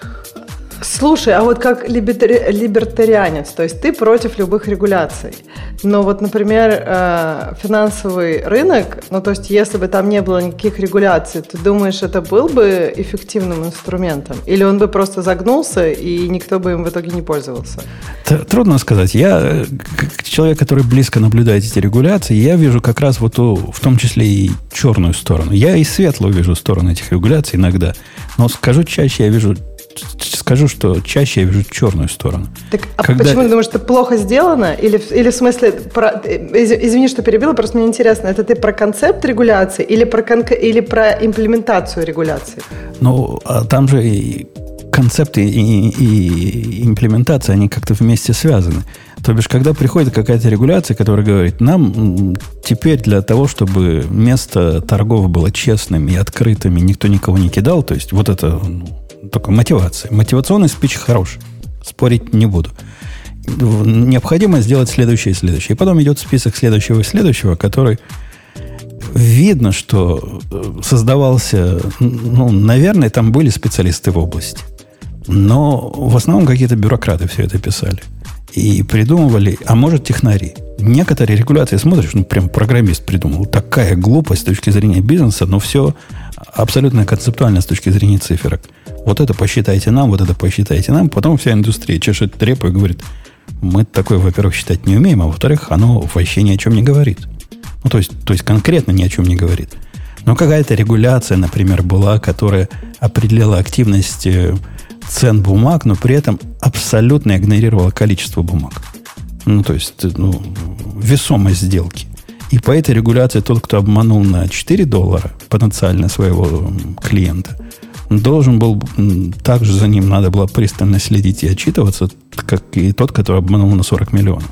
[SPEAKER 5] Слушай, а вот как либертари... либертарианец, то есть ты против любых регуляций, но вот, например, э, финансовый рынок, ну, то есть если бы там не было никаких регуляций, ты думаешь, это был бы эффективным инструментом? Или он бы просто загнулся, и никто бы им в итоге не пользовался?
[SPEAKER 1] Трудно сказать. Я, как человек, который близко наблюдает эти регуляции, я вижу как раз вот ту, в том числе и черную сторону. Я и светлую вижу сторону этих регуляций иногда, но скажу чаще, я вижу Скажу, что чаще я вижу черную сторону.
[SPEAKER 5] Так, а
[SPEAKER 1] Когда...
[SPEAKER 5] почему ты думаешь, это плохо сделано? Или, или в смысле, про, извини, что перебила, просто мне интересно, это ты про концепт регуляции или про, кон, или про имплементацию регуляции?
[SPEAKER 1] Ну, а там же и концепты и, и имплементация, они как-то вместе связаны. То бишь, когда приходит какая-то регуляция, которая говорит, нам теперь для того, чтобы место торгов было честным и открытым, и никто никого не кидал, то есть вот это... Только мотивация. Мотивационный спич хороший. Спорить не буду. Необходимо сделать следующее и следующее. И потом идет список следующего и следующего, который видно, что создавался... Ну, наверное, там были специалисты в области. Но в основном какие-то бюрократы все это писали. И придумывали, а может, технари. Некоторые регуляции смотришь, ну, прям программист придумал. Такая глупость с точки зрения бизнеса, но все абсолютно концептуально с точки зрения циферок. Вот это посчитайте нам, вот это посчитайте нам. Потом вся индустрия чешет репу и говорит, мы такое, во-первых, считать не умеем, а во-вторых, оно вообще ни о чем не говорит. Ну, то есть, то есть конкретно ни о чем не говорит. Но какая-то регуляция, например, была, которая определяла активность цен бумаг, но при этом абсолютно игнорировала количество бумаг. Ну, то есть, ну, весомость сделки. И по этой регуляции тот, кто обманул на четыре доллара потенциально своего клиента, должен был, также за ним надо было пристально следить и отчитываться, как и тот, который обманул на сорок миллионов.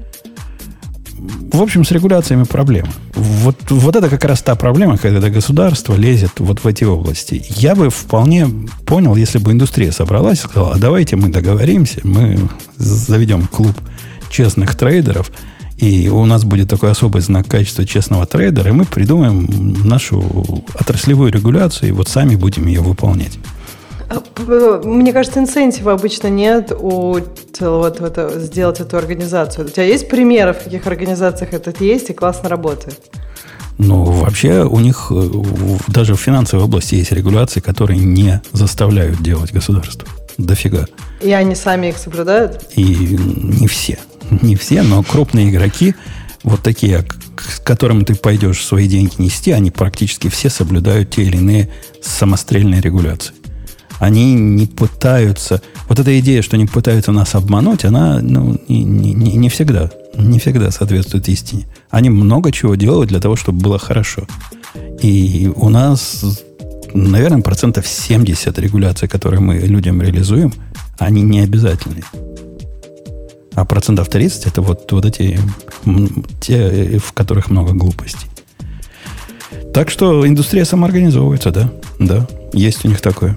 [SPEAKER 1] В общем, с регуляциями проблема. Вот, вот это как раз та проблема, когда государство лезет вот в эти области. Я бы вполне понял, если бы индустрия собралась и сказала, а давайте мы договоримся, мы заведем клуб честных трейдеров, И у нас будет такой особый знак качества честного трейдера, и мы придумаем нашу отраслевую регуляцию, и вот сами будем ее выполнять.
[SPEAKER 5] Мне кажется, инцентива обычно нет у вот, вот, сделать эту организацию. У тебя есть примеры, в каких организациях это есть и классно работает?
[SPEAKER 1] Ну, вообще у них даже в финансовой области есть регуляции, которые не заставляют делать государство. Дофига.
[SPEAKER 5] И они сами их соблюдают?
[SPEAKER 1] И не все. Не все, но крупные игроки, вот такие, к которым ты пойдешь свои деньги нести, они практически все соблюдают те или иные самострельные регуляции. Они не пытаются... Вот эта идея, что они пытаются нас обмануть, она ну, не, не, не всегда, не всегда соответствует истине. Они много чего делают для того, чтобы было хорошо. И у нас, наверное, процентов семьдесят регуляций, которые мы людям реализуем, они не обязательны. А процентов тридцать это вот, вот эти, те, в которых много глупостей. Так что индустрия самоорганизовывается, да. Да, есть у них такое.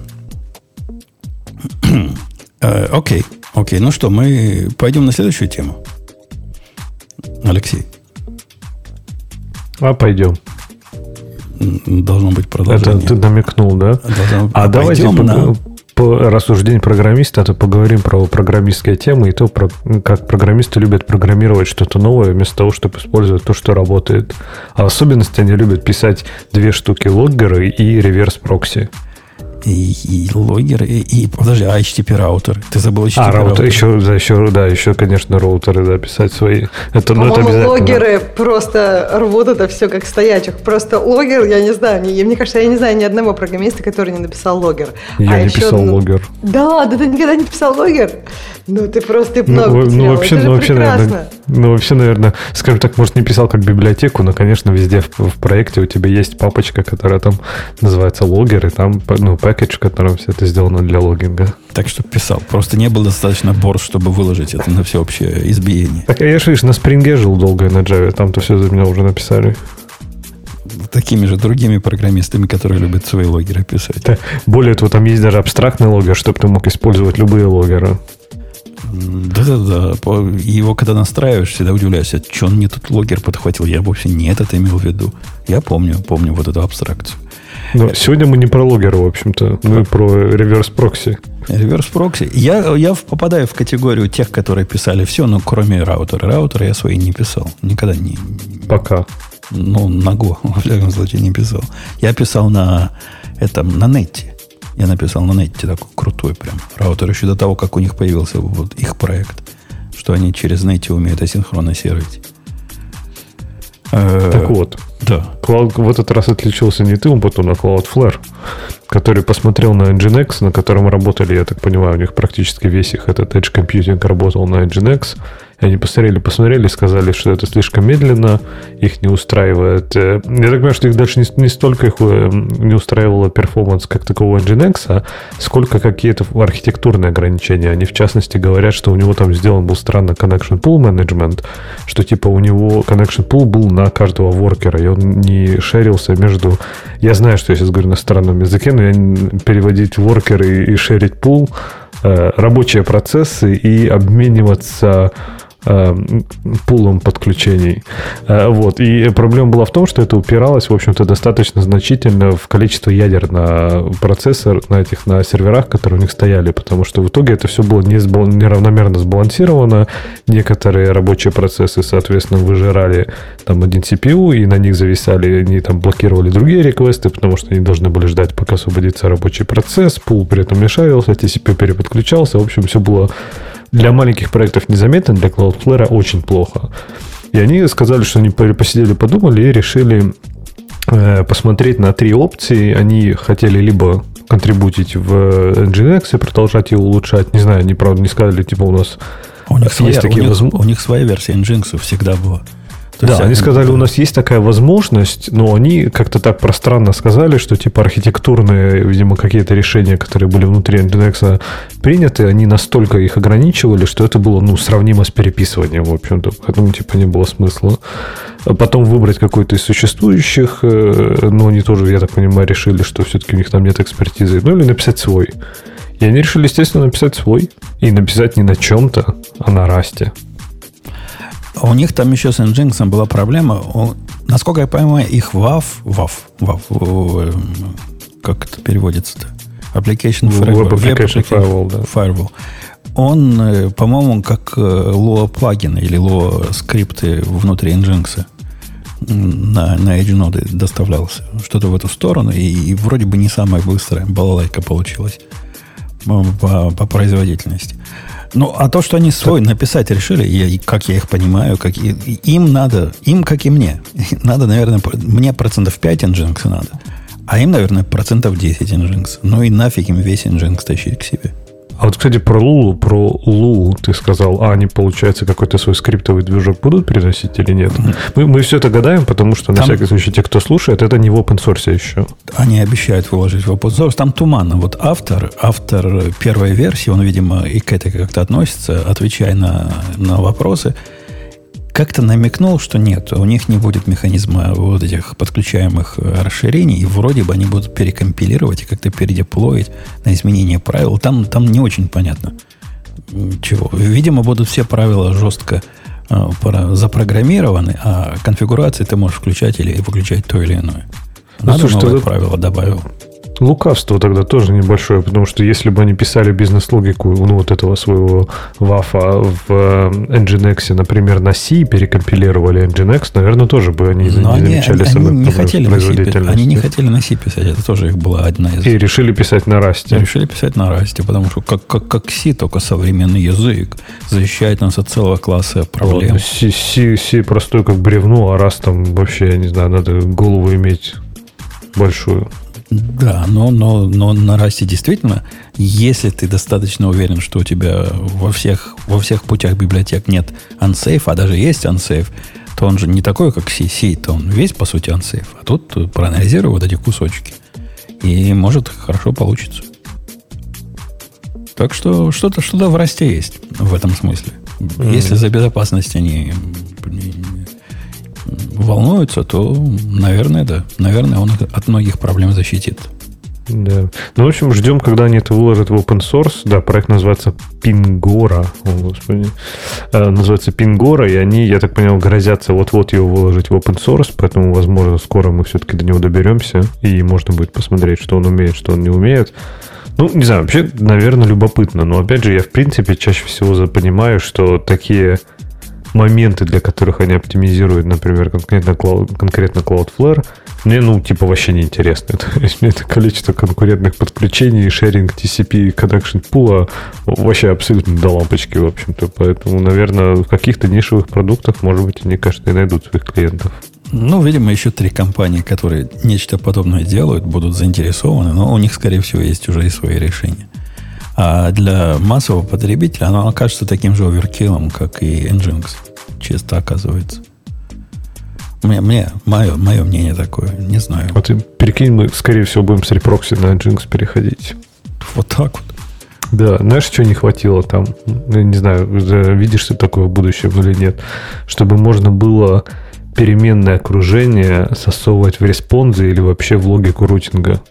[SPEAKER 1] Окей, окей. Ну что, мы пойдем на следующую тему. Алексей.
[SPEAKER 2] А пойдем.
[SPEAKER 1] Должно быть продолжение.
[SPEAKER 2] Это ты намекнул, да?
[SPEAKER 1] Должно...
[SPEAKER 2] А, а давайте по,
[SPEAKER 1] на...
[SPEAKER 2] по, раз уж день программиста, то поговорим про программистские темы и то, про, как программисты любят программировать что-то новое вместо того, чтобы использовать то, что работает. А в особенности они любят писать две штуки логгеры и реверс-прокси.
[SPEAKER 1] И, и логеры, и, и подожди, а эйч ти ти пи раутер? Ты забыл эйч ти ти пи
[SPEAKER 2] а, раутер,
[SPEAKER 1] раутер?
[SPEAKER 2] еще, да, еще, да, еще, конечно, роутеры, да, писать свои. Это, ну, это
[SPEAKER 5] обязательно. Логеры просто рвут это все как стоячих. Просто логер, я не знаю, не, мне кажется, я не знаю ни одного программиста, который не написал логер.
[SPEAKER 2] Я
[SPEAKER 5] а
[SPEAKER 2] не
[SPEAKER 5] еще,
[SPEAKER 2] писал
[SPEAKER 5] ну,
[SPEAKER 2] логер.
[SPEAKER 5] Да, да ты никогда не писал логер? Ну, ты просто
[SPEAKER 2] ну,
[SPEAKER 5] много потерял.
[SPEAKER 2] Ну, вообще,
[SPEAKER 5] это
[SPEAKER 2] ну,
[SPEAKER 5] же
[SPEAKER 2] вообще,
[SPEAKER 5] прекрасно.
[SPEAKER 2] наверное, ну, вообще, наверное, скажем так, может, не писал как библиотеку, но, конечно, везде в, в проекте у тебя есть папочка, которая там называется логер, и там, ну, пакетч, в котором все это сделано для логинга.
[SPEAKER 1] Так что писал. Просто не было достаточно борз, чтобы выложить это на всеобщее избиение.
[SPEAKER 2] Так, я же, видишь, на Spring жил долго на Java, там-то все за меня уже написали.
[SPEAKER 1] Такими же другими программистами, которые любят свои логеры писать.
[SPEAKER 2] Да. Более того, там есть даже абстрактный логер, чтобы ты мог использовать любые логеры.
[SPEAKER 1] Да-да-да. Его когда настраиваешь, всегда удивляешься, что он мне тут логер подхватил. Я вовсе не этот имел в виду. Я помню, помню вот эту абстракцию.
[SPEAKER 2] Но сегодня мы не про логеры, в общем-то. Мы про реверс-прокси.
[SPEAKER 1] Реверс-прокси. Я, я попадаю в категорию тех, которые писали все, но кроме раутера. Раутера я свои не писал. Никогда не...
[SPEAKER 2] Пока.
[SPEAKER 1] Ну, на Go, во всяком случае, не писал. Я писал на этом, на нете. Я написал на нете такой крутой прям раутер еще до того, как у них появился вот их проект. Что они через нете умеют асинхронно сервить.
[SPEAKER 2] Так вот.
[SPEAKER 1] Да.
[SPEAKER 2] Cloud, в этот раз отличился не ты, Умпутун, а Cloudflare, который посмотрел на Nginx, на котором работали, я так понимаю, у них практически весь их этот Edge Computing работал на Nginx. И они посмотрели, посмотрели, сказали, что это слишком медленно, их не устраивает. Я так понимаю, что их даже не, не столько их не устраивало перформанс как такового Nginx, а сколько какие-то архитектурные ограничения. Они, в частности, говорят, что у него там сделан был странно Connection Pool Management, что типа у него Connection Pool был на каждого воркера, и он не шерился между... Я знаю, что я сейчас говорю на странном языке, но я переводить воркеры и шерить пул, рабочие процессы и обмениваться пулом подключений. Вот. И проблема была в том, что это упиралось, в общем-то, достаточно значительно в количество ядер на процессор, на этих, на серверах, которые у них стояли, потому что в итоге это все было неравномерно сбалансировано. Некоторые рабочие процессы, соответственно, выжирали там один си пи ю, и на них зависали, они там блокировали другие реквесты, потому что они должны были ждать, пока освободится рабочий процесс, пул при этом не шарился, ти си пи ю переподключался. В общем, все было для маленьких проектов незаметно, для Cloudflare очень плохо. И они сказали, что они посидели, подумали и решили э, посмотреть на три опции. Они хотели либо контрибутить в Nginx и продолжать его улучшать. Не знаю, они, правда, не сказали, типа у нас
[SPEAKER 1] у них
[SPEAKER 2] есть
[SPEAKER 1] своя,
[SPEAKER 2] такие
[SPEAKER 1] возможности. У них своя версия Nginx всегда была. То
[SPEAKER 2] да,
[SPEAKER 1] есть,
[SPEAKER 2] они сказали, у нас есть такая возможность, но они как-то так пространно сказали, что типа архитектурные, видимо, какие-то решения, которые были внутри Nginx приняты, они настолько их ограничивали, что это было, ну, сравнимо с переписыванием, в общем-то, поэтому типа не было смысла. А потом выбрать какой-то из существующих, но они тоже, я так понимаю, решили, что все-таки у них там нет экспертизы, ну или написать свой. И они решили, естественно, написать свой и написать не на чем-то, а на расте.
[SPEAKER 1] У них там еще с Nginx была проблема. Он, насколько я понимаю, их WAF, WAF, WAF, как это переводится-то? Application Firewall.
[SPEAKER 2] Web Application Firewall, да.
[SPEAKER 1] Firewall. Он, по-моему, как Lua плагины или Lua скрипты внутри Nginx на, на Edge ноды доставлялся. Что-то в эту сторону. И, и вроде бы не самая быстрая балалайка получилась по, по производительности. Ну, а то, что они свой написать решили, я, как я их понимаю, как, и, им надо, им, как и мне, надо, наверное, мне процентов пять Nginx надо, а им, наверное, процентов десять Nginx. Ну и нафиг им весь Nginx тащить к себе.
[SPEAKER 2] А вот, кстати, про Lulu, про Lulu ты сказал, а они, получается, какой-то свой скриптовый движок будут переносить или нет? Mm-hmm. Мы, мы все это гадаем, потому что, там, на всякий случай, те, кто слушает, это не в open source еще.
[SPEAKER 1] Они обещают выложить в open source. Там туманно. Вот автор, автор первой версии, он, видимо, и к этой как-то относится, отвечая на, на вопросы, как-то намекнул, что нет, у них не будет механизма вот этих подключаемых расширений, и вроде бы они будут перекомпилировать и как-то передеплоить на изменение правил. Там, там не очень понятно, чего. Видимо, будут все правила жестко э, запрограммированы, а конфигурации ты можешь включать или выключать то или иное. Надо ну, слушай, новое правило добавил.
[SPEAKER 2] Лукавство тогда тоже небольшое, потому что если бы они писали бизнес-логику, ну, вот этого своего вафа в Nginx, например, на C перекомпилировали Nginx, наверное, тоже бы они
[SPEAKER 1] Но
[SPEAKER 2] не замечали
[SPEAKER 1] они,
[SPEAKER 2] собой
[SPEAKER 1] они не хотели
[SPEAKER 2] производительности.
[SPEAKER 1] На C, они не хотели на C писать, это тоже их была одна из...
[SPEAKER 2] И решили писать на Rust.
[SPEAKER 1] Решили писать на Rust, потому что как, как, как C, только современный язык, защищает нас от целого класса проблем.
[SPEAKER 2] Вот, C, C, C простой как бревно, а Rust там вообще, я не знаю, надо голову иметь большую.
[SPEAKER 1] Да, но, но, но на Расте действительно, если ты достаточно уверен, что у тебя во всех, во всех путях библиотек нет unsafe, а даже есть unsafe, то он же не такой, как C, C, то он весь, по сути, unsafe. А тут проанализируй вот эти кусочки. И может хорошо получится. Так что что-то, что-то в Расте есть в этом смысле. Mm-hmm. Если за безопасность они волнуются, то, наверное, да. Наверное, он их от многих проблем защитит.
[SPEAKER 2] Да. Ну, в общем, ждем, когда они это выложат в open source. Да, проект называется Pingora. О, Господи. А, называется Pingora, и они, я так понял, грозятся вот-вот его выложить в open source, поэтому, возможно, скоро мы все-таки до него доберемся, и можно будет посмотреть, что он умеет, что он не умеет. Ну, не знаю, вообще, наверное, любопытно. Но, опять же, я, в принципе, чаще всего понимаю, что такие моменты, для которых они оптимизируют, например, конкретно, конкретно Cloudflare, мне, ну, типа, вообще не интересно. То есть, мне это количество конкурентных подключений, шеринг, ти си пи, connection pool вообще абсолютно до лампочки, в общем-то. Поэтому, наверное, в каких-то нишевых продуктах, может быть, они, конечно, и найдут своих клиентов.
[SPEAKER 1] Ну, видимо, еще три компании, которые нечто подобное делают, будут заинтересованы, но у них, скорее всего, есть уже и свои решения. А для массового потребителя оно окажется таким же оверкиллом, как и Nginx. Чисто оказывается. Мне, мне мое, мое мнение такое, не знаю.
[SPEAKER 2] Вот и прикинь, мы, скорее всего, будем с репрокси на Nginx переходить.
[SPEAKER 1] Вот так вот.
[SPEAKER 2] Да, знаешь, что не хватило там? Я не знаю, видишь ты такое в будущем или нет? Чтобы можно было переменное окружение засовывать в респонзы или вообще в логику рутинга.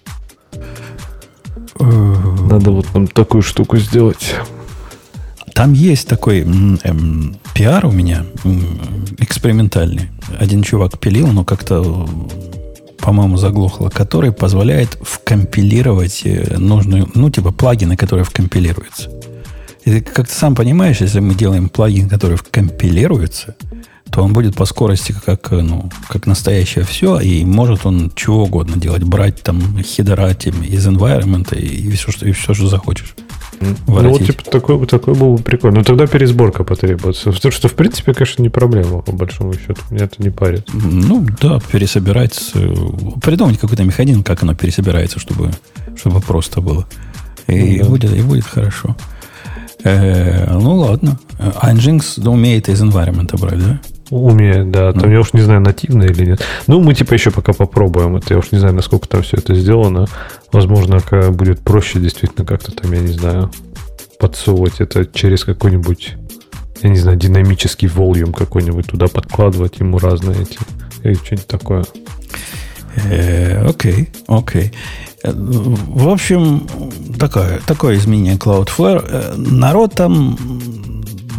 [SPEAKER 2] Надо вот нам такую штуку сделать.
[SPEAKER 1] Там есть такой эм, пиар у меня эм, экспериментальный. Один чувак пилил, но как-то, по-моему, заглохло, который позволяет вкомпилировать нужную, ну, типа плагины, которые вкомпилируются. И как ты сам понимаешь, если мы делаем плагин, который вкомпилируется, то он будет по скорости как, ну, как настоящее все, и может он чего угодно делать. Брать там хедера из environment и, и, все, что, и все, что захочешь.
[SPEAKER 2] Ну, вот, типа, такой, такой был бы прикольно. Но тогда пересборка потребуется. Потому что, в принципе, конечно, не проблема, по большому счету. Меня это не парит.
[SPEAKER 1] Ну, да, пересобирать. Придумать какой-то механизм, как оно пересобирается, чтобы, чтобы просто было. И, ну, да. будет, и будет хорошо. Э, ну, ладно. А Nginx умеет из environment брать, да?
[SPEAKER 2] Умеет, да. Там, ну. я уж не знаю, нативно или нет. Ну, мы типа еще пока попробуем это. Я уж не знаю, насколько там все это сделано. Возможно, будет проще действительно как-то там, я не знаю, подсовывать это через какой-нибудь, я не знаю, динамический volume какой-нибудь туда подкладывать ему разные эти, или что-нибудь такое.
[SPEAKER 1] Окей, окей. В общем, такое, такое изменение Cloudflare. Народ там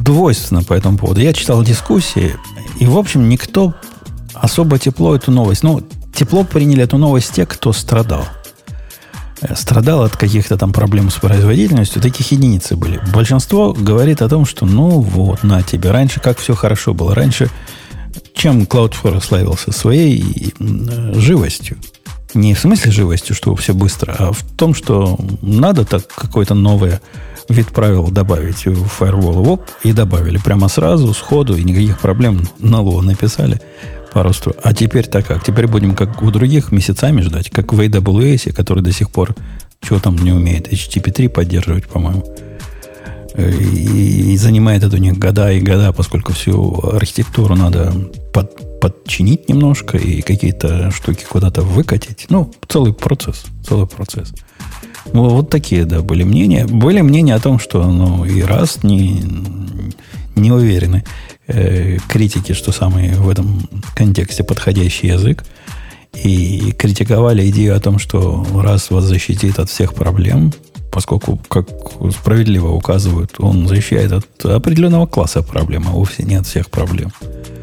[SPEAKER 1] двойственно по этому поводу. Я читал дискуссии, и, в общем, никто особо тепло эту новость... Ну, тепло приняли эту новость те, кто страдал. Страдал от каких-то там проблем с производительностью. Таких единицы были. Большинство говорит о том, что ну вот, на тебе. Раньше как все хорошо было. Раньше чем Cloudflare славился? Своей живостью. Не в смысле живостью, что все быстро, а в том, что надо так какой-то новый вид правил добавить в Firewall. Оп, и добавили прямо сразу, сходу, и никаких проблем. Нового написали пару строк. А теперь-то как? Теперь будем, как у других, месяцами ждать, как в эй дабл ю эс, который до сих пор чего там не умеет, эйч ти ти пи три поддерживать, по-моему. И, и занимает это у них года и года, поскольку всю архитектуру надо под, подчинить немножко и какие-то штуки куда-то выкатить. Ну, целый процесс. Целый процесс. Ну, вот такие, да, были мнения. Были мнения о том, что ну, и раз не, не уверены э, критики, что самый в этом контексте подходящий язык. И критиковали идею о том, что раз вас защитит от всех проблем, поскольку, как справедливо указывают, он защищает от определенного класса проблем, а вовсе не от всех проблем.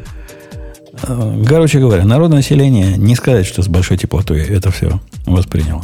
[SPEAKER 1] Короче говоря, народное население, не сказать, что с большой теплотой это все восприняло.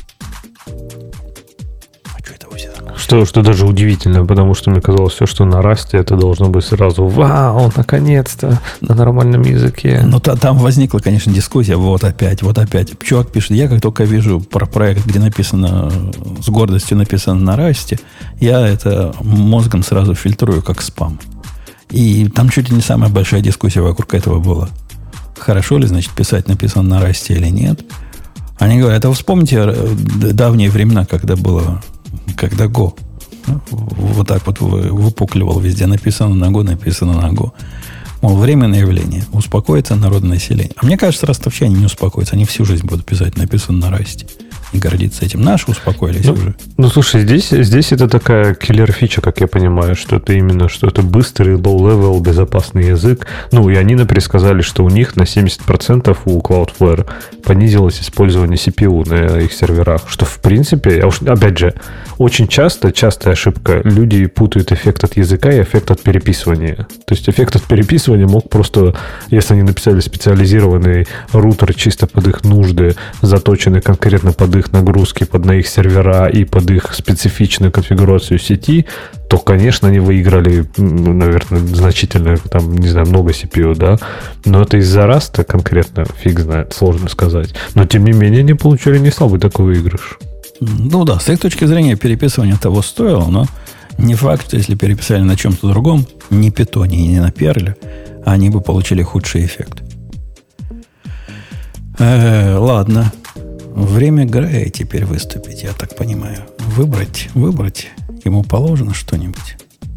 [SPEAKER 2] Что, что даже удивительно, потому что мне казалось все, что на Расте это должно быть сразу вау, наконец-то, на нормальном языке.
[SPEAKER 1] Ну, та, там возникла, конечно, дискуссия, вот опять, вот опять. Чувак пишет, я как только вижу про проект, где написано, с гордостью написано на Расте, я это мозгом сразу фильтрую как спам. И там чуть ли не самая большая дискуссия вокруг этого была. Хорошо ли, значит, писать написано на Расте или нет? Они говорят, а вы вспомните давние времена, когда было... Когда Go вот так вот выпукливал, везде написано на Go, написано на Go. Мол, временное явление. Успокоится народное население. А мне кажется, ростовчане не успокоятся. Они всю жизнь будут писать написано на Расте. И гордиться этим. Наши успокоились
[SPEAKER 2] ну,
[SPEAKER 1] уже.
[SPEAKER 2] Ну, слушай, здесь, здесь это такая киллер-фича, как я понимаю, что это именно, что это быстрый, low-level, безопасный язык. Ну, и они, например, сказали, что у них на семьдесят процентов у Cloudflare понизилось использование си пи ю на их серверах. Что, в принципе, опять же, очень часто, частая ошибка, люди путают эффект от языка и эффект от переписывания. То есть эффект от переписывания мог просто, если они написали специализированный рутер чисто под их нужды, заточенный конкретно под их нагрузки, под на их сервера и под их специфичную конфигурацию сети, то, конечно, они выиграли, наверное, значительно, там, не знаю, много си пи ю, да, но это из-за раста конкретно, фиг знает, сложно сказать. Но, тем не менее, они получили не слабый такой выигрыш.
[SPEAKER 1] Ну да, с их точки зрения переписывание того стоило, но не факт, что если переписали на чем-то другом, не питоне и не на перле, они бы получили худший эффект. Э, ладно. Время Грея теперь выступить, я так понимаю. Выбрать, выбрать. Ему положено что-нибудь.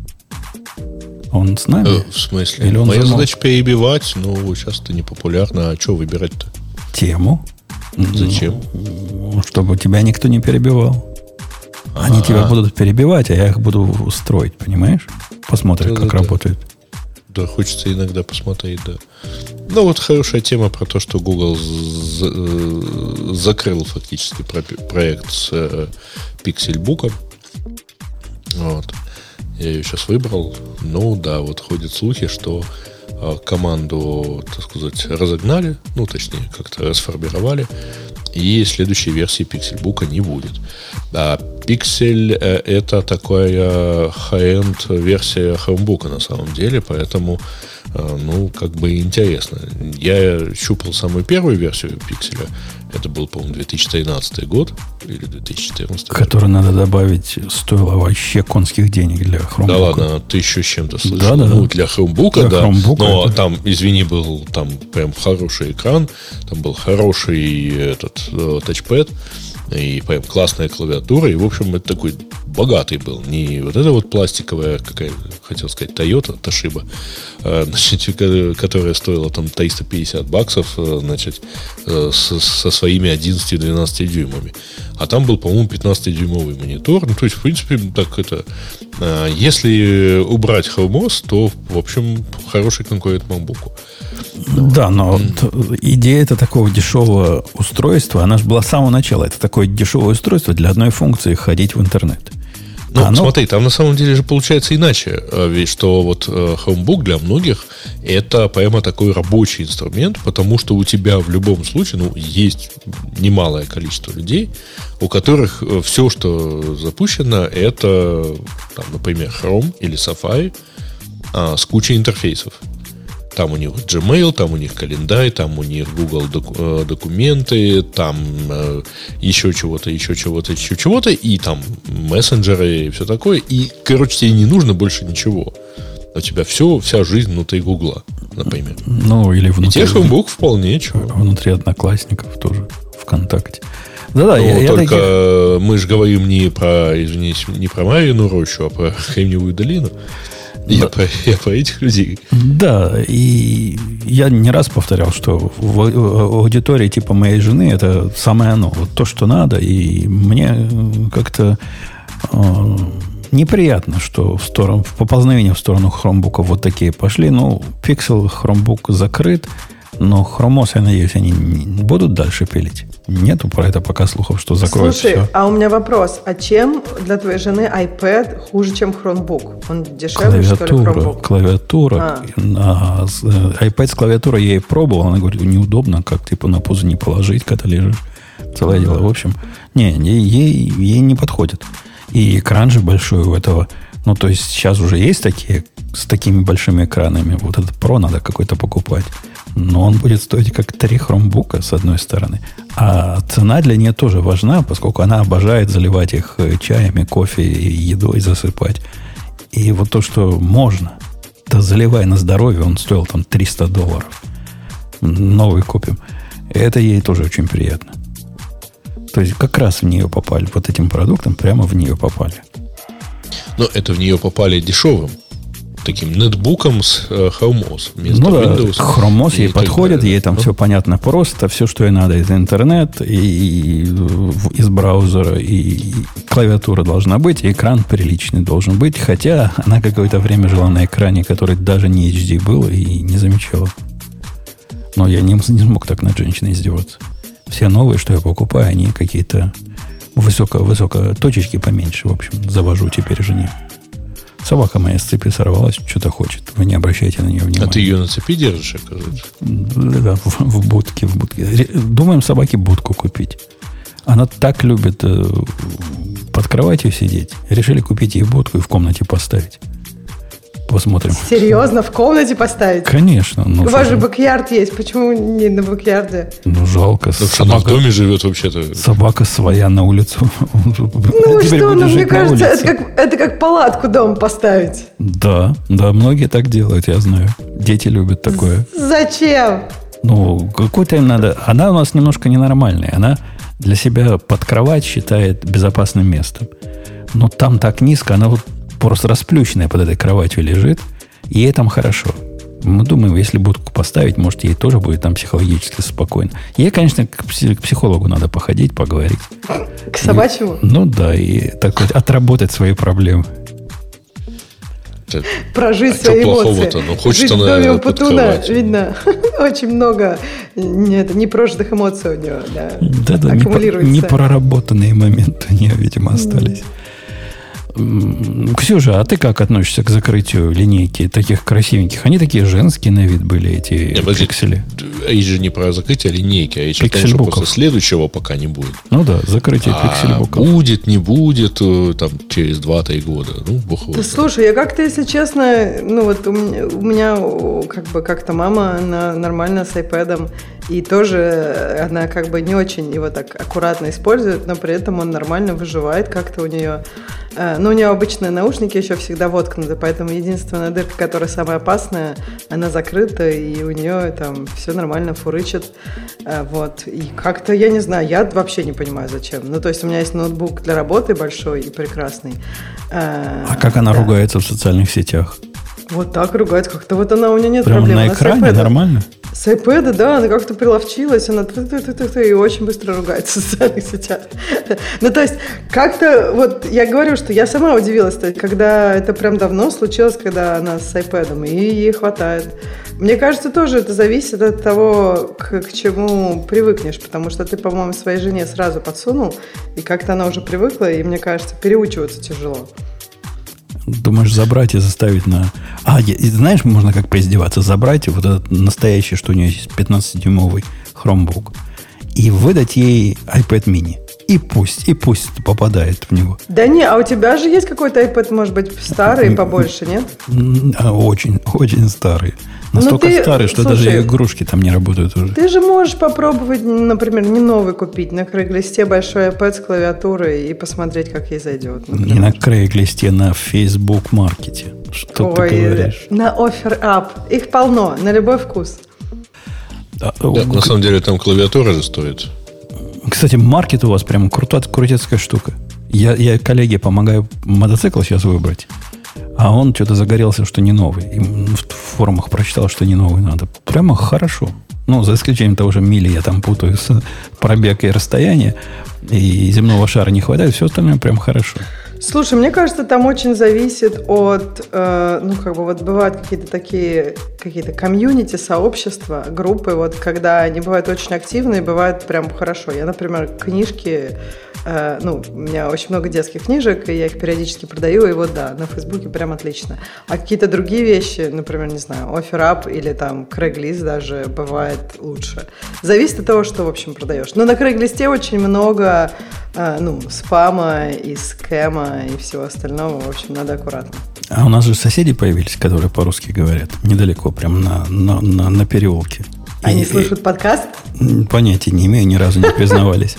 [SPEAKER 1] Он с нами?
[SPEAKER 3] Э, в смысле?
[SPEAKER 1] Или он
[SPEAKER 3] Моя
[SPEAKER 1] замол...
[SPEAKER 3] задача перебивать, но сейчас это не популярно. А что выбирать-то?
[SPEAKER 1] Тему.
[SPEAKER 3] Зачем?
[SPEAKER 1] Ну, чтобы тебя никто не перебивал. Они А-а-а. тебя будут перебивать, а я их буду строить, понимаешь? Посмотрим, да, как да, работает.
[SPEAKER 3] Да, хочется иногда посмотреть, да. Ну, вот хорошая тема про то, что Google з- закрыл фактически про- проект с э, Pixelbook. Вот. Я ее сейчас выбрал. Ну, да, вот ходят слухи, что э, команду, так сказать, разогнали, ну, точнее, как-то расформировали, и следующей версии Pixelbook не будет. А Pixel э, это такая high-end версия Chromebook на самом деле, поэтому э, ну, как бы интересно. Я щупал самую первую версию Pixel. Это был, по-моему, две тысячи тринадцатый год или две тысячи четырнадцатый.
[SPEAKER 1] Который, надо добавить, стоило вообще конских денег для Chromebook.
[SPEAKER 3] Да ладно, ты еще с чем-то слышал.
[SPEAKER 1] Да, да,
[SPEAKER 3] ну,
[SPEAKER 1] да.
[SPEAKER 3] Для Chromebook,
[SPEAKER 1] для
[SPEAKER 3] да.
[SPEAKER 1] Chromebook
[SPEAKER 3] но
[SPEAKER 1] это...
[SPEAKER 3] там, извини, был там прям хороший экран, там был хороший этот э, тачпэд, и прям классная клавиатура, и, в общем, это такой богатый был. Не вот эта вот пластиковая, какая, хотел сказать, Toyota, Toshiba, значит, которая стоила там триста пятьдесят баксов, значит, со, со своими одиннадцати-двенадцати дюймами. А там был, по-моему, пятнадцатидюймовый монитор. Ну, то есть, в принципе, так это... Если убрать Chrome о эс, то, в общем, хороший конкурент MacBook.
[SPEAKER 1] Да, но mm. идея это такого дешевого устройства, она же была с самого начала. Это такое дешевое устройство для одной функции — ходить в интернет.
[SPEAKER 3] Ну, оно... смотри, там на самом деле же получается иначе. Ведь что вот Chromebook для многих это прямо такой рабочий инструмент, потому что у тебя в любом случае, ну, есть немалое количество людей, у которых все, что запущено, это, там, например, Chrome или Safari а, с кучей интерфейсов. Там у них Gmail, там у них календарь, там у них Google доку- документы, там э, еще чего-то, еще чего-то, еще чего-то, и там мессенджеры и все такое. И, короче, тебе не нужно больше ничего. У тебя все, вся жизнь внутри Гугла, например.
[SPEAKER 1] Ну, или внутри...
[SPEAKER 3] И те Chromebook вполне чего.
[SPEAKER 1] Внутри Одноклассников тоже, ВКонтакте. Да-да,
[SPEAKER 3] ну,
[SPEAKER 1] я,
[SPEAKER 3] только
[SPEAKER 1] я таких...
[SPEAKER 3] мы же говорим не про, извините, не про Марьину рощу, а про Кремниевую долину. Я, да. про, я про этих людей.
[SPEAKER 1] Да, и я не раз повторял, что в аудитории типа моей жены это самое оно, вот то, что надо, и мне как-то э, неприятно, что в сторону, в поползновение в сторону хромбуков вот такие пошли. Ну, Pixel хромбук закрыт, но Chromos, я надеюсь, они не будут дальше пилить. Нету про это пока слухов, что закроют
[SPEAKER 5] Слушай,
[SPEAKER 1] все.
[SPEAKER 5] а у меня вопрос. А чем для твоей жены iPad хуже, чем Chromebook? Он дешевле, что ли, Chromebook?
[SPEAKER 1] Клавиатура.
[SPEAKER 5] А.
[SPEAKER 1] А, с, iPad с клавиатурой я и пробовал. Она говорит, неудобно, как типа на пузо не положить, когда лежишь. Целое дело. В общем, не, ей, ей не подходит. И экран же большой у этого. Ну, то есть, сейчас уже есть такие с такими большими экранами. Вот этот Pro надо какой-то покупать. Но он будет стоить как три хромбука, с одной стороны. А цена для нее тоже важна, поскольку она обожает заливать их чаями, кофе и едой засыпать. И вот то, что можно, да заливай на здоровье, он стоил там триста долларов. Новый купим. Это ей тоже очень приятно. То есть как раз в нее попали. Вот этим продуктом прямо в нее попали.
[SPEAKER 3] Но это в нее попали дешевым. Таким нетбуком с э, Chromos вместо
[SPEAKER 1] ну да,
[SPEAKER 3] Windows.
[SPEAKER 1] Chromos ей подходит, ей там
[SPEAKER 3] ну.
[SPEAKER 1] все понятно просто, все, что ей надо, это интернет, и, и, из браузера, и, и клавиатура должна быть, и экран приличный должен быть, хотя она какое-то время жила на экране, который даже не эйч ди был, и не замечала. Но я не, не смог так над женщиной издеваться. Все новые, что я покупаю, они какие-то высоко-высоко, точечки поменьше, в общем, завожу теперь жене. Собака моя с цепи сорвалась, что-то хочет. Вы не обращайте на нее внимания.
[SPEAKER 3] А ты ее на цепи держишь, оказывается?
[SPEAKER 1] Да, в, в будке, в будке. Думаем собаке будку купить. Она так любит э, под кроватью сидеть. Решили купить ей будку и в комнате поставить. Посмотрим.
[SPEAKER 5] Серьезно? В комнате поставить?
[SPEAKER 1] Конечно. Ну,
[SPEAKER 5] у вас же бэк-ярд есть. Почему не на бэк-ярде?
[SPEAKER 1] Ну, жалко.
[SPEAKER 3] Ну, собака, она в доме живет вообще-то.
[SPEAKER 1] Собака своя на улицу.
[SPEAKER 5] Ну, что, ну, мне кажется, это как, это как палатку дома поставить.
[SPEAKER 1] Да, да, многие так делают, я знаю. Дети любят такое.
[SPEAKER 5] Зачем?
[SPEAKER 1] Ну, какой-то им надо... Она у нас немножко ненормальная. Она для себя под кровать считает безопасным местом. Но там так низко, она вот просто расплющенная под этой кроватью лежит, и ей там хорошо. Мы думаем, если будку поставить, может, ей тоже будет там психологически спокойно. Ей, конечно, к психологу надо походить, поговорить.
[SPEAKER 5] К собачьему?
[SPEAKER 1] И, ну да, и так сказать, отработать свои проблемы.
[SPEAKER 5] Прожить
[SPEAKER 3] а
[SPEAKER 5] свои эмоции.
[SPEAKER 3] Ну, хочет
[SPEAKER 5] жить
[SPEAKER 3] она
[SPEAKER 5] в доме у Путуна, видно, очень много нет, непрожитых эмоций у него, да,
[SPEAKER 1] да, да, аккумулируется. Непроработанные моменты у нее, видимо, остались. Ксюша, а ты как относишься к закрытию линейки таких красивеньких? Они такие женские на вид были, эти
[SPEAKER 3] не,
[SPEAKER 1] пиксели.
[SPEAKER 3] Речь же не про закрытие линейки, а речь о том, что просто следующего пока не будет.
[SPEAKER 1] Ну да, закрытие
[SPEAKER 3] а
[SPEAKER 1] пиксельбуков.
[SPEAKER 3] Будет, не будет, там, через два-три года. Ну, бог его.
[SPEAKER 5] Да, слушай, я как-то, если честно, ну вот у меня, у меня как бы как-то мама, она нормально с iPad'ом, и тоже она как бы не очень его так аккуратно использует, но при этом он нормально выживает как-то у нее. Но у нее обычные наушники еще всегда воткнуты, поэтому единственная дырка, которая самая опасная, она закрыта, и у нее там все нормально фурычит. Вот. И как-то, я не знаю, я вообще не понимаю, зачем. Ну, то есть у меня есть ноутбук для работы большой и прекрасный.
[SPEAKER 1] А как она да. ругается в социальных сетях?
[SPEAKER 5] Вот так ругается. Как-то вот она, у нее нет
[SPEAKER 1] Прямо
[SPEAKER 5] проблем.
[SPEAKER 1] на
[SPEAKER 5] Она
[SPEAKER 1] экране нормально?
[SPEAKER 5] С iPad, да, она как-то приловчилась, она ты-ты-ты-ты-ты, и очень быстро ругается в социальных сетях. Ну, то есть, как-то, вот, я говорю, что я сама удивилась, когда это прям давно случилось, когда она с iPad, и ей хватает. Мне кажется, тоже это зависит от того, к, к чему привыкнешь, потому что ты, по-моему, своей жене сразу подсунул, и как-то она уже привыкла, и, мне кажется, переучиваться тяжело.
[SPEAKER 1] Думаешь, забрать и заставить на... А, и, знаешь, можно как поиздеваться. Забрать вот этот настоящий, что у нее есть пятнадцатидюймовый Chromebook, и выдать ей iPad mini. И пусть, и пусть попадает в него.
[SPEAKER 5] Да не, а у тебя же есть какой-то iPad, может быть, старый, побольше, нет?
[SPEAKER 1] Очень, очень старый. Настолько
[SPEAKER 5] ты,
[SPEAKER 1] старый, что слушай, даже игрушки там не работают уже.
[SPEAKER 5] Ты же можешь попробовать, например, не новый купить, на Craigslist большой iPad с клавиатурой и посмотреть, как ей зайдет. Например.
[SPEAKER 1] Не на Craigslist, на Facebook маркете. Что Ой, ты говоришь?
[SPEAKER 5] На OfferUp. Их полно, на любой вкус.
[SPEAKER 3] Да, да, на самом деле там клавиатура же стоит.
[SPEAKER 1] Кстати, маркет у вас прям крутая, крутецкая штука. Я, я коллеге помогаю мотоцикл сейчас выбрать. А он что-то загорелся, что не новый. И в форумах прочитал, что не новый надо. Прямо хорошо. Ну, за исключением того же мили, я там путаю с пробег и расстояние. И земного шара не хватает. Все остальное прям хорошо.
[SPEAKER 5] Слушай, мне кажется, там очень зависит от, э, ну, как бы вот бывают какие-то такие, какие-то комьюнити, сообщества, группы, вот, когда они бывают очень активные, бывают прям хорошо. Я, например, книжки, э, ну, у меня очень много детских книжек, и я их периодически продаю, и вот, да, на Фейсбуке прям отлично. А какие-то другие вещи, например, не знаю, OfferUp или там Craigslist даже бывает лучше. Зависит от того, что, в общем, продаешь. Но на Craigslist очень много, э, ну, спама и скэма, и всего остального, в общем, надо аккуратно.
[SPEAKER 1] А у нас же соседи появились, которые по-русски говорят, недалеко, прям на, на, на, на переулке.
[SPEAKER 5] Они
[SPEAKER 1] и,
[SPEAKER 5] слушают и, подкаст?
[SPEAKER 1] Понятия не имею, ни разу не признавались.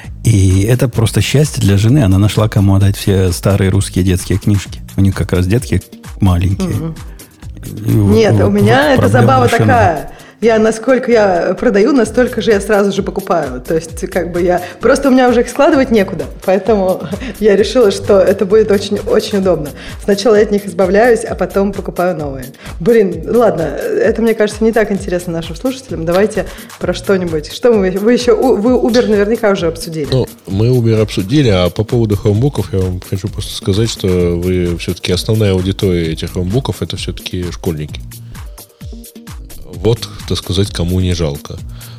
[SPEAKER 1] И это просто счастье для жены. Она нашла, кому отдать все старые русские детские книжки. У них как раз детки маленькие.
[SPEAKER 5] Нет, у меня эта забава такая. Я, насколько я продаю, настолько же я сразу же покупаю. То есть, как бы я... Просто у меня уже их складывать некуда. Поэтому я решила, что это будет очень, очень удобно. Сначала я от них избавляюсь, а потом покупаю новые. Блин, ладно, это, мне кажется, не так интересно нашим слушателям. Давайте про что-нибудь. Что мы... Вы еще... Вы Uber наверняка уже обсудили.
[SPEAKER 3] Ну, мы Uber обсудили, а по поводу хромбуков я вам хочу просто сказать, что вы все-таки основная аудитория этих хромбуков это все-таки школьники. Вот, так сказать, кому не жалко.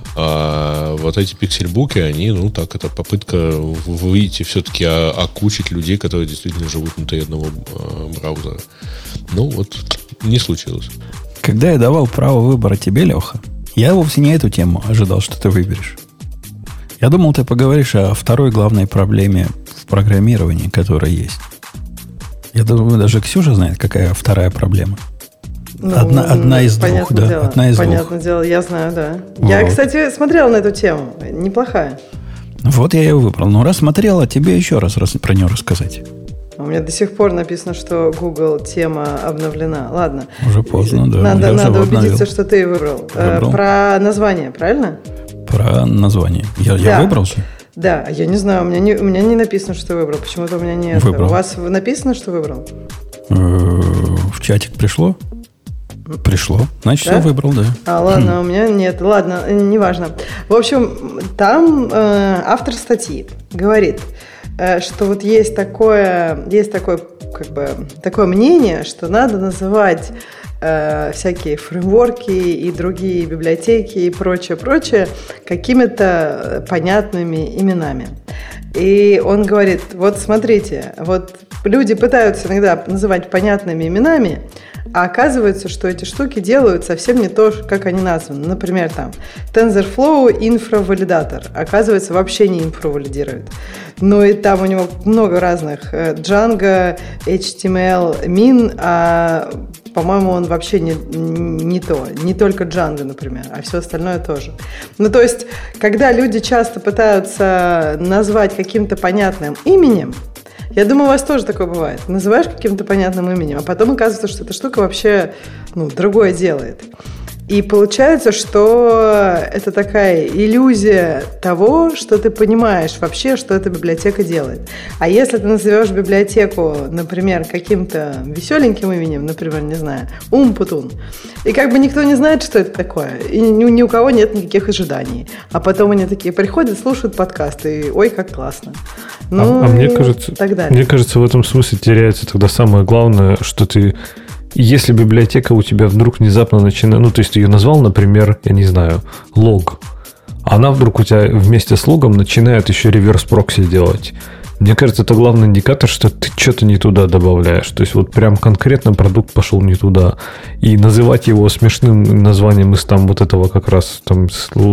[SPEAKER 3] А вот эти пиксельбуки, они, ну так, это попытка выйти все-таки окучить людей, которые действительно живут внутри одного браузера. Ну вот, не случилось.
[SPEAKER 1] Когда я давал право выбора тебе, Леха, я вовсе не эту тему ожидал, что ты выберешь. Я думал, ты поговоришь о второй главной проблеме в программировании, которая есть. Я думаю, даже Ксюша знает, какая вторая проблема.
[SPEAKER 5] Ну,
[SPEAKER 1] одна, одна из двух, да.
[SPEAKER 5] Дело,
[SPEAKER 1] одна из
[SPEAKER 5] понятное
[SPEAKER 1] двух.
[SPEAKER 5] дело, я знаю, да.
[SPEAKER 1] Вот.
[SPEAKER 5] Я, кстати, смотрела на эту тему. Неплохая.
[SPEAKER 1] Вот я ее выбрал. Ну, раз смотрела, тебе еще раз, раз про нее рассказать.
[SPEAKER 5] У меня до сих пор написано, что Google тема обновлена. Ладно.
[SPEAKER 1] Уже поздно, да.
[SPEAKER 5] Надо,
[SPEAKER 1] я
[SPEAKER 5] надо
[SPEAKER 1] уже
[SPEAKER 5] убедиться,
[SPEAKER 1] обновил.
[SPEAKER 5] что ты выбрал.
[SPEAKER 1] Выбрал.
[SPEAKER 5] Про название, правильно?
[SPEAKER 1] Про название. Я,
[SPEAKER 5] Да.
[SPEAKER 1] я выбрал же?
[SPEAKER 5] Да, я не знаю, у меня не, у меня не написано, что ты выбрал. Почему-то у меня нет.
[SPEAKER 1] Выбрал.
[SPEAKER 5] У вас написано, что выбрал?
[SPEAKER 1] В чатик пришло? Пришло. Значит,
[SPEAKER 5] Да?
[SPEAKER 1] я выбрал, да.
[SPEAKER 5] А, ладно, у меня нет. Ладно, неважно. В общем, там э, автор статьи говорит, э, что вот есть такое, есть такое, как бы, такое мнение, что надо называть э, всякие фреймворки и другие библиотеки и прочее, прочее какими-то понятными именами. И он говорит, вот смотрите, вот люди пытаются иногда называть понятными именами, а оказывается, что эти штуки делают совсем не то, как они названы. Например, там TensorFlow инфравалидатор. Оказывается, вообще не инфравалидирует. Ну и там у него много разных. Django, эйч ти эм эл, min, а, по-моему, он вообще не, не то. Не только Django, например, а все остальное тоже. Ну то есть, когда люди часто пытаются назвать каким-то понятным именем, я думаю, у вас тоже такое бывает. Называешь каким-то понятным именем, а потом оказывается, что эта штука вообще ну, другое делает. И получается, что это такая иллюзия того, что ты понимаешь вообще, что эта библиотека делает. А если ты назовешь библиотеку, например, каким-то веселеньким именем, например, не знаю, Умпутун, и как бы никто не знает, что это такое, и ни, ни у кого нет никаких ожиданий. А потом они такие приходят, слушают подкасты, и ой, как классно. Ну,
[SPEAKER 2] а, а мне кажется,
[SPEAKER 5] так далее.
[SPEAKER 2] Мне кажется, в этом смысле теряется тогда самое главное, что ты... Если библиотека у тебя вдруг внезапно начинает... Ну, то есть ты ее назвал, например, я не знаю, лог. Она вдруг у тебя вместе с логом начинает еще реверс-прокси делать. Мне кажется, это главный индикатор, что ты что-то не туда добавляешь. То есть вот прям конкретно продукт пошел не туда. И называть его смешным названием из там вот этого как раз там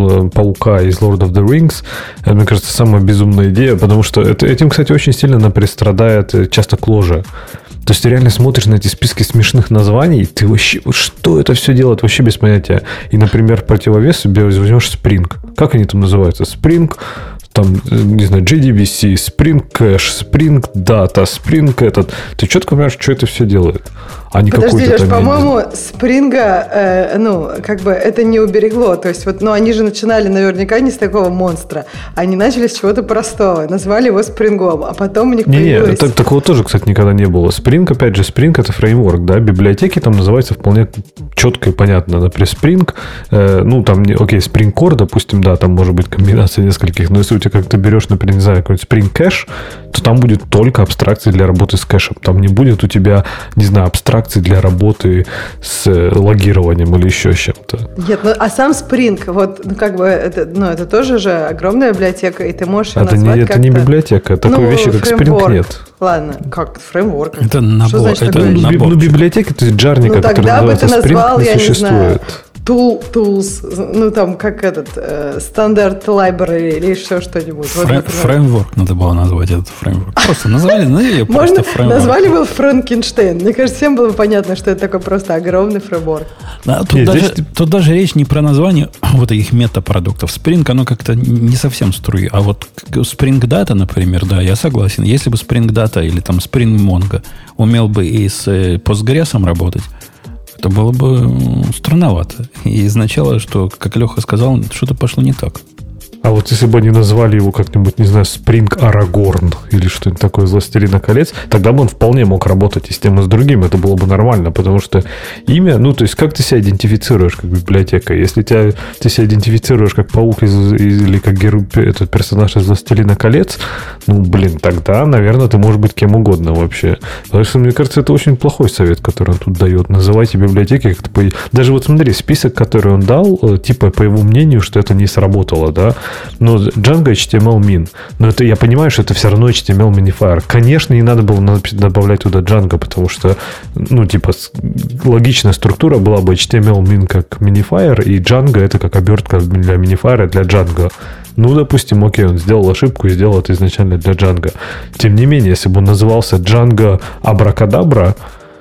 [SPEAKER 2] паука из Lord of the Rings, это, мне кажется, самая безумная идея, потому что это, этим, кстати, очень сильно напристрадает часто кложа. То есть ты реально смотришь на эти списки смешных названий, ты вообще, что это все делает, вообще без понятия. И, например, в противовес себе возьмешь Spring. Как они там называются? Spring, там, не знаю, джей ди би си, Spring Cache, Spring Data, Spring этот. Ты четко понимаешь, что это все делает. А не
[SPEAKER 5] Подожди,
[SPEAKER 2] Леш,
[SPEAKER 5] по-моему, Спринга, э, ну, как бы это не уберегло. То есть, вот, ну, они же начинали наверняка не с такого монстра. Они начали с чего-то простого. Назвали его Спрингом, а потом у них
[SPEAKER 2] не,
[SPEAKER 5] появилось...
[SPEAKER 2] Не, так, такого тоже, кстати, никогда не было. Spring, опять же, Spring это фреймворк, да, библиотеки там называются вполне четко и понятно. Например, Spring, э, ну, там, окей, Spring Core, допустим, да, там может быть комбинация нескольких, но если у тебя, как ты берешь, например, не знаю, какой-нибудь Spring Cache, то там будет только абстракции для работы с кэшем. Там не будет у тебя, не знаю, абстракции для работы с логированием или еще с чем-то.
[SPEAKER 5] Нет, ну а сам Spring, вот, ну как бы, это, ну, это тоже же огромная библиотека, и ты можешь ее
[SPEAKER 2] это
[SPEAKER 5] назвать
[SPEAKER 2] не,
[SPEAKER 5] как-то...
[SPEAKER 2] Это не библиотека, такой
[SPEAKER 5] ну,
[SPEAKER 2] вещи, как
[SPEAKER 5] фреймворк.
[SPEAKER 2] Spring нет.
[SPEAKER 5] Ладно, как фреймворк?
[SPEAKER 1] Это набор.
[SPEAKER 5] Что значит
[SPEAKER 1] это
[SPEAKER 5] такое?
[SPEAKER 1] набор.
[SPEAKER 2] Ну, библиотека, то есть джарника,
[SPEAKER 5] ну,
[SPEAKER 2] которая называется
[SPEAKER 5] бы ты назвал,
[SPEAKER 2] Spring, не
[SPEAKER 5] я
[SPEAKER 2] существует.
[SPEAKER 5] Не знаю, Tool, tools, ну там как этот э, стандарт library или еще что-нибудь.
[SPEAKER 1] Фрей,
[SPEAKER 5] вот,
[SPEAKER 1] фреймворк надо было назвать этот фреймворк. Просто назвали, ну ее
[SPEAKER 5] Можно
[SPEAKER 1] просто фреймворк.
[SPEAKER 5] назвали был Франкенштейн. Мне кажется, всем было понятно, что это такой просто огромный фреймворк.
[SPEAKER 1] Да, тут,
[SPEAKER 2] Нет,
[SPEAKER 1] даже,
[SPEAKER 2] здесь...
[SPEAKER 1] тут даже речь не про название вот таких метапродуктов. Spring, оно как-то не совсем струи. А вот Spring Data, например, да, я согласен. Если бы Spring Data или там Spring Mongo умел бы и с Postgres работать, это было бы странновато. И изначало, что, как Леха сказал, что-то пошло не так.
[SPEAKER 2] А вот если бы они назвали его как-нибудь, не знаю, Spring Aragorn или что-нибудь такое из «Властелина колец», тогда бы он вполне мог работать и с тем, и с другим. Это было бы нормально, потому что имя, ну, то есть, как ты себя идентифицируешь как библиотека? Если тебя, ты себя идентифицируешь как паук из, из, или как герой, этот персонаж из «Властелина колец», ну, блин, тогда, наверное, ты можешь быть кем угодно вообще. Потому что, мне кажется, это очень плохой совет, который он тут дает. Называйте библиотеки как-то по... Даже вот смотри, список, который он дал, типа, по его мнению, что это не сработало, да, но Django эйч ти эм эл min. Но это я понимаю, что это все равно эйч ти эм эл minifier. Конечно, не надо было добавлять туда Django, потому что, ну, типа, логичная структура была бы эйч ти эм эл min как minifier, и Django это как обертка для minifier для Django. Ну, допустим, окей, он сделал ошибку и сделал это изначально для Django. Тем не менее, если бы он назывался Django Abracadabra,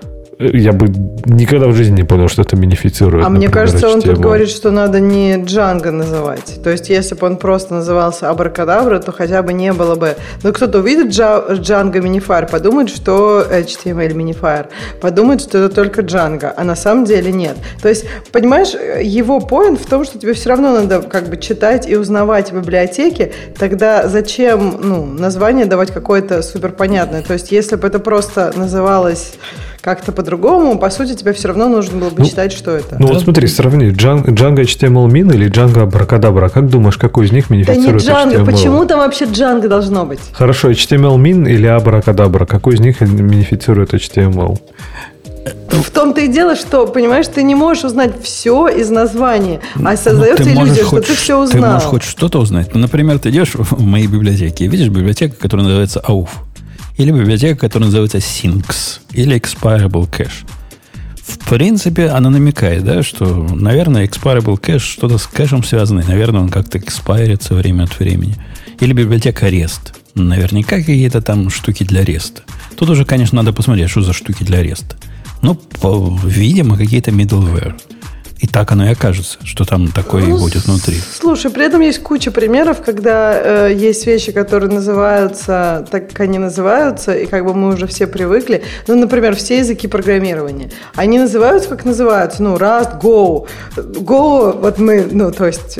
[SPEAKER 2] я бы никогда в жизни не понял, что это минифицирует.
[SPEAKER 5] А например, мне кажется,
[SPEAKER 2] эйч ти эм эл.
[SPEAKER 5] он тут говорит, что надо не Django называть. То есть, если бы он просто назывался Абракадабра, то хотя бы не было бы... Ну, кто-то увидит Django Minifier, подумает, что эйч ти эм эл Minifier, подумает, что это только Django, а на самом деле нет. То есть, понимаешь, его поинт в том, что тебе все равно надо как бы читать и узнавать библиотеки, тогда зачем, ну, название давать какое-то суперпонятное? То есть, если бы это просто называлось... как-то по-другому, по сути, тебе все равно нужно было бы ну, читать, что это.
[SPEAKER 2] Ну, вот смотри, сравни Django эйч ти эм эл min или Django Abracadabra. Как думаешь, какой из них минифицирует
[SPEAKER 5] да не Django,
[SPEAKER 2] эйч ти эм эл?
[SPEAKER 5] Почему там вообще Django должно быть?
[SPEAKER 2] Хорошо, эйч ти эм эл min или Abracadabra. Какой из них минифицирует эйч ти эм эл?
[SPEAKER 5] В том-то и дело, что, понимаешь, ты не можешь узнать все из названия, а создается
[SPEAKER 1] ну,
[SPEAKER 5] иллюзия,
[SPEAKER 1] хоть,
[SPEAKER 5] что ты все узнал.
[SPEAKER 1] Ты можешь хоть что-то узнать. Ну, например, ты идешь в моей библиотеке и видишь библиотеку, которая называется ауф. Или библиотека, которая называется Syncs. Или Expireable Cache. В принципе, она намекает, да, что, наверное, Expireable Cache что-то с кэшем связано. Наверное, он как-то экспайрится время от времени. Или библиотека REST. Наверняка какие-то там штуки для REST. Тут уже, конечно, надо посмотреть, что за штуки для REST. Ну, по, видимо, какие-то middleware. И так оно и окажется, что там такое ну, и будет внутри.
[SPEAKER 5] Слушай, при этом есть куча примеров, когда э, есть вещи, которые называются так, как они называются, и как бы мы уже все привыкли. Ну, например, все языки программирования. Они называются, как называются. Ну, Rust, Go. Go, вот мы, ну, то есть...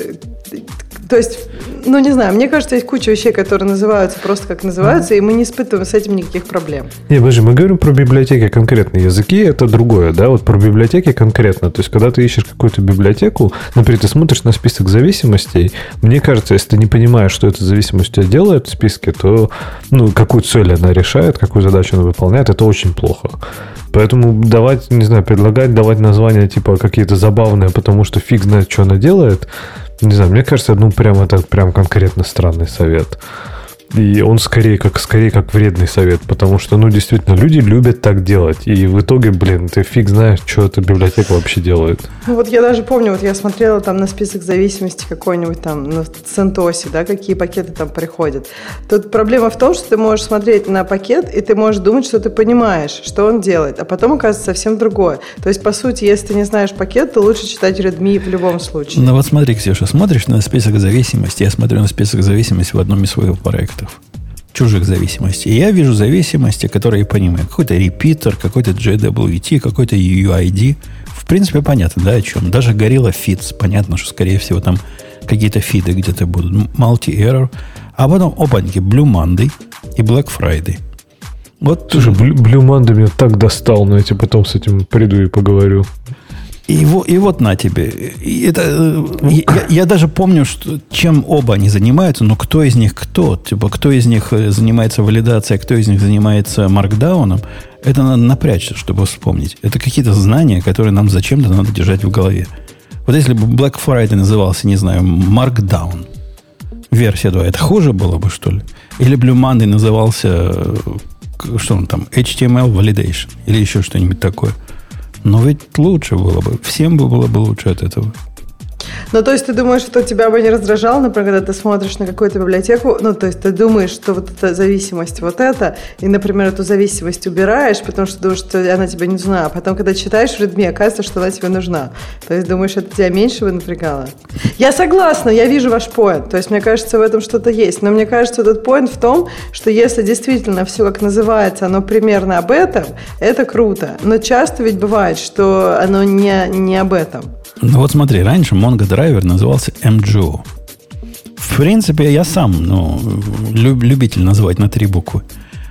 [SPEAKER 5] То есть, ну, не знаю, мне кажется, есть куча вещей, которые называются просто как называются, и мы не испытываем с этим никаких проблем.
[SPEAKER 2] Не, подожди, мы говорим про библиотеки конкретные. Языки – это другое, да? Вот про библиотеки конкретно. То есть, когда ты ищешь какую-то библиотеку, например, ты смотришь на список зависимостей, мне кажется, если ты не понимаешь, что эта зависимость у тебя делает в списке, то, ну, какую цель она решает, какую задачу она выполняет, это очень плохо. Поэтому давать, не знаю, предлагать давать названия типа какие-то забавные, потому что фиг знает, что она делает, не знаю, мне кажется, ну, прям это прям конкретно странный совет. И он скорее как, скорее как вредный совет, потому что, ну, действительно, люди любят так делать. И в итоге, блин, ты фиг знаешь, что эта библиотека вообще делает.
[SPEAKER 5] Ну, вот я даже помню, вот я смотрела там на список зависимости какой-нибудь там на CentOS, да, какие пакеты там приходят. Тут проблема в том, что ты можешь смотреть на пакет, и ты можешь думать, что ты понимаешь, что он делает, а потом оказывается совсем другое. То есть, по сути, если ты не знаешь пакет, то лучше читать Redmi в любом случае.
[SPEAKER 1] Ну, вот смотри, Ксюша, смотришь на список зависимости, я смотрю на список зависимости в одном из своих проектов. Чужих зависимостей. И я вижу зависимости, которые я понимаю. Какой-то репитер, какой-то джей дабл ю ти, какой-то ю ай ди. В принципе, понятно, да, о чем. Даже Gorilla Feeds. Понятно, что, скорее всего, там какие-то фиды где-то будут. Multi-error. А потом, опаньки, Blue Monday и Black Friday. Вот.
[SPEAKER 2] Слушай, Blue Monday меня так достал, но я тебе потом с этим приду и поговорю.
[SPEAKER 1] И, и вот на тебе. И это, я, я даже помню, что, чем оба они занимаются, но кто из них кто? Типа, кто из них занимается валидацией, а кто из них занимается маркдауном, это надо напрячься, чтобы вспомнить. Это какие-то знания, которые нам зачем-то надо держать в голове. Вот если бы Black Friday назывался, не знаю, Markdown, версия два, это хуже было бы, что ли? Или Blue Monday назывался, что он там, эйч ти эм эл Validation, или еще что-нибудь такое. Но ведь лучше было бы. Всем бы было бы лучше от этого.
[SPEAKER 5] Ну, то есть, ты думаешь, что тебя бы не раздражало, например, когда ты смотришь на какую-то библиотеку, ну, то есть, ты думаешь, что вот эта зависимость вот эта, и, например, эту зависимость убираешь, потому что думаешь, что она тебе не нужна, а потом, когда читаешь в Redmi, оказывается, что она тебе нужна. То есть, думаешь, это тебя меньше бы напрягало? Я согласна, я вижу ваш поинт, то есть, мне кажется, в этом что-то есть, но мне кажется, этот поинт в том, что если действительно все, как называется, оно примерно об этом, это круто, но часто ведь бывает, что оно не, не об этом.
[SPEAKER 1] Ну вот смотри, раньше Mongo драйвер назывался эм джи о. В принципе, я сам ну, люб, любитель называть на три буквы.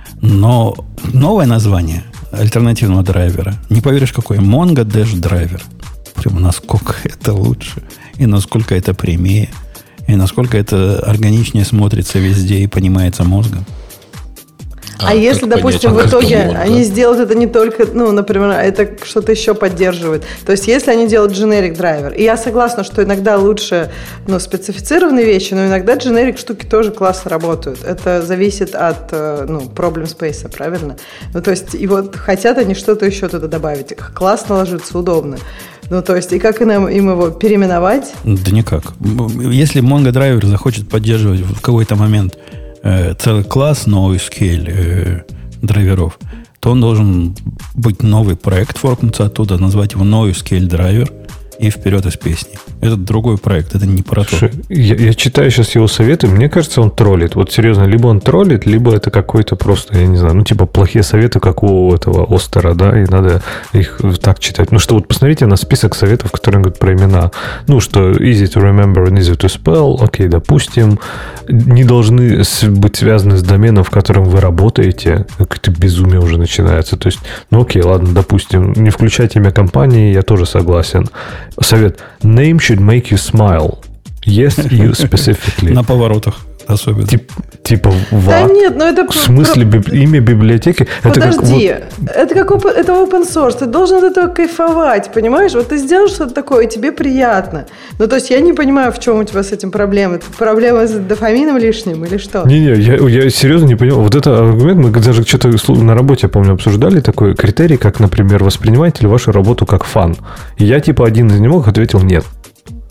[SPEAKER 1] Но новое название альтернативного драйвера, не поверишь какое, Mongo Dash Driver. Прямо насколько это лучше, и насколько это прямее, и насколько это органичнее смотрится везде и понимается мозгом.
[SPEAKER 5] А, а если, допустим, в итоге они сделают это не только, ну, например, это что-то еще поддерживает. То есть, если они делают generic драйвер, и я согласна, что иногда лучше, ну, специфицированные вещи, но иногда generic штуки тоже классно работают. Это зависит от, ну, problem space, правильно? Ну, то есть, и вот хотят они что-то еще туда добавить. Классно ложится, удобно. Ну, то есть, и как нам им его переименовать?
[SPEAKER 1] Да никак. Если Mongo драйвер захочет поддерживать в какой-то момент целый класс NoSQL э, драйверов, то он должен быть новый проект, форкнуться оттуда, назвать его NoSQL драйвер и вперед из песни. Это другой проект, это не про то.
[SPEAKER 2] Я, я читаю сейчас его советы, мне кажется, он троллит. Вот серьезно, либо он троллит, либо это какой-то просто, я не знаю, ну типа плохие советы, как у этого Остера, да, и надо их так читать. Ну что, вот посмотрите на список советов, которые он говорит про имена. Ну что, easy to remember and easy to spell, окей, допустим, не должны быть связаны с доменом, в котором вы работаете. Какое-то безумие уже начинается. То есть, ну окей, ладно, допустим, не включать имя компании, я тоже согласен. Совет. Name should make you smile. Yes, you specifically.
[SPEAKER 1] На поворотах особенно.
[SPEAKER 2] Тип, типа what?
[SPEAKER 5] Да нет, ну это...
[SPEAKER 2] В смысле биб... имя библиотеки?
[SPEAKER 5] Подожди,
[SPEAKER 2] это, как, вот...
[SPEAKER 5] это, как, это open source, ты должен от этого кайфовать, понимаешь? Вот ты сделаешь что-то такое, и тебе приятно. Ну, то есть я не понимаю, в чем у тебя с этим проблема. Это проблема с дофамином лишним или что?
[SPEAKER 2] Не-не, я, я серьезно не понимаю. Вот это аргумент, мы даже что-то на работе, я помню, обсуждали такой критерий, как, например, воспринимаете ли вашу работу как фан? И я типа один из немногих ответил нет.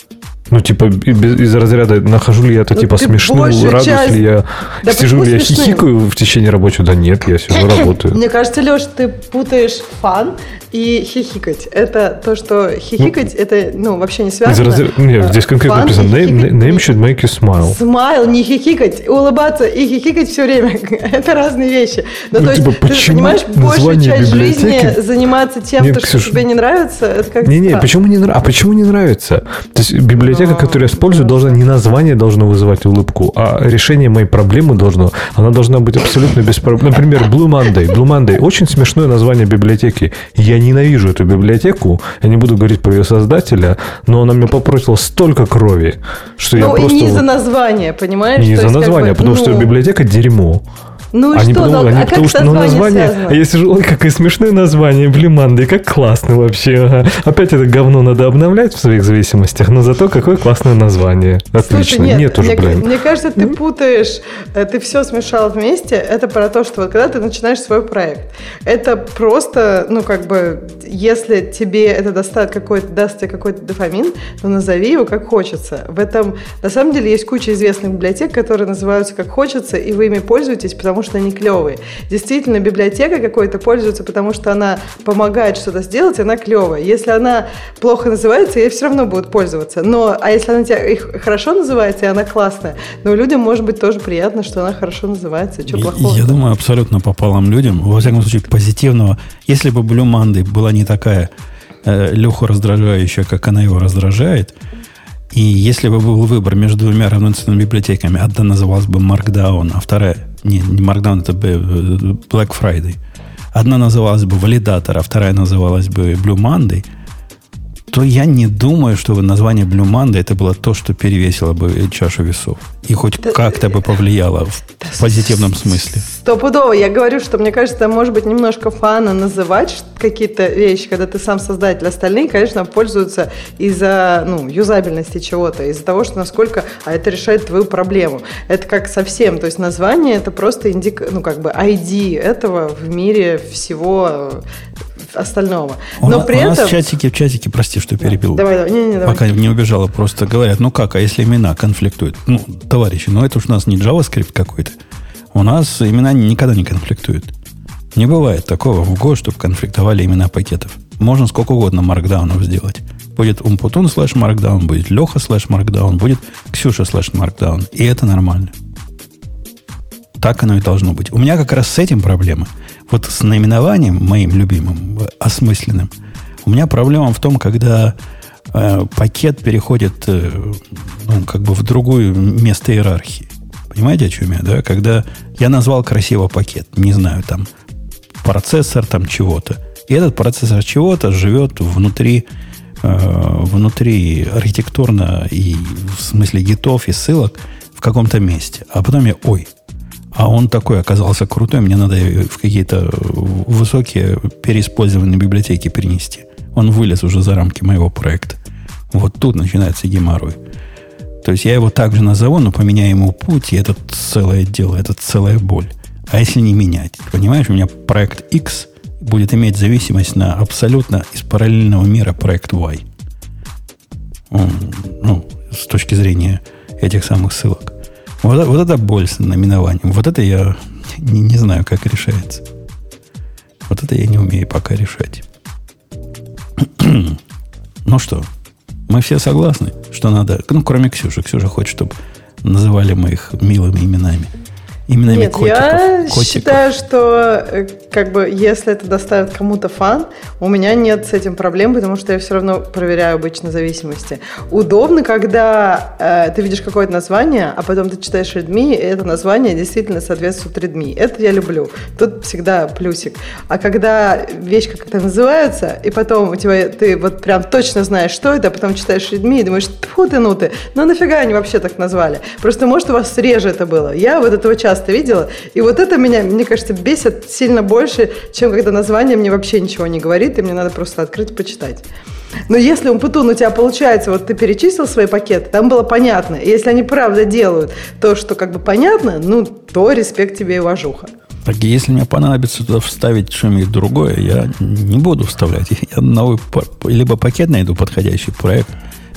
[SPEAKER 2] Ну, типа, из разряда нахожу ли я это, ну, типа, смешным, радуюсь часть... ли я, да сижу ли я, смешным? Хихикаю в течение рабочего? Да нет, я сижу, работаю.
[SPEAKER 5] Мне кажется, Леш, ты путаешь фан и хихикать. Это то, что хихикать, ну, это, ну, вообще не связано.
[SPEAKER 2] Разряд... Нет, здесь конкретно написано, name, name should make you smile.
[SPEAKER 5] Smile, не хихикать, улыбаться и хихикать все время. Это разные вещи. Но, ну, то типа, есть, ты понимаешь, большую часть жизни заниматься тем, нет, то, что Ксюш... тебе не нравится, это как-то...
[SPEAKER 2] Не-не, почему не нравится? А почему не нравится? То есть, библиотека, которую я использую, должна не название должно вызывать улыбку, а решение моей проблемы должно, она должна быть абсолютно без проблем. Например, Blue Monday. Blue Monday очень смешное название библиотеки. Я ненавижу эту библиотеку. Я не буду говорить про ее создателя, но она мне попросила столько крови, что ну, я просто...
[SPEAKER 5] Ну, и не из-за названия, понимаешь?
[SPEAKER 2] Не из-за названия, как бы, потому ну... что библиотека дерьмо.
[SPEAKER 5] Ну и
[SPEAKER 2] они
[SPEAKER 5] что?
[SPEAKER 2] Подумали,
[SPEAKER 5] Но,
[SPEAKER 2] они
[SPEAKER 5] а
[SPEAKER 2] потому,
[SPEAKER 5] как
[SPEAKER 2] что, ну, название,
[SPEAKER 5] связано?
[SPEAKER 2] А я сижу, ой, какое смешное название, Блиманды, как классно вообще. Ага. Опять это говно надо обновлять в своих зависимостях, но зато какое классное название. Отлично.
[SPEAKER 5] Слушай, нет,
[SPEAKER 2] нет уже,
[SPEAKER 5] мне,
[SPEAKER 2] блин.
[SPEAKER 5] Мне кажется, ты путаешь, ты все смешал вместе. Это про то, что вот когда ты начинаешь свой проект, это просто, ну, как бы, если тебе это доставит какой-то, даст тебе какой-то дофамин, то назови его как хочется. В этом, на самом деле, есть куча известных библиотек, которые называются как хочется, и вы ими пользуетесь, потому что они клевые. Действительно, библиотека какой-то пользуется, потому что она помогает что-то сделать, она клевая. Если она плохо называется, ей все равно будут пользоваться. Но, а если она тебя хорошо называется, и она классная, но людям, может быть, тоже приятно, что она хорошо называется. Что плохого?
[SPEAKER 1] Я думаю, абсолютно пополам людям. Во всяком случае, позитивного. Если бы Blue Monday была не такая э, Леху раздражающая, как она его раздражает, и если бы был выбор между двумя равноценными библиотеками, одна называлась бы Markdown, а вторая... Не, не Markdown, это Black Friday. Одна называлась бы Validator, а вторая называлась бы Blue Monday, то я не думаю, что название Blue Monday это было то, что перевесило бы чашу весов. И хоть да, как-то бы повлияло в да, позитивном смысле.
[SPEAKER 5] Стопудово. Я говорю, что мне кажется, может быть немножко фана называть какие-то вещи, когда ты сам создатель. Остальные, конечно, пользуются из-за ну, юзабельности чего-то, из-за того, что насколько а это решает твою проблему. Это как совсем. То есть название это просто индик, ну, как бы ай ди этого в мире всего остального. Но
[SPEAKER 1] у,
[SPEAKER 5] при
[SPEAKER 1] у
[SPEAKER 5] этом...
[SPEAKER 1] нас в чатике, в чатике, прости, что перебил.
[SPEAKER 5] Давай, давай. Не, не, давай.
[SPEAKER 1] Пока не убежала, просто говорят, ну как, а если имена конфликтуют? Ну, товарищи, ну это уж у нас не JavaScript какой-то. У нас имена никогда не конфликтуют. Не бывает такого в Go, чтобы конфликтовали имена пакетов. Можно сколько угодно маркдаунов сделать. Будет Умпутун слэш маркдаун, будет Леха слэш маркдаун, будет Ксюша слэш маркдаун. И это нормально. Так оно и должно быть. У меня как раз с этим проблема. Вот с наименованием моим любимым, осмысленным, у меня проблема в том, когда э, пакет переходит э, ну, как бы в другое место иерархии. Понимаете, о чем я, да? Когда я назвал красиво пакет, не знаю, там, процессор там чего-то. И этот процессор чего-то живет внутри, э, внутри архитектурно и в смысле гитов и ссылок в каком-то месте. А потом я, ой, а он такой оказался крутой, мне надо в какие-то высокие переиспользованные библиотеки перенести. Он вылез уже за рамки моего проекта. Вот тут начинается геморрой. То есть я его также назову, но поменяю ему путь, и это целое дело, это целая боль. А если не менять? Понимаешь, у меня проект X будет иметь зависимость на абсолютно из параллельного мира проект Y. Ну, с точки зрения этих самых ссылок. Вот, вот это боль с наименованием. Вот это я не, не знаю, как решается. Вот это я не умею пока решать. Ну что, мы все согласны, что надо... Ну, кроме Ксюши. Ксюша хочет, чтобы называли мы их милыми именами. Именами
[SPEAKER 5] Нет,
[SPEAKER 1] котиков.
[SPEAKER 5] я
[SPEAKER 1] котиков.
[SPEAKER 5] считаю, что как бы, если это доставит кому-то фан, у меня нет с этим проблем, потому что я все равно проверяю обычно зависимости. Удобно, когда э, ты видишь какое-то название, а потом ты читаешь Redmi, и это название действительно соответствует Redmi. Это я люблю. Тут всегда плюсик. А когда вещь как-то называется, и потом у тебя ты вот прям точно знаешь, что это, а потом читаешь Redmi и думаешь, тьфу ты, ну ты, ну нафига они вообще так назвали? Просто, может, у вас реже это было. Я вот этого часто видела. И вот это меня, мне кажется, бесит сильно больше, чем когда название мне вообще ничего не говорит, и мне надо просто открыть и почитать. Но если Умпутун у тебя получается, вот ты перечислил свои пакеты, там было понятно. И если они правда делают то, что как бы понятно, ну, то респект тебе и уважуха.
[SPEAKER 1] Так, если мне понадобится туда вставить что-нибудь другое, я не буду вставлять. Я новый, либо пакет найду, подходящий проект,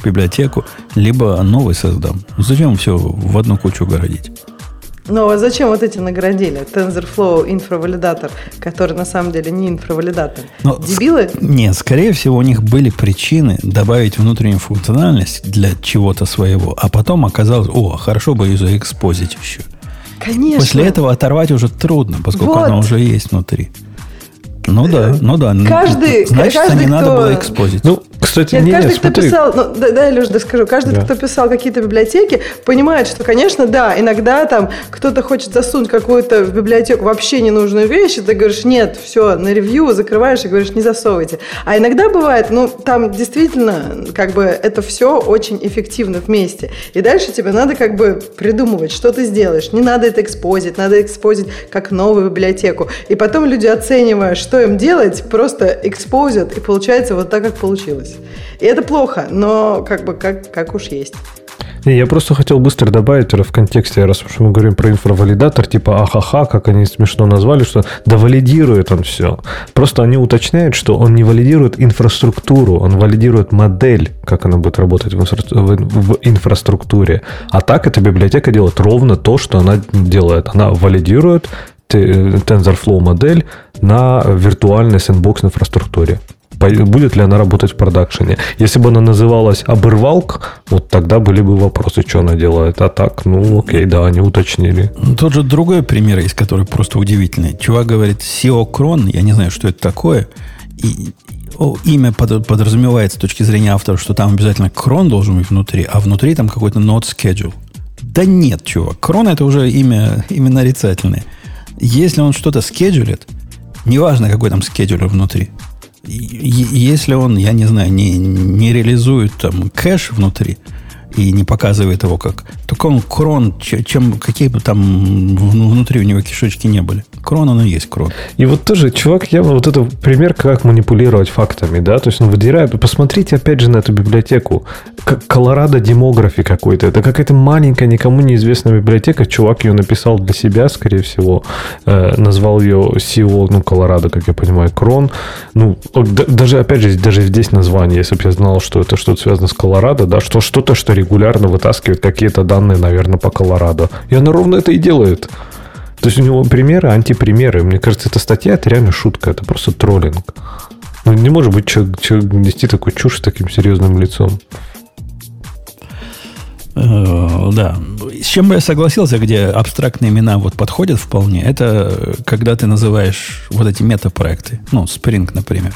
[SPEAKER 1] библиотеку, либо новый создам. Зачем все в одну кучу городить?
[SPEAKER 5] Ну, а зачем вот эти наградили? TensorFlow инфравалидатор, который на самом деле не инфравалидатор. Но дебилы?
[SPEAKER 1] Ск- нет, скорее всего, у них были причины добавить внутреннюю функциональность для чего-то своего, а потом оказалось, о, хорошо бы ее заэкспозить еще.
[SPEAKER 5] Конечно.
[SPEAKER 1] После этого оторвать уже трудно, поскольку
[SPEAKER 5] вот.
[SPEAKER 1] Она уже есть внутри. Ну да, ну да.
[SPEAKER 5] Каждый,
[SPEAKER 1] Значит,
[SPEAKER 5] каждый,
[SPEAKER 1] не
[SPEAKER 5] кто...
[SPEAKER 1] надо было экспозить.
[SPEAKER 2] Ну, кстати,
[SPEAKER 5] нет,
[SPEAKER 2] не,
[SPEAKER 5] каждый,
[SPEAKER 2] нет,
[SPEAKER 5] кто
[SPEAKER 2] смотри.
[SPEAKER 5] писал, ну, да, да, Леш, да скажу, каждый,
[SPEAKER 2] да.
[SPEAKER 5] кто писал какие-то библиотеки, понимает, что, конечно, да, иногда там кто-то хочет засунуть какую-то в библиотеку вообще ненужную вещь, и ты говоришь, нет, все, на ревью закрываешь и говоришь, не засовывайте. А иногда бывает, ну, там действительно, как бы, это все очень эффективно вместе. И дальше тебе надо, как бы, придумывать, что ты сделаешь. Не надо это экспозить, надо экспозить как новую библиотеку. И потом люди, оценивая, что им делать, просто экспозят, и получается вот так, как получилось. И это плохо, но как бы как, как уж есть.
[SPEAKER 2] Не, я просто хотел быстро добавить в контексте, раз уж мы говорим про инфравалидатор, типа ахаха, как они смешно назвали, что да валидирует он все. Просто они уточняют, что он не валидирует инфраструктуру, он валидирует модель, как она будет работать в, инфра- в, в инфраструктуре. А так эта библиотека делает ровно то, что она делает. Она валидирует TensorFlow модель на виртуальной сэндбокс инфраструктуре. Будет ли она работать в продакшене? Если бы она называлась оборвалк, вот тогда были бы вопросы, что она делает. А так, ну окей, да, они уточнили.
[SPEAKER 1] Тот же другой пример есть, который просто удивительный. Чувак говорит си о крон, я не знаю, что это такое. И о, имя под, подразумевает с точки зрения автора, что там обязательно крон должен быть внутри, а внутри там какой-то node schedule. Да нет, чувак, крон это уже имя, имя нарицательное. Если он что-то скеджулит, неважно, какой там скеджулер внутри, если он, я не знаю, не, не реализует там кэш внутри и не показывает его как, то он крон, чем, какие бы там внутри у него кишечки не были. Крон, он и есть крон.
[SPEAKER 2] И вот тоже, чувак, явно вот это пример, как манипулировать фактами, да, то есть он выдирает, посмотрите опять же на эту библиотеку, как Colorado Demography какой-то, это какая-то маленькая, никому неизвестная библиотека, чувак ее написал для себя, скорее всего, э, назвал ее си о, ну, Colorado, как я понимаю, крон, ну, д- даже, опять же, даже здесь название, если бы я знал, что это что-то связано с Colorado, да, что что-то, что регулярно вытаскивает какие-то данные, наверное, по Колорадо. И она ровно это и делает. То есть у него примеры, антипримеры. Мне кажется, эта статья, это реально шутка. Это просто троллинг. Ну, не может быть человек, человек нести такую чушь с таким серьезным лицом.
[SPEAKER 1] Да. С чем бы я согласился, где абстрактные имена вот подходят вполне, это когда ты называешь вот эти метапроекты. Ну, Spring, например.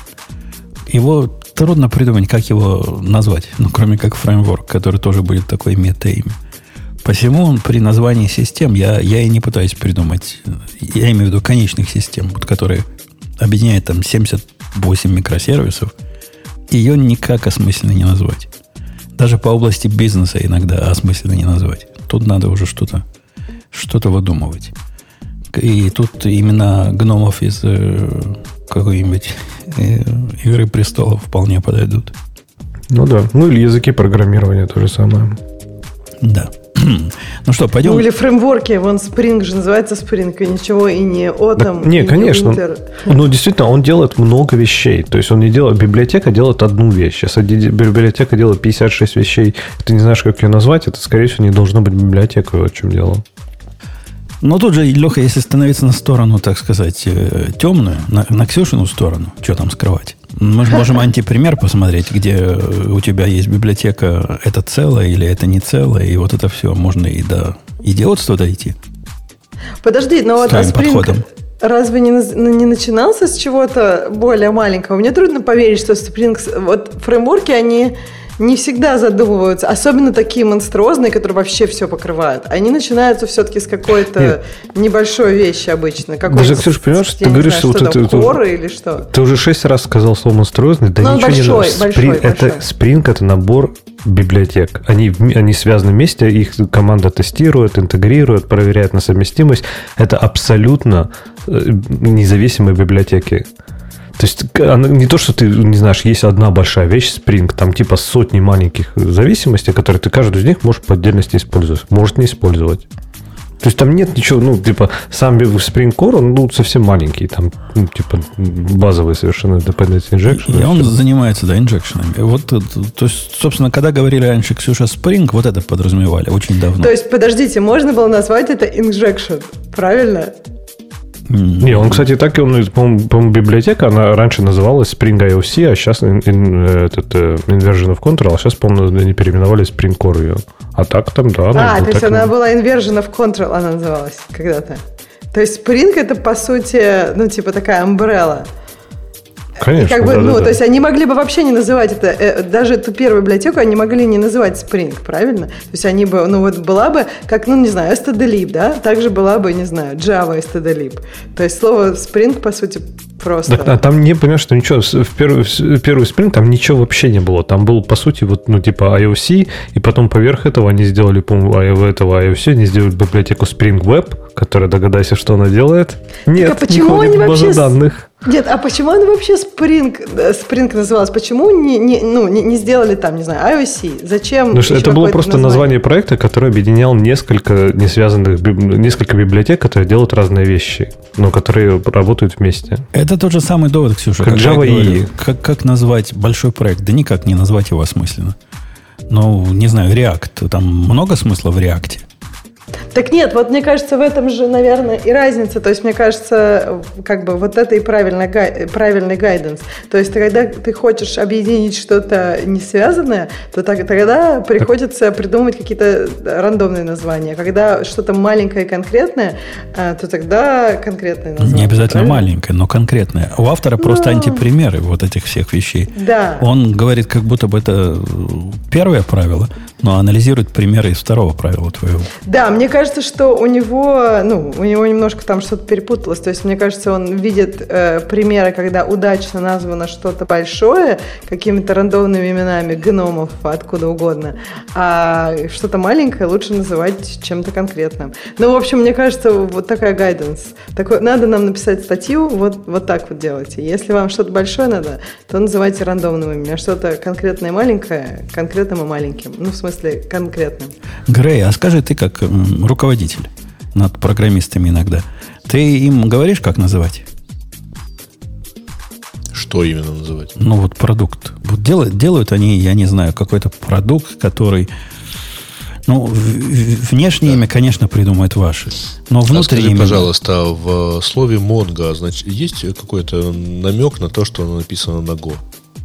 [SPEAKER 1] Его трудно придумать, как его назвать. Ну, кроме как фреймворк, который тоже будет такой мета-имя. Посему он при названии систем, я, я и не пытаюсь придумать, я имею в виду конечных систем, вот, которые объединяют там семьдесят восемь микросервисов, ее никак осмысленно не назвать. Даже по области бизнеса иногда осмысленно не назвать. Тут надо уже что-то, что-то выдумывать. И тут имена гномов из э, какой-нибудь э, Игры престолов вполне подойдут.
[SPEAKER 2] Ну да. Ну или языки программирования то же самое.
[SPEAKER 1] Да. Ну что, пойдем.
[SPEAKER 5] Ну или фреймворки, вон Spring же называется Spring, и ничего, и не Autumn,
[SPEAKER 2] да, не,
[SPEAKER 5] и
[SPEAKER 2] конечно.
[SPEAKER 5] не Winter.
[SPEAKER 2] Ну, действительно, он делает много вещей. То есть он не делает... Библиотека делает одну вещь. Если библиотека делает пятьдесят шесть вещей, ты не знаешь, как ее назвать, это, скорее всего, не должно быть библиотекой, вот в чем дело.
[SPEAKER 1] Но тут же, Леха, если становиться на сторону, так сказать, темную, на, на Ксюшину сторону, что там скрывать? Мы же можем антипример посмотреть, где у тебя есть библиотека, это целое или это не целое, и вот это все можно и до идиотства дойти.
[SPEAKER 5] Подожди, но вот
[SPEAKER 1] Спринг
[SPEAKER 5] подходом. Разве не, не начинался с чего-то более маленького? Мне трудно поверить, что Spring... Вот фреймворки, они не всегда задумываются, особенно такие монструозные, которые вообще все покрывают. Они начинаются все-таки с какой-то Нет. небольшой вещи обычно.
[SPEAKER 2] Даже, Ксюша, понимаешь, ты говоришь,
[SPEAKER 5] знаю,
[SPEAKER 2] что,
[SPEAKER 5] что
[SPEAKER 2] вот это...
[SPEAKER 5] Core или что?
[SPEAKER 2] Ты уже шесть раз сказал слово монструозный, да
[SPEAKER 5] Но
[SPEAKER 2] ничего
[SPEAKER 5] большой,
[SPEAKER 2] не надо.
[SPEAKER 5] Большой,
[SPEAKER 2] Spring,
[SPEAKER 5] большой.
[SPEAKER 2] Это, Spring – это набор библиотек. Они, они связаны вместе, их команда тестирует, интегрирует, проверяет на совместимость. Это абсолютно независимые библиотеки. То есть, не то, что ты не знаешь, есть одна большая вещь, Spring, там типа сотни маленьких зависимостей, которые ты каждую из них можешь по отдельности использовать. Может не использовать. То есть там нет ничего, ну, типа, сам Spring Core, он ну, совсем маленький, там, ну, типа, базовый совершенно dependency injection.
[SPEAKER 1] И он занимается, да, инжекшенами. Вот, то есть, собственно, когда говорили раньше, Ксюша, Spring, вот это подразумевали очень давно.
[SPEAKER 5] То есть, подождите, можно было назвать это injection, правильно?
[SPEAKER 2] Не, он, кстати, так и он, по-моему, по-моему, библиотека, она раньше называлась Spring ай о си, а сейчас in, in, этот, Inversion of Control, а сейчас, по-моему, они переименовали Spring Core ее. А так там, да.
[SPEAKER 5] А, то есть она и... была Inversion of Control, она называлась когда-то. То есть Spring это, по сути, ну, типа такая umbrella.
[SPEAKER 2] Конечно,
[SPEAKER 5] как бы,
[SPEAKER 2] да,
[SPEAKER 5] ну,
[SPEAKER 2] да,
[SPEAKER 5] то
[SPEAKER 2] да.
[SPEAKER 5] есть они могли бы вообще не называть это, э, даже эту первую библиотеку они могли не называть Spring, правильно? То есть они бы, ну вот была бы, как, ну не знаю, stdlib, да, также была бы, не знаю, Java stdlib. То есть слово Spring, по сути, просто...
[SPEAKER 2] Так, а там не, понимаешь, что ничего, в первый, в первый Spring там ничего вообще не было. Там был, по сути, вот, ну, типа ай о си, и потом поверх этого они сделали, по-моему, этого ай о си, они сделали библиотеку Spring Web, которая, догадайся, что она делает. Нет,
[SPEAKER 5] так, а почему
[SPEAKER 2] не
[SPEAKER 5] они
[SPEAKER 2] базы
[SPEAKER 5] вообще...
[SPEAKER 2] данных.
[SPEAKER 5] Нет, а почему она вообще Spring, Spring называлась? Почему не, не, ну, не, не сделали там, не знаю, ай о си? Зачем?
[SPEAKER 2] Потому что это было просто название? название проекта, который объединял несколько не связанных, несколько библиотек, которые делают разные вещи, но которые работают вместе.
[SPEAKER 1] Это тот же самый довод, Ксюша.
[SPEAKER 2] Как Java и...
[SPEAKER 1] Как, как назвать большой проект? Да никак не назвать его осмысленно. Ну, не знаю, React. Там много смысла в React?
[SPEAKER 5] Так нет, вот мне кажется, в этом же, наверное, и разница. То есть, мне кажется, как бы вот это и правильный, гай, правильный гайденс. То есть, когда ты хочешь объединить что-то не связанное, то так, тогда приходится придумывать какие-то рандомные названия. Когда что-то маленькое и конкретное, то тогда конкретное название.
[SPEAKER 1] Не обязательно
[SPEAKER 5] правильно?
[SPEAKER 1] маленькое, но конкретное. У автора просто
[SPEAKER 5] но...
[SPEAKER 1] антипримеры вот этих всех вещей.
[SPEAKER 5] Да.
[SPEAKER 1] Он говорит, как будто бы это первое правило, но анализирует примеры из второго правила твоего.
[SPEAKER 5] Да, мне кажется, что у него, ну, у него немножко там что-то перепуталось. То есть, мне кажется, он видит э, примеры, когда удачно названо что-то большое какими-то рандомными именами гномов, откуда угодно, а что-то маленькое лучше называть чем-то конкретным. Ну, в общем, мне кажется, вот такая гайденс. Такой, надо нам написать статью, вот, вот так вот делайте. Если вам что-то большое надо, то называйте рандомным именем, а что-то конкретное и маленькое конкретным и маленьким. Ну, в смысле, конкретным.
[SPEAKER 1] Грей, а скажи ты, как м, руководитель над программистами иногда, ты им говоришь, как называть?
[SPEAKER 3] Что именно называть?
[SPEAKER 1] Ну, вот продукт. Вот делают, делают они, я не знаю, какой-то продукт, который... Ну, в, в, внешнее да. имя, конечно, придумают ваши. Но внутреннее
[SPEAKER 3] а скажи,
[SPEAKER 1] имя...
[SPEAKER 3] пожалуйста, в слове Mongo значит, есть какой-то намек на то, что оно написано на Go?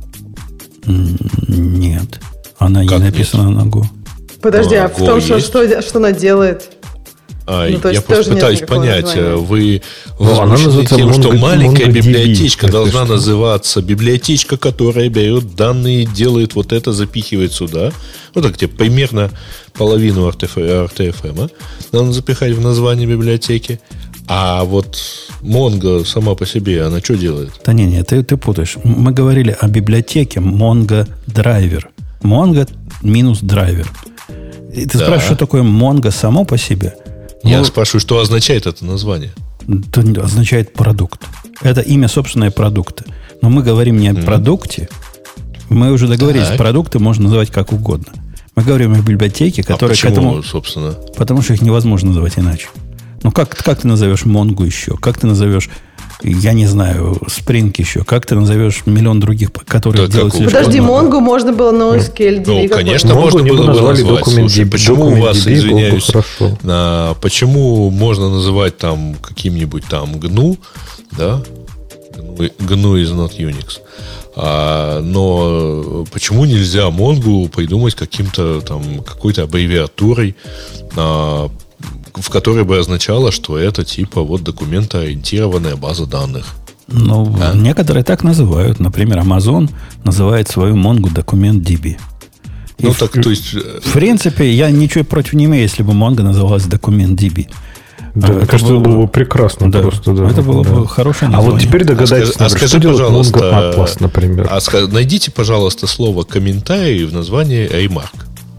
[SPEAKER 1] Нет. Она как не написана нет? на Go.
[SPEAKER 5] Подожди, а, а в том, что, что, что она делает?
[SPEAKER 3] А, ну, я просто пытаюсь понять, названия. Вы возмущены тем, Mongo, что маленькая Mongo библиотечка ди би, должна что? называться библиотечка, которая берет данные, делает вот это, запихивает сюда. Ну, так, тебе примерно половину ар ти эф эм надо запихать в название библиотеки. А вот Mongo сама по себе, она что делает?
[SPEAKER 1] Да не, не, ты, ты путаешь. Мы говорили о библиотеке Mongo Driver. Mongo минус драйвер. И ты да. спрашиваешь, что такое Mongo само по себе?
[SPEAKER 3] Я ну, спрашиваю, что означает это название?
[SPEAKER 1] Это означает продукт. Это имя собственное продукта. Но мы говорим не о mm. продукте. Мы уже договорились, так. продукты можно называть как угодно. Мы говорим о библиотеке, которая
[SPEAKER 3] а почему,
[SPEAKER 1] к этому...
[SPEAKER 3] собственно?
[SPEAKER 1] Потому что их невозможно называть иначе. Ну, как, как ты назовешь Mongo еще? Как ты назовешь, я не знаю, Spring еще? Как ты назовешь миллион других, которые да, делают...
[SPEAKER 5] Подожди, Mongo можно было NoSQL ди би.
[SPEAKER 3] Ну, конечно, можно было бы назвать. Слушай, почему у вас, извиняюсь, на, почему можно называть там каким-нибудь там гну, да? гну is not Unix. А, но почему нельзя Mongo придумать каким-то там, какой-то аббревиатурой, а, в которой бы означало, что это типа вот документоориентированная база данных?
[SPEAKER 1] Ну, а? некоторые так называют. Например, Amazon называет свою Mongo документ ди би. И
[SPEAKER 3] ну,
[SPEAKER 1] в,
[SPEAKER 3] так, то есть...
[SPEAKER 1] В принципе, я ничего против не имею, если бы Mongo называлась документ ди би.
[SPEAKER 2] Да, это кажется, было, было бы прекрасно да, просто. Да,
[SPEAKER 1] это было
[SPEAKER 2] да.
[SPEAKER 1] бы хорошее
[SPEAKER 2] название. А вот теперь догадайтесь,
[SPEAKER 3] а скажи,
[SPEAKER 2] что
[SPEAKER 3] а
[SPEAKER 2] делает
[SPEAKER 3] пожалуйста,
[SPEAKER 2] Mongo Atlas, например.
[SPEAKER 3] А скажи, найдите, пожалуйста, слово комментарий в названии Remark.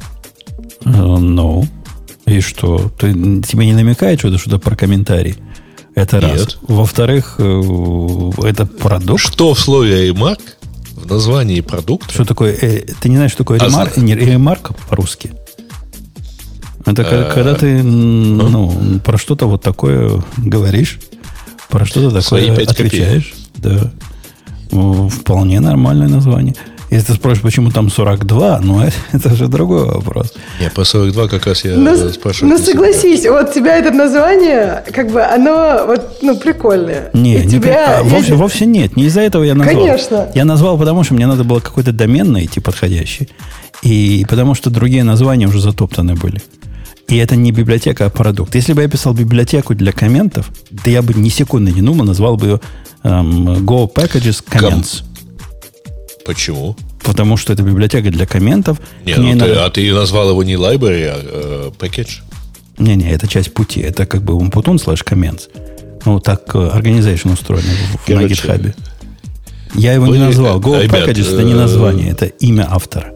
[SPEAKER 1] Uh, no. И что? Ты, тебе не намекает, что это что-то про комментарий? Это
[SPEAKER 3] Нет.
[SPEAKER 1] раз. Во-вторых, это продукт.
[SPEAKER 3] Что в слове Remark в названии продукта?
[SPEAKER 1] Что такое? Э, ты не знаешь, что такое
[SPEAKER 3] а
[SPEAKER 1] ремарк?
[SPEAKER 3] За...
[SPEAKER 1] Не ремарк по-русски. Это а, когда ты ну, про что-то вот такое говоришь, про что-то такое отвечаешь. Да. Вполне нормальное название. Если ты спросишь, почему там сорок два, ну, это, это же другой вопрос.
[SPEAKER 3] Не, по сорок два как раз я
[SPEAKER 5] но,
[SPEAKER 3] спрашиваю.
[SPEAKER 5] Ну, согласись, вот у тебя это название, как бы, оно вот, ну, прикольное.
[SPEAKER 1] Не, не
[SPEAKER 5] тебя...
[SPEAKER 1] при... вовсе, вовсе нет. Не из-за этого я назвал.
[SPEAKER 5] Конечно.
[SPEAKER 1] Я назвал, потому что мне надо было какой-то домен найти подходящий. И потому что другие названия уже затоптаны были. И это не библиотека, а продукт. Если бы я писал библиотеку для комментов, то я бы ни секунды не думал, назвал бы ее эм, Go Packages Comments. Ком...
[SPEAKER 3] Почему?
[SPEAKER 1] Потому что это библиотека для комментов.
[SPEAKER 3] Не, ну ты, надо... А ты назвал его не library, а э, package?
[SPEAKER 1] Не-не, это часть пути. Это как бы Umputun slash comments. Ну, так organization устроено в, на GitHub. Я его Вы, не назвал. Go ребят, Packages это не название, это имя автора.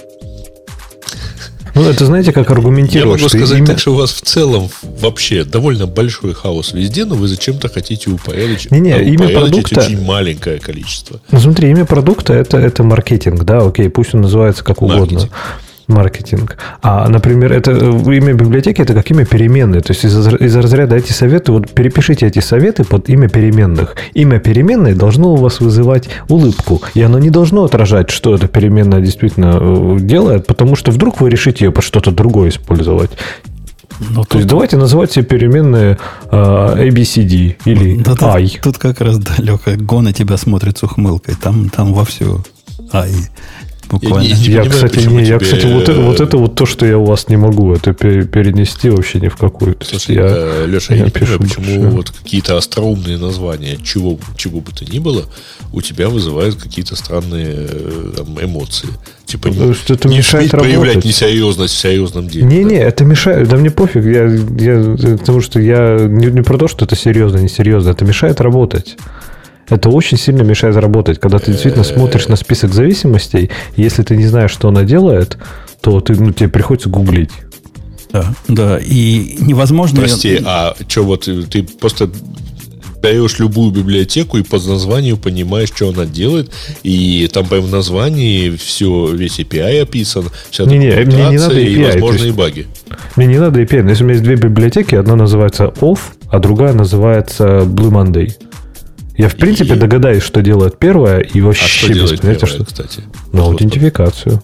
[SPEAKER 2] Ну, это знаете, как аргументировать.
[SPEAKER 3] Я могу сказать имя... так, что у вас в целом вообще довольно большой хаос везде, но вы зачем-то хотите упорядочить,
[SPEAKER 2] не, не, а имя продукта...
[SPEAKER 3] очень маленькое количество.
[SPEAKER 2] Ну, смотри, имя продукта это, это маркетинг, да, окей, пусть он называется как угодно. Маркетинг. Маркетинг. А, например, это имя библиотеки это как имя переменной. То есть из, из разряда эти советы, вот перепишите эти советы под имя переменных. Имя переменной должно у вас вызывать улыбку. И оно не должно отражать, что эта переменная действительно делает, потому что вдруг вы решите ее под что-то другое использовать. Но То тут... есть давайте называть все переменные uh, A B C D или да, I.
[SPEAKER 1] Тут, тут как раз, да, Леха, Го на тебя смотрит с ухмылкой. Там, там вовсю I. Буквально.
[SPEAKER 2] Я, не, не я понимаю, кстати, не, я, тебе... кстати вот, вот это вот то, что я у вас не могу это перенести вообще ни в какую.
[SPEAKER 3] Слушай, я, э, Леша, я, я не понимаю, почему больше. Вот какие-то остроумные названия, чего, чего бы то ни было, у тебя вызывают какие-то странные там, эмоции. Типа
[SPEAKER 2] не, это
[SPEAKER 3] не
[SPEAKER 2] мешает
[SPEAKER 3] проявлять несерьезность в серьезном деле.
[SPEAKER 2] Не-не, да? Это мешает. Да мне пофиг. Я, я, потому что я не, не про то, что это серьезно, не серьезно. Это мешает работать. Это очень сильно мешает работать. Когда ты действительно смотришь на список зависимостей, если ты не знаешь, что она делает, то ты, ну, тебе приходится гуглить.
[SPEAKER 1] Да, да. И невозможно...
[SPEAKER 3] Прости, а что вот ты просто берешь любую библиотеку и по названию понимаешь, что она делает, и там прямо в названии все, весь эй пи ай описан, вся
[SPEAKER 2] не, не, мне не надо эй пи ай,
[SPEAKER 3] и возможные баги.
[SPEAKER 2] Мне не надо эй пи ай. Но если у меня есть две библиотеки, одна называется Off, а другая называется Blue Monday. Я, в принципе, и... догадаюсь, что делает первая, и вообще... А
[SPEAKER 3] что делает первая, что... кстати?
[SPEAKER 2] Ну, аутентификацию.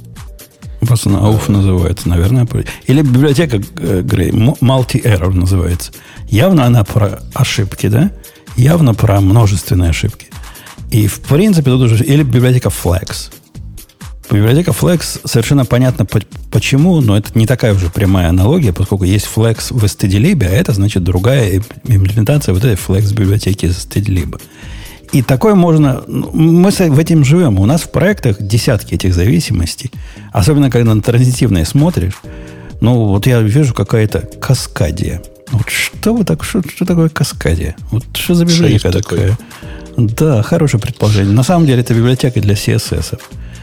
[SPEAKER 1] Просто на ауф называется, наверное. Или библиотека, Грей, multi-error называется. Явно она про ошибки, да? Явно про множественные ошибки. И, в принципе, тут уже... Или библиотека Flex. Библиотека Flex совершенно понятно почему, но это не такая уже прямая аналогия, поскольку есть Flex в stdlib, а это значит другая имплементация вот этой Flex библиотеки из stdlib. И такое можно... Мы в этом живем. У нас в проектах десятки этих зависимостей. Особенно, когда на транзитивные смотришь. Ну, вот я вижу какая-то каскадия. Вот что вы так... Что, что такое каскадия? Вот что за библиотека такая? Да, хорошее предположение. На самом деле, это библиотека для си эс эс.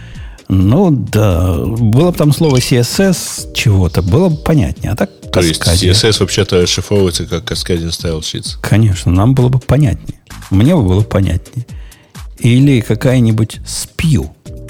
[SPEAKER 1] Ну, да. Было бы там слово си эс эс чего-то, было бы понятнее. А так
[SPEAKER 3] То есть си эс эс вообще-то расшифровывается как Cascading Style Sheets.
[SPEAKER 1] Конечно, нам было бы понятнее. Мне бы было понятнее. Или какая-нибудь спью.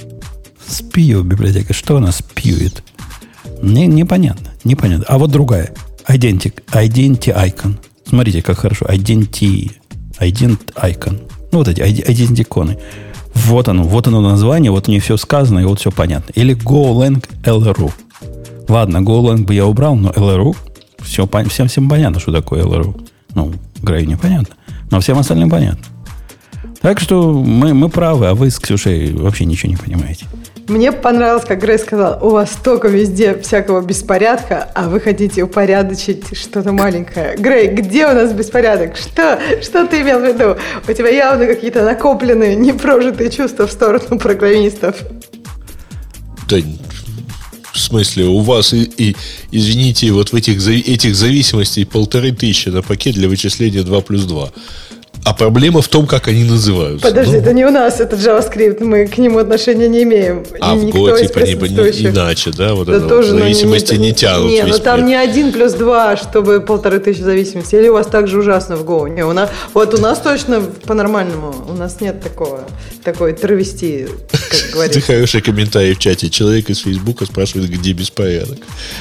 [SPEAKER 1] Спью библиотека. Что она спьюет? Не, непонятно. Непонятно. А вот другая. Identity, Identity Icon. Смотрите, как хорошо. Identity, Identity Icon. Ну, вот эти Identity-иконы. Вот оно, вот оно название, вот у нее все сказано, и вот все понятно. Или GoLang эл эр ю. Ладно, GoLang бы я убрал, но эл эр ю, все, всем, всем понятно, что такое эл эр ю. Ну, Грей непонятно, но всем остальным понятно. Так что мы, мы правы, а вы с Ксюшей вообще ничего не понимаете.
[SPEAKER 5] Мне понравилось, как Грей сказал, у вас столько везде всякого беспорядка, а вы хотите упорядочить что-то маленькое. Грей, где у нас беспорядок? Что? Что ты имел в виду? У тебя явно какие-то накопленные, непрожитые чувства в сторону программистов.
[SPEAKER 3] Да, в смысле, у вас, и, и извините, вот в этих, этих зависимостей полторы тысячи на пакет для вычисления два плюс два. А проблема в том, как они называются.
[SPEAKER 5] Подожди,
[SPEAKER 3] ну,
[SPEAKER 5] это не у нас, это JavaScript, мы к нему отношения не имеем.
[SPEAKER 3] А в Go типа не, не, иначе, да? Вот да это тоже, вот, зависимости не, не тянут.
[SPEAKER 5] Не, ну там мир. Не один плюс два, чтобы полторы тысячи зависимостей. Или у вас так же ужасно в Go? Не, у нас, вот у нас точно по-нормальному. У нас нет такого, такой травести, как говорится.
[SPEAKER 3] Ты хороший комментарий в чате. Человек из Фейсбука спрашивает, где беспорядок.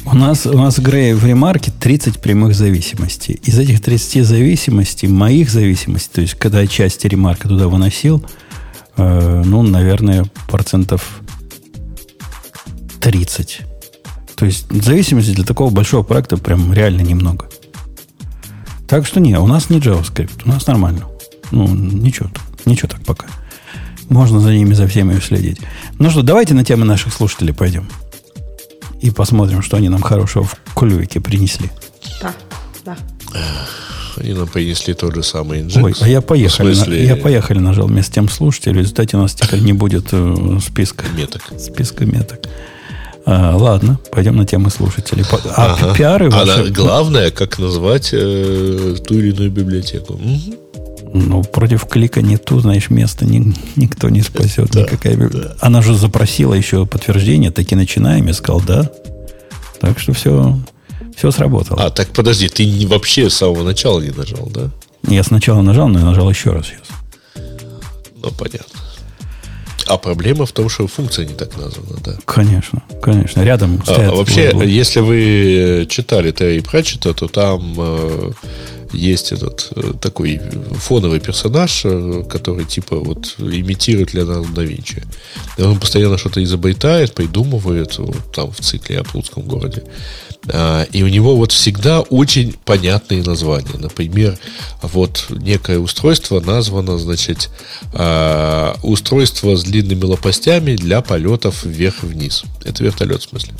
[SPEAKER 1] У нас, у нас, Грей, в ремарке тридцать прямых зависимостей. Из этих тридцати зависимостей, моих зависимостей, то есть, когда я части ремарка туда выносил, э, ну, наверное, процентов тридцать. То есть, зависимости для такого большого проекта прям реально немного. Так что не, у нас не JavaScript, у нас нормально. Ну, ничего, ничего так пока. Можно за ними, за всеми следить. Ну что, давайте на темы наших слушателей пойдем. И посмотрим, что они нам хорошего в клювике принесли.
[SPEAKER 5] Да, да.
[SPEAKER 3] Они нам принесли тот же самый Nginx.
[SPEAKER 1] Ой, а я поехали,
[SPEAKER 3] В смысле...
[SPEAKER 1] на, я поехали нажал вместо тем слушателей. В результате у нас теперь не будет э, списка
[SPEAKER 3] меток.
[SPEAKER 1] Списка меток. А, ладно, пойдем на темы слушателей. А
[SPEAKER 3] ага.
[SPEAKER 1] пиары ваши...
[SPEAKER 3] А главное, как назвать э, ту или иную библиотеку. Угу.
[SPEAKER 1] Ну, против клика не ту, знаешь, место ни, никто не спасет.
[SPEAKER 3] Да,
[SPEAKER 1] никакая библиотека.
[SPEAKER 3] Да.
[SPEAKER 1] Она же запросила еще подтверждение, так и начинаем. Я сказал, да. Так что все, все сработало.
[SPEAKER 3] А, так подожди, ты не, вообще с самого начала не нажал, да?
[SPEAKER 1] Я сначала нажал, но я нажал еще раз сейчас.
[SPEAKER 3] Ну, понятно. А проблема в том, что функция не так названа, да?
[SPEAKER 1] Конечно, конечно. Рядом стоят...
[SPEAKER 3] А, вообще, если вы читали Терри Пратчетта, то там э, есть этот э, такой фоновый персонаж, э, который типа вот имитирует Леонардо да Винчи. И он постоянно что-то изобретает, придумывает вот, там в цикле о Плутском городе. А, и у него вот всегда очень понятные названия. Например, вот некое устройство названо, значит, а, устройство с длинными лопастями для полетов вверх-вниз. Это вертолет, в смысле.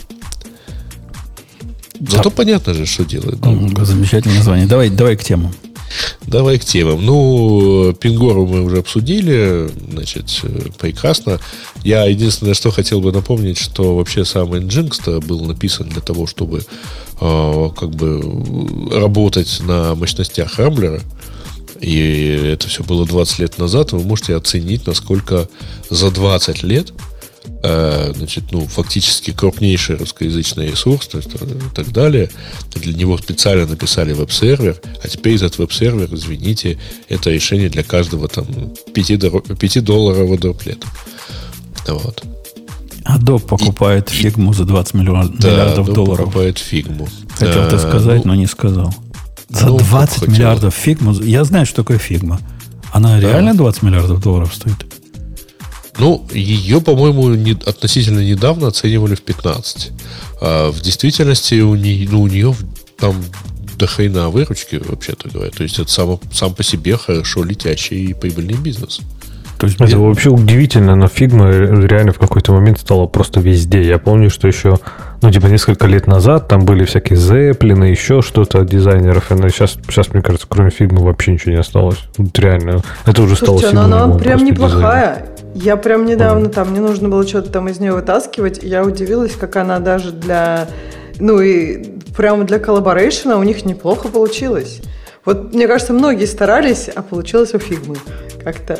[SPEAKER 3] Зато да. Понятно же, что делает. Да?
[SPEAKER 1] Замечательное название. Давай, давай к темам.
[SPEAKER 3] Давай к темам. Ну, Пингору мы уже обсудили. Значит, прекрасно. Я единственное, что хотел бы напомнить, что вообще сам Nginx-то был написан для того, чтобы э, как бы работать на мощностях Рамблера. И это все было двадцать лет назад. Вы можете оценить, насколько за двадцать лет значит, ну, фактически крупнейший русскоязычный ресурс, то есть, и так далее. Для него специально написали веб-сервер, а теперь этот веб-сервер, извините, это решение для каждого там пятидолларового дроплета. Вот.
[SPEAKER 1] Adobe покупает и... фигму за двадцать миллиардов
[SPEAKER 3] да,
[SPEAKER 1] миллиардов
[SPEAKER 3] Adobe
[SPEAKER 1] долларов.
[SPEAKER 3] покупает фигму.
[SPEAKER 1] Хотел это сказать, ну, но не сказал. За ну, двадцать миллиардов фигму. Я знаю, что такое фигма. Она да. реально двадцать миллиардов долларов стоит?
[SPEAKER 3] Ну, ее, по-моему, не, относительно недавно оценивали в пятнадцать. А в действительности у нее, ну, у нее там до хрена выручки, вообще-то говоря. То есть это сам, сам по себе хорошо летящий и прибыльный бизнес.
[SPEAKER 2] То есть, это вообще удивительно, но фигма реально в какой-то момент стала просто везде. Я помню, что еще, ну, типа, несколько лет назад там были всякие Зеплины, еще что-то от дизайнеров. И сейчас, сейчас, мне кажется, кроме фигмы вообще ничего не осталось. Вот реально. Это уже
[SPEAKER 5] Слушайте,
[SPEAKER 2] стало символом.
[SPEAKER 5] Она прям неплохая.
[SPEAKER 2] Дизайна.
[SPEAKER 5] Я прям недавно там, мне нужно было что-то там из нее вытаскивать. Я удивилась, как она даже для, ну и прямо для коллаборейшена у них неплохо получилось. Вот, мне кажется, многие старались, а получилось у фигмы. Как-то...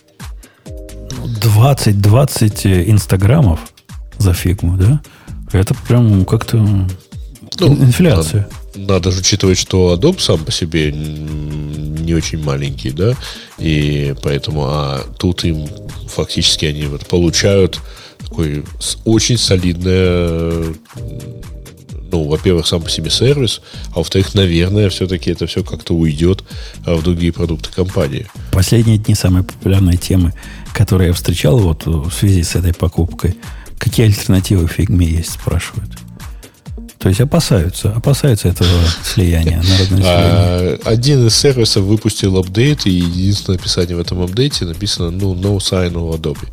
[SPEAKER 1] двадцать-двадцать инстаграмов за фигму, да? Это прям как-то ну, инфляция.
[SPEAKER 3] Надо, надо же учитывать, что Adobe сам по себе не очень маленький, да? И поэтому, а тут им фактически они вот получают такой очень солидное, ну, во-первых, сам по себе сервис, а во-вторых, наверное, все-таки это все как-то уйдет в другие продукты компании.
[SPEAKER 1] Последние дни самые популярные темы, которые я встречал вот в связи с этой покупкой. Какие альтернативы фигме есть, спрашивают. То есть опасаются, опасаются этого слияния народного населения.
[SPEAKER 3] Один из сервисов выпустил апдейт, и единственное описание в этом апдейте написано, ну, no sign of Adobe.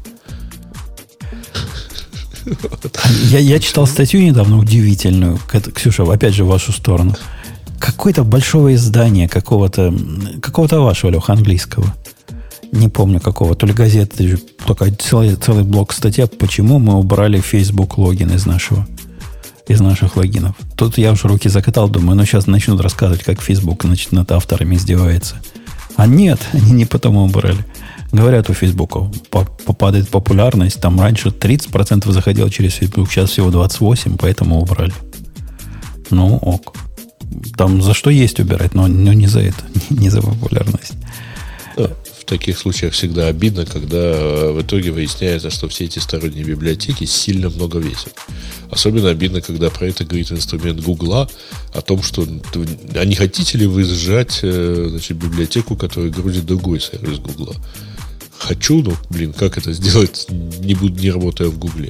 [SPEAKER 1] Я, я читал статью недавно удивительную, Ксюша, опять же в вашу сторону. Какое-то большое издание какого-то, какого-то вашего, Леха, английского. Не помню какого, то ли газеты, только целый, целый блок статья, почему мы убрали Facebook логин из нашего, из наших логинов. Тут я уже руки закатал, думаю, ну сейчас начнут рассказывать, как Facebook, значит, над авторами издевается. А нет, они не потому убрали. Говорят, у Фейсбука попадает популярность. Там раньше тридцать процентов заходило через Facebook, сейчас всего двадцать восемь процентов, поэтому убрали. Ну, ок. Там за что есть убирать, но, но не за это, не за популярность.
[SPEAKER 3] таких случаях всегда обидно, когда в итоге выясняется, что все эти сторонние библиотеки сильно много весят. Особенно обидно, когда про это говорит инструмент Гугла, о том, что а не хотите ли вы сжать, значит, библиотеку, которая грузит другой сервис Гугла. Хочу, но, блин, как это сделать, не, буду, не работая в Гугле.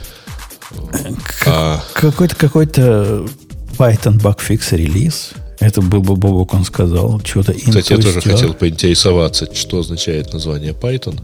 [SPEAKER 3] А...
[SPEAKER 1] Какой-то, какой-то Python bugfix релиз. Это был бы Бобок, он сказал. Что-то
[SPEAKER 3] Кстати, я тоже хотел поинтересоваться, что означает название Python.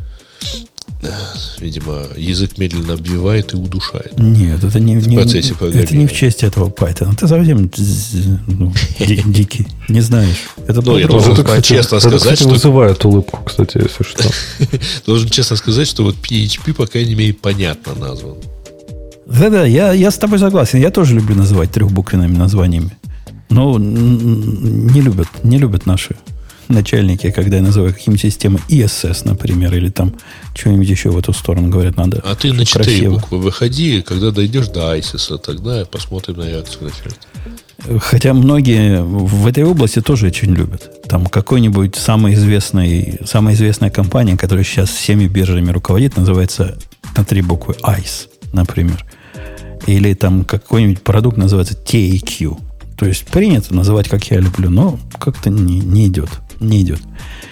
[SPEAKER 3] Видимо, язык медленно обвивает и удушает.
[SPEAKER 1] Нет, это не, не, это не в честь этого Python. Ты совсем ну, дикий. Не знаешь. Это
[SPEAKER 3] ну, я должен это, честно
[SPEAKER 2] это,
[SPEAKER 3] сказать,
[SPEAKER 2] это,
[SPEAKER 3] что...
[SPEAKER 2] вызывает улыбку, кстати, если что.
[SPEAKER 3] Должен честно сказать, что вот пи эйч пи, по крайней мере, понятно назван.
[SPEAKER 1] Да-да, я, я с тобой согласен. Я тоже люблю называть трехбуквенными названиями. Но не любят, не любят наши начальники, когда я называю какие-нибудь системы и эс эс, например, или там что-нибудь еще в эту сторону говорят, надо.
[SPEAKER 3] А ты на четыре буквы выходи, когда дойдешь до айсиса, тогда посмотрим на реакцию начальника.
[SPEAKER 1] Хотя многие в этой области тоже очень любят. Там какой-нибудь самый известный, самая известная компания, которая сейчас всеми биржами руководит, называется на три буквы айс, например. Или там какой-нибудь продукт называется ти эй кью. То есть принято называть, как я люблю, но как-то не, не идет. Не идет.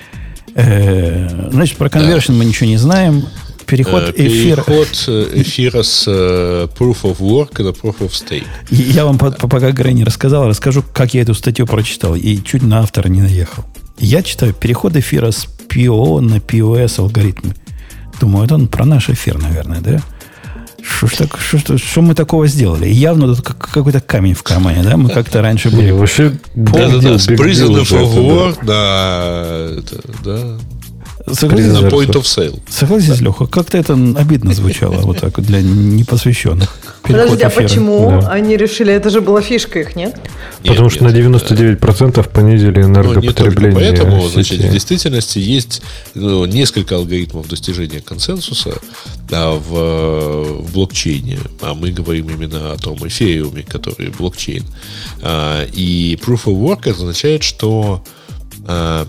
[SPEAKER 1] Э, значит, про конвершн да. мы ничего не знаем. Переход эфира...
[SPEAKER 3] Переход эфира с Proof of Work на Proof of Stake.
[SPEAKER 1] Я вам, пока Грей не рассказал, расскажу, как я эту статью прочитал. И чуть на автора не наехал. Я читаю переход эфира с пи о на пи о эс алгоритмы. Думаю, это он про наш эфир, наверное, да? Что ж так, что, что, что мы такого сделали? Явно тут какой-то камень в кармане, да? Мы как-то раньше были...
[SPEAKER 2] Вообще,
[SPEAKER 3] да-да-да, с Prisoner of War на... Да...
[SPEAKER 1] Согласись,
[SPEAKER 3] на point of sale.
[SPEAKER 1] Согласись, да. Леха, как-то это обидно звучало вот так для непосвященных.
[SPEAKER 5] Подожди, а почему да. они решили, это же была фишка их, нет?
[SPEAKER 2] Потому нет, что нет, на девяносто девять процентов да. понизили энергопотребление.
[SPEAKER 3] Ну, поэтому, сети. Значит, в действительности есть ну, несколько алгоритмов достижения консенсуса да, в, в блокчейне. А мы говорим именно о том эфириуме, который блокчейн. А, и Proof of Work означает, что а,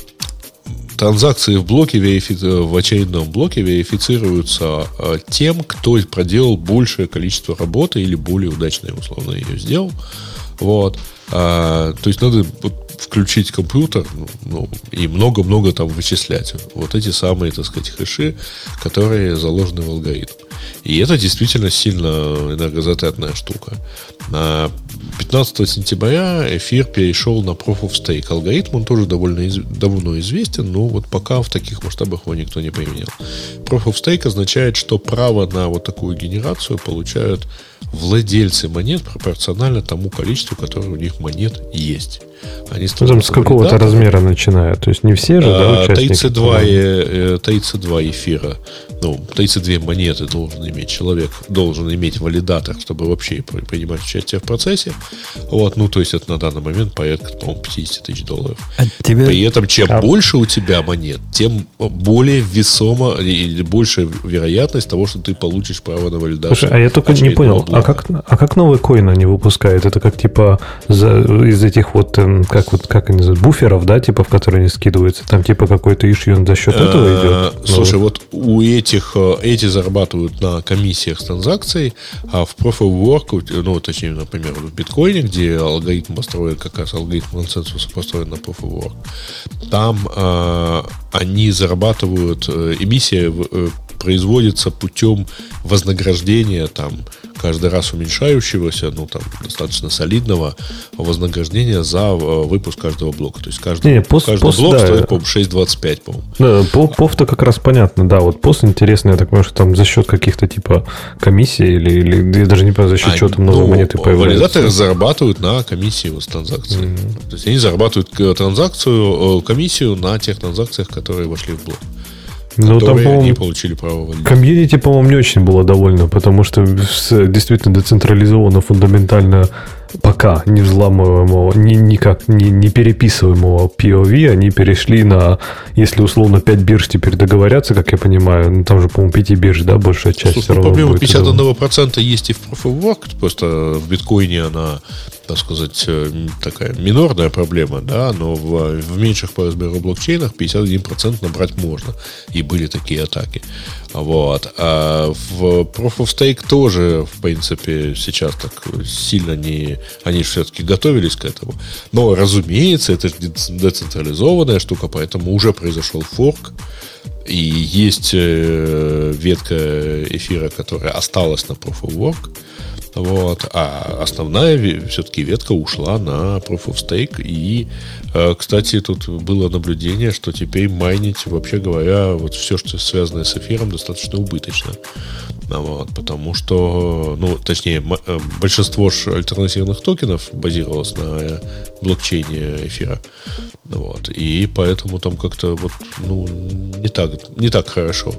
[SPEAKER 3] транзакции в блоке верифи... в очередном блоке верифицируются э, тем, кто проделал большее количество работы или более удачно, условно, ее сделал. Вот. А, то есть надо включить компьютер ну, и много-много там вычислять. Вот эти самые, так сказать, хэши, которые заложены в алгоритм. И это действительно сильно энергозатратная штука. пятнадцатого сентября эфир перешел на Proof of Stake. Алгоритм, он тоже довольно из, давно известен, но вот пока в таких масштабах его никто не применял. Proof of Stake означает, что право на вот такую генерацию получают владельцы монет пропорционально тому количеству, которое у них монет есть. Они
[SPEAKER 2] ну, там с какого-то размера начиная. То есть не все же, да, участники?
[SPEAKER 3] тридцать два, тридцать два эфира, ну, тридцать две монеты должен иметь человек, должен иметь валидатор, чтобы вообще принимать участие в процессе. Вот, ну, то есть это на данный момент порядка, по-моему, пятьдесят тысяч долларов. А тебе... При этом, чем а... больше у тебя монет, тем более весомо или больше вероятность того, что ты получишь право на валидацию.
[SPEAKER 2] Слушай, а я только не понял, а как, а как новый коин они выпускают? Это как типа за, из этих вот Как, вот, как они называют, буферов, да, типа, в которые они скидываются, там типа какой-то ишью за счет этого идет?
[SPEAKER 3] Слушай, вот у этих, эти зарабатывают на комиссиях с транзакций, а в Proof of Work, ну, точнее, например, в биткоине, где алгоритм построен, как раз алгоритм консенсуса построен на Proof of Work, там э, они зарабатывают, э, эмиссия э, производится путем вознаграждения там каждый раз уменьшающегося, ну там достаточно солидного вознаграждения за выпуск каждого блока. То есть каждый,
[SPEAKER 2] не, пост,
[SPEAKER 3] каждый
[SPEAKER 2] пост,
[SPEAKER 3] блок
[SPEAKER 2] да.
[SPEAKER 3] стоит, по-моему, шесть двадцать пять, по-моему.
[SPEAKER 2] Да, пов-то как раз понятно, да. Вот пост интересно, я так понимаю, что там за счет каких-то типа комиссий или, или я даже не понимаю, за счет а, чего там новые ну, монеты появляются.
[SPEAKER 3] Валидаторы зарабатывают на комиссии с транзакций. Mm-hmm. То есть они зарабатывают транзакцию, комиссию на тех транзакциях, которые вошли в блок.
[SPEAKER 2] Ну, там,
[SPEAKER 3] по-моему, получили право валидации.
[SPEAKER 2] Комьюнити, по-моему, не очень было довольно, потому что действительно децентрализованно, фундаментально пока не взламываемого, ни, никак не, не переписываемого пи о ви, они перешли на, если условно пять бирж теперь договорятся, как я понимаю, ну там же, по-моему, пяти бирж, да, большая часть.
[SPEAKER 3] Слушай, все равно проблема будет пятьдесят один процент есть и в Proof of Work, просто в биткоине она, так сказать, такая минорная проблема, да, но в, в меньших по размеру блокчейнах пятьдесят один процент набрать можно, и были такие атаки. Вот. А в Proof of Stake тоже, в принципе, сейчас так сильно не... Они же все-таки готовились к этому. Но, разумеется, это же децентрализованная штука, поэтому уже произошел форк. И есть ветка эфира, которая осталась на Proof of Work. Вот. А основная все-таки ветка ушла на Proof of Stake. И, кстати, тут было наблюдение, что теперь майнить, вообще говоря, вот все, что связано с эфиром, достаточно убыточно. Вот. Потому что, ну, точнее, большинство альтернативных токенов базировалось на блокчейне эфира. Вот. И поэтому там как-то вот, ну, не так, не так хорошо.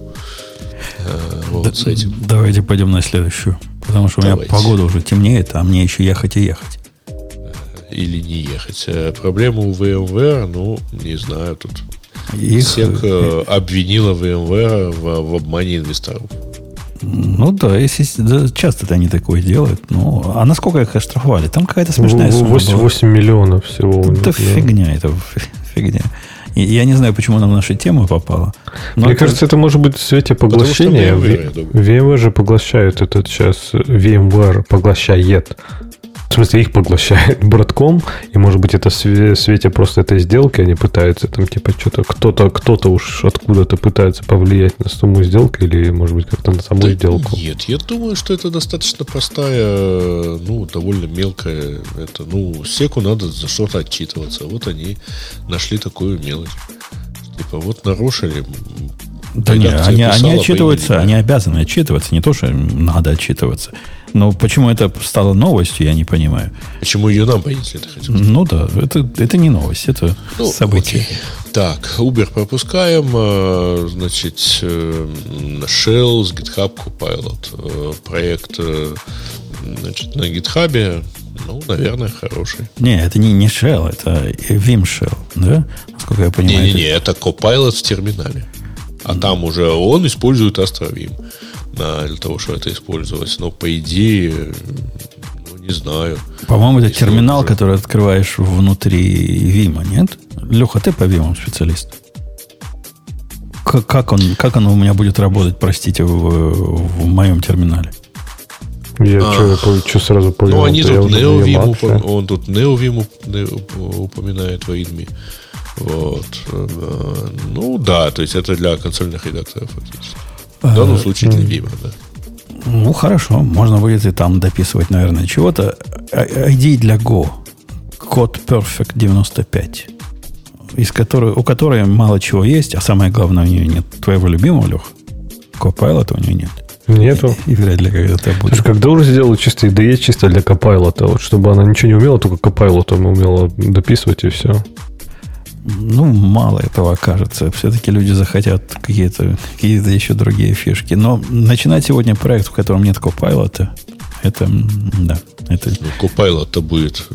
[SPEAKER 3] Вот,
[SPEAKER 1] да,
[SPEAKER 3] с этим.
[SPEAKER 1] Давайте пойдем на следующую. Потому что давайте. У меня погода уже темнеет, а мне еще ехать и ехать.
[SPEAKER 3] Или не ехать. Проблема у VMware, ну, не знаю, тут
[SPEAKER 1] Их...
[SPEAKER 3] сек обвинила VMware в, в обмане инвесторов.
[SPEAKER 1] Ну да, если да, часто-то они такое делают. Ну, а насколько их оштрафовали? Там какая-то смешная сумма
[SPEAKER 2] восемь,
[SPEAKER 1] была.
[SPEAKER 2] восемь миллионов всего.
[SPEAKER 1] Это да. фигня, это фигня. И я не знаю, почему она в нашу тему попала.
[SPEAKER 2] Мне это... кажется, это может быть в свете поглощения. VMware, VMware же поглощает этот сейчас. VMware поглощает. В смысле, их поглощает Broadcom. И, может быть, это в свете просто этой сделки они пытаются там, типа, что-то, кто-то, кто-то уж откуда-то пытается повлиять на сумму сделки или, может быть, как-то на саму да сделку.
[SPEAKER 3] Нет, я думаю, что это достаточно простая, ну, довольно мелкая. Это, ну, секу надо за что-то отчитываться. Вот они нашли такую мелочь. Типа, вот нарушили.
[SPEAKER 1] Да нет, они, они отчитываются, они обязаны отчитываться. Не то, что надо отчитываться. Но почему это стало новостью, я не понимаю.
[SPEAKER 3] Почему ее нам понесли, ты хотел сказать?
[SPEAKER 1] Ну да, это, это не новость, это ну, событие.
[SPEAKER 3] Окей. Так, Uber пропускаем. Значит, Shell с GitHub Copilot. Проект, значит, на GitHub, ну, наверное, хороший.
[SPEAKER 1] Не, это не, не Shell, это Vim Shell, да? Насколько я понимаю.
[SPEAKER 3] Не-не-не, это Copilot в терминале. А mm. там уже он использует AstroVim для того, чтобы это использовалось. Но по идее, ну, не знаю.
[SPEAKER 1] По-моему, это терминал, уже... который открываешь внутри Vim, нет? Леха, ты по Vim специалист. Как, как, он, как оно у меня будет работать, простите, в, в моем терминале?
[SPEAKER 2] Я а, что сразу понял.
[SPEAKER 3] Ну, они тут NeoVim, упом... он тут NeoVim упоминает в README. Вот. Ну, да, то есть это для консольных редакторов фактически. В данном случае для Vim, да.
[SPEAKER 1] Ну, хорошо. Можно будет и там дописывать, наверное, чего-то. ай ди для Go. Код Perfect девяносто пять. Из которой, у которой мало чего есть, а самое главное, у нее нет твоего любимого, Леха. Copilot у нее нет.
[SPEAKER 2] Нету.
[SPEAKER 1] И, и вряд ли когда-то будет.
[SPEAKER 2] Слушай, когда уже сделали чисто ай ди и чисто для Copilot, вот, чтобы она ничего не умела, только Copilot умела дописывать и все.
[SPEAKER 1] Ну, мало этого окажется. Все-таки люди захотят какие-то, какие-то еще другие фишки. Но начинать сегодня проект, в котором нет Copilot, это, да. Это...
[SPEAKER 3] Ну, Copilot-то будет,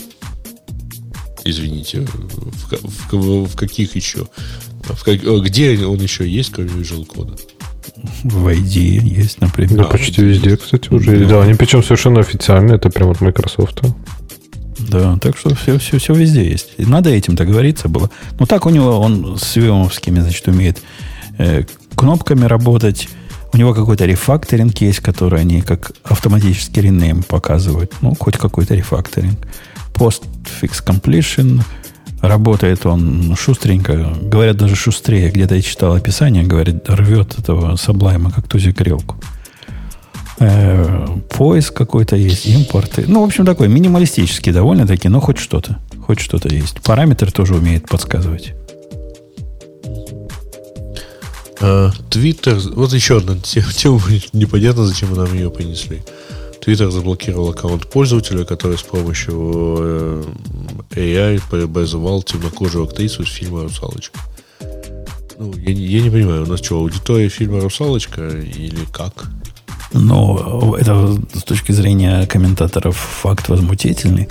[SPEAKER 3] извините, в, в, в каких еще? В как, где он еще есть, кроме Visual Code?
[SPEAKER 1] В ай ди есть, например.
[SPEAKER 2] Да, а, почти везде, кстати, уже. Да. да, они причем совершенно официально. Это прям от Microsoft.
[SPEAKER 1] Да, так что все, все, все везде есть. И надо этим договориться было. Ну, так у него, он с вимовскими, значит, умеет э, кнопками работать. У него какой-то рефакторинг есть, который они как автоматически ренейм показывают. Ну, хоть какой-то рефакторинг. Postfix completion. Работает он шустренько. Говорят, даже шустрее. Где-то я читал описание, говорит, рвет этого Sublime как тузик грелку. Э, поиск какой-то есть, импорты. Ну, в общем, такой минималистический довольно-таки, но хоть что-то. Хоть что-то есть. Параметр тоже умеет подсказывать.
[SPEAKER 3] Твиттер... Вот еще одна тема. Непонятно, зачем нам ее принесли. Твиттер заблокировал аккаунт пользователя, который с помощью эй ай преобразовал темнокожую актрису из фильма «Русалочка». Ну, я, я не понимаю, у нас что, аудитория фильма «Русалочка» или как?
[SPEAKER 1] Но это с точки зрения комментаторов факт возмутительный.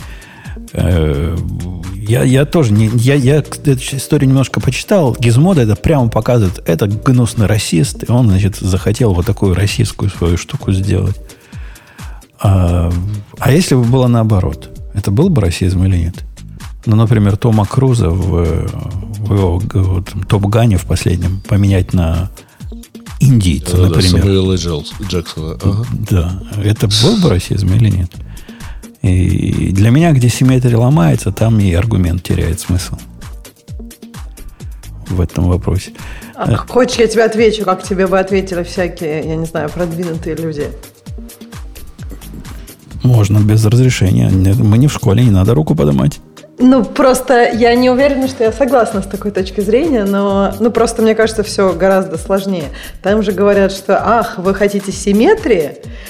[SPEAKER 1] Я, я тоже не, я, я эту историю немножко почитал. Гизмодо это прямо показывает, это гнусный расист, и он, значит, захотел вот такую российскую свою штуку сделать. А, а если бы было наоборот, это был бы расизм или нет? Ну, например, Тома Круза в, в его вот, Топ-Гане в последнем поменять на индийца, да, например. Да,
[SPEAKER 3] Самуэла Джексона. Ага.
[SPEAKER 1] Да, это был бы расизм или нет? И для меня, где симметрия ломается, там и аргумент теряет смысл в этом вопросе.
[SPEAKER 5] А, хочешь, я тебе отвечу, как тебе бы ответили всякие, я не знаю, продвинутые люди?
[SPEAKER 1] Можно без разрешения. Мы не в школе, не надо руку поднимать.
[SPEAKER 5] Ну, просто я не уверена, что я согласна с такой точки зрения, но ну, просто мне кажется, все гораздо сложнее. Там же говорят, что, ах, вы хотите симметрии?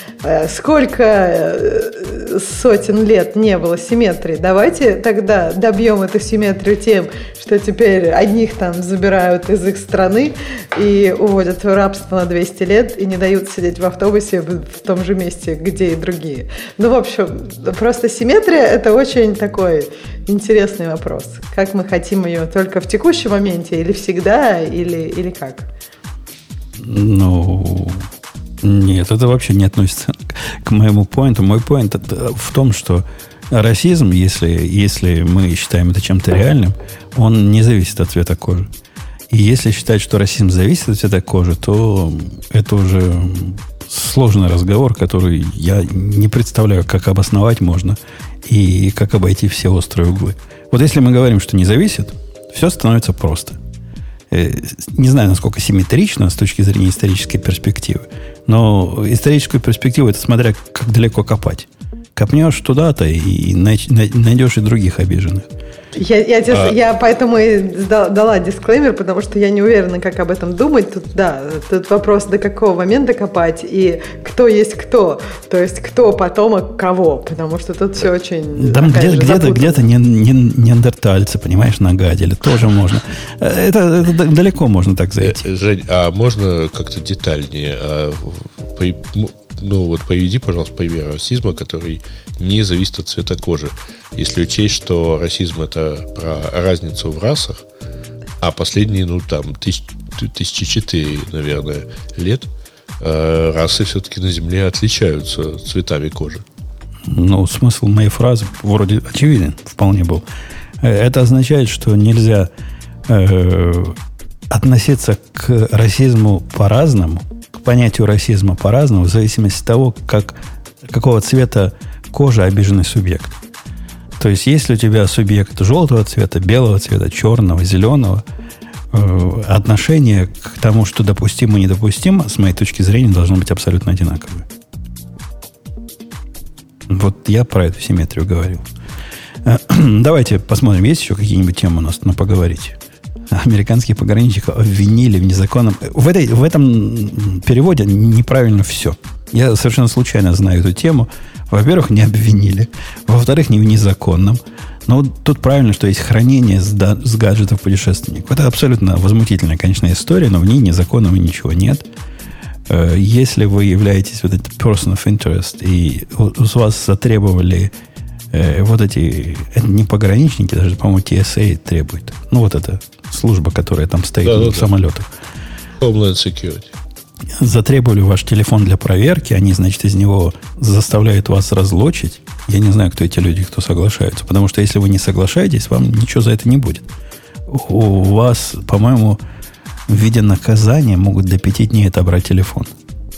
[SPEAKER 5] Сколько сотен лет не было симметрии? Давайте тогда добьем эту симметрию тем, что теперь одних там забирают из их страны и уводят в рабство на двести лет и не дают сидеть в автобусе в том же месте, где и другие. Ну, в общем, просто симметрия – это очень такой интересный вопрос. Как мы хотим ее только в текущем моменте или всегда, или, или как?
[SPEAKER 1] Ну... Нет, это вообще не относится к, к моему поинту. Мой поинт в том, что расизм, если, если мы считаем это чем-то реальным, он не зависит от цвета кожи. И если считать, что расизм зависит от цвета кожи, то это уже сложный разговор, который я не представляю, как обосновать можно и как обойти все острые углы. Вот если мы говорим, что не зависит, все становится просто. Не знаю, насколько симметрично с точки зрения исторической перспективы, но историческую перспективу это смотря как далеко копать. Копнешь туда-то и найдешь и других обиженных.
[SPEAKER 5] Я, я, а... я поэтому и дала дисклеймер, потому что я не уверена, как об этом думать. Тут, да, тут вопрос, до какого момента копать и кто есть кто. То есть, кто потомок кого. Потому что тут все очень...
[SPEAKER 1] Там где, же, где-то, где-то не, не, неандертальцы, понимаешь, нагадили. Тоже можно. Это, это далеко можно так зайти.
[SPEAKER 3] Жень, а можно как-то детальнее... Ну, вот приведи, пожалуйста, пример расизма, который не зависит от цвета кожи. Если учесть, что расизм – это про разницу в расах, а последние, ну, там, тысяч, тысячи четыре, наверное, лет э, расы все-таки на Земле отличаются цветами кожи.
[SPEAKER 1] Ну, смысл моей фразы вроде очевиден, вполне был. Это означает, что нельзя э, относиться к расизму по-разному, понятию расизма по-разному в зависимости от того, как, какого цвета кожи обиженный субъект. То есть, если у тебя субъект желтого цвета, белого цвета, черного, зеленого, э, отношение к тому, что допустимо и недопустимо, с моей точки зрения, должно быть абсолютно одинаковое. Вот я про эту симметрию говорил. Э, давайте посмотрим, есть еще какие-нибудь темы у нас на поговорить. Американских пограничников обвинили в незаконном... В, этой, в этом переводе неправильно все. Я совершенно случайно знаю эту тему. Во-первых, не обвинили. Во-вторых, не в незаконном. Но вот тут правильно, что есть хранение с, да, с гаджетов путешественников. Это абсолютно возмутительная, конечно, история, но в ней незаконного ничего нет. Если вы являетесь вот этот person of interest, и у вас затребовали вот эти... Это не пограничники, даже, по-моему, ти эс эй требует. Ну, вот эта служба, которая там стоит да, в да, самолетах.
[SPEAKER 3] Homeland Security.
[SPEAKER 1] Затребовали ваш телефон для проверки. Они, значит, из него заставляют вас разлочить. Я не знаю, кто эти люди, кто соглашаются. Потому что если вы не соглашаетесь, вам ничего за это не будет. У вас, по-моему, в виде наказания могут до пяти дней отобрать телефон.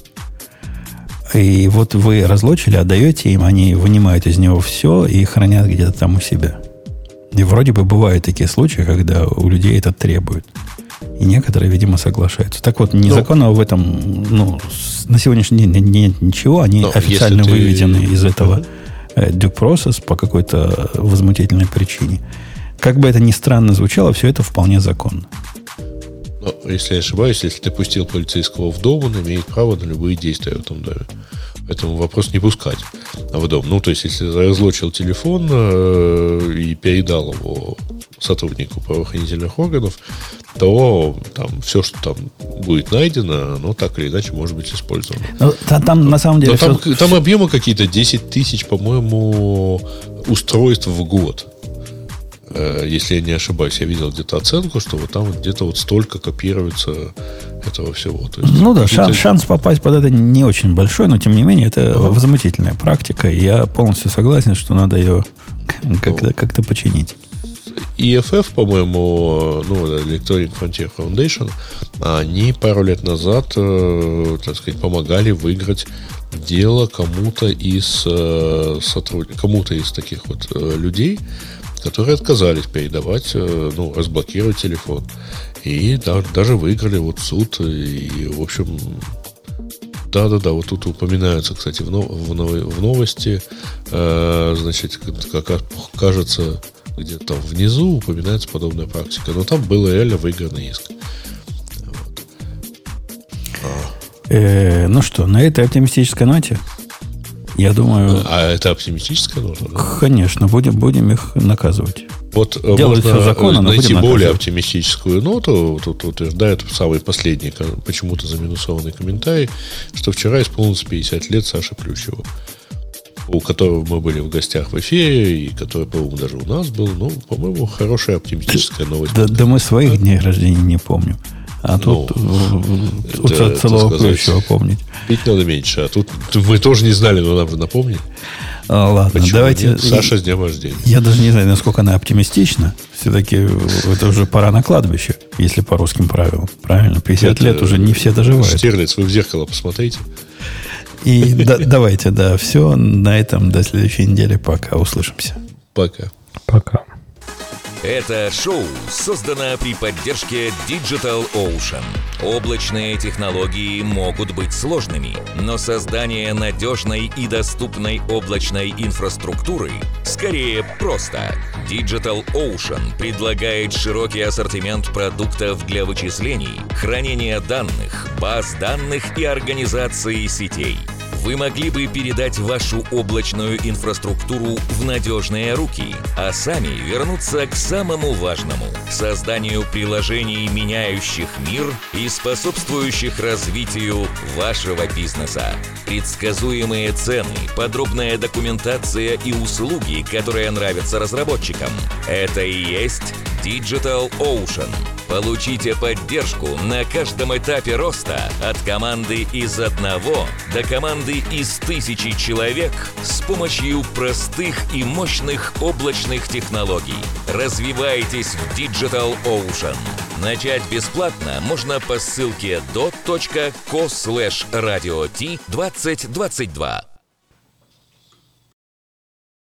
[SPEAKER 1] И вот вы разлочили, отдаете им, они вынимают из него все и хранят где-то там у себя. И вроде бы бывают такие случаи, когда у людей это требуют. И некоторые, видимо, соглашаются. Так вот, незаконного в этом, ну, на сегодняшний день нет ничего. Они официально ты... выведены из этого uh-huh. due process по какой-то возмутительной причине. Как бы это ни странно звучало, все это вполне законно.
[SPEAKER 3] Но, если я ошибаюсь, если ты пустил полицейского в дом, он имеет право на любые действия в этом доме. Поэтому вопрос не пускать в дом. Ну, то есть, если разлочил телефон э, и передал его сотруднику правоохранительных органов, то там все, что там будет найдено, оно так или иначе может быть использовано.
[SPEAKER 1] Ну, там на самом деле...
[SPEAKER 3] Но там,
[SPEAKER 1] все...
[SPEAKER 3] там объемы какие-то десять тысяч, по-моему, устройств в год. Если я не ошибаюсь, я видел где-то оценку, что вот там где-то вот столько копируется этого всего. То есть
[SPEAKER 1] ну да, шанс, шанс попасть под это не очень большой, но тем не менее это ага. возмутительная практика. И я полностью согласен, что надо ее как-то, как-то починить.
[SPEAKER 3] и эф эф, по-моему, ну, Electronic Frontier Foundation, они пару лет назад, так сказать, помогали выиграть дело кому-то из сотрудников, кому-то из таких вот людей, которые отказались передавать, ну, разблокировать телефон. И да, даже выиграли вот суд. И, в общем, да-да-да, вот тут упоминаются, кстати, в, нов- в, нов- в новости, э, значит, как кажется, где-то внизу упоминается подобная практика. Но там был реально выигранный иск. Вот.
[SPEAKER 1] А. Э, ну что, на этой оптимистической ноте, я думаю...
[SPEAKER 3] А это оптимистическая нота? Да?
[SPEAKER 1] Конечно, будем, будем их наказывать.
[SPEAKER 3] Вот
[SPEAKER 1] делать
[SPEAKER 3] можно
[SPEAKER 1] все законно,
[SPEAKER 3] найти более оптимистическую ноту. Тут утверждает самый последний, почему-то заминусованный комментарий, что вчера исполнилось пятьдесят лет Саше Плющеву, у которого мы были в гостях в эфире, и который, по-моему, даже у нас был. Ну, по-моему, хорошая оптимистическая новость.
[SPEAKER 1] Да, да мы своих дней рождения не помним. А ну, тут у целого Плющева помнить.
[SPEAKER 3] Пить надо меньше. А тут мы тоже не знали, но нам напомнить.
[SPEAKER 1] А, ладно, почему давайте.
[SPEAKER 3] Нет? Саша с днем рождения.
[SPEAKER 1] Я даже не знаю, насколько она оптимистична. Все-таки это уже пора на кладбище, если по русским правилам. Правильно? пятьдесят это, лет уже не все доживают.
[SPEAKER 3] Штирлиц, вы в зеркало посмотрите.
[SPEAKER 1] И да, давайте, да, все. На этом до следующей недели. Пока. Услышимся.
[SPEAKER 3] Пока.
[SPEAKER 2] Пока.
[SPEAKER 4] Это шоу создано при поддержке Digital Ocean. Облачные технологии могут быть сложными, но создание надежной и доступной облачной инфраструктуры скорее просто. Digital Ocean предлагает широкий ассортимент продуктов для вычислений, хранения данных, баз данных и организации сетей. Вы могли бы передать вашу облачную инфраструктуру в надежные руки, а сами вернуться к самому важному – созданию приложений, меняющих мир и способствующих развитию вашего бизнеса. Предсказуемые цены, подробная документация и услуги, которые нравятся разработчикам – это и есть Digital Ocean. Получите поддержку на каждом этапе роста от команды из одного до команды из тысячи человек с помощью простых и мощных облачных технологий. Развивайтесь в Digital Ocean. Начать бесплатно можно по ссылке dot точка co слэш radio t двадцать двадцать два.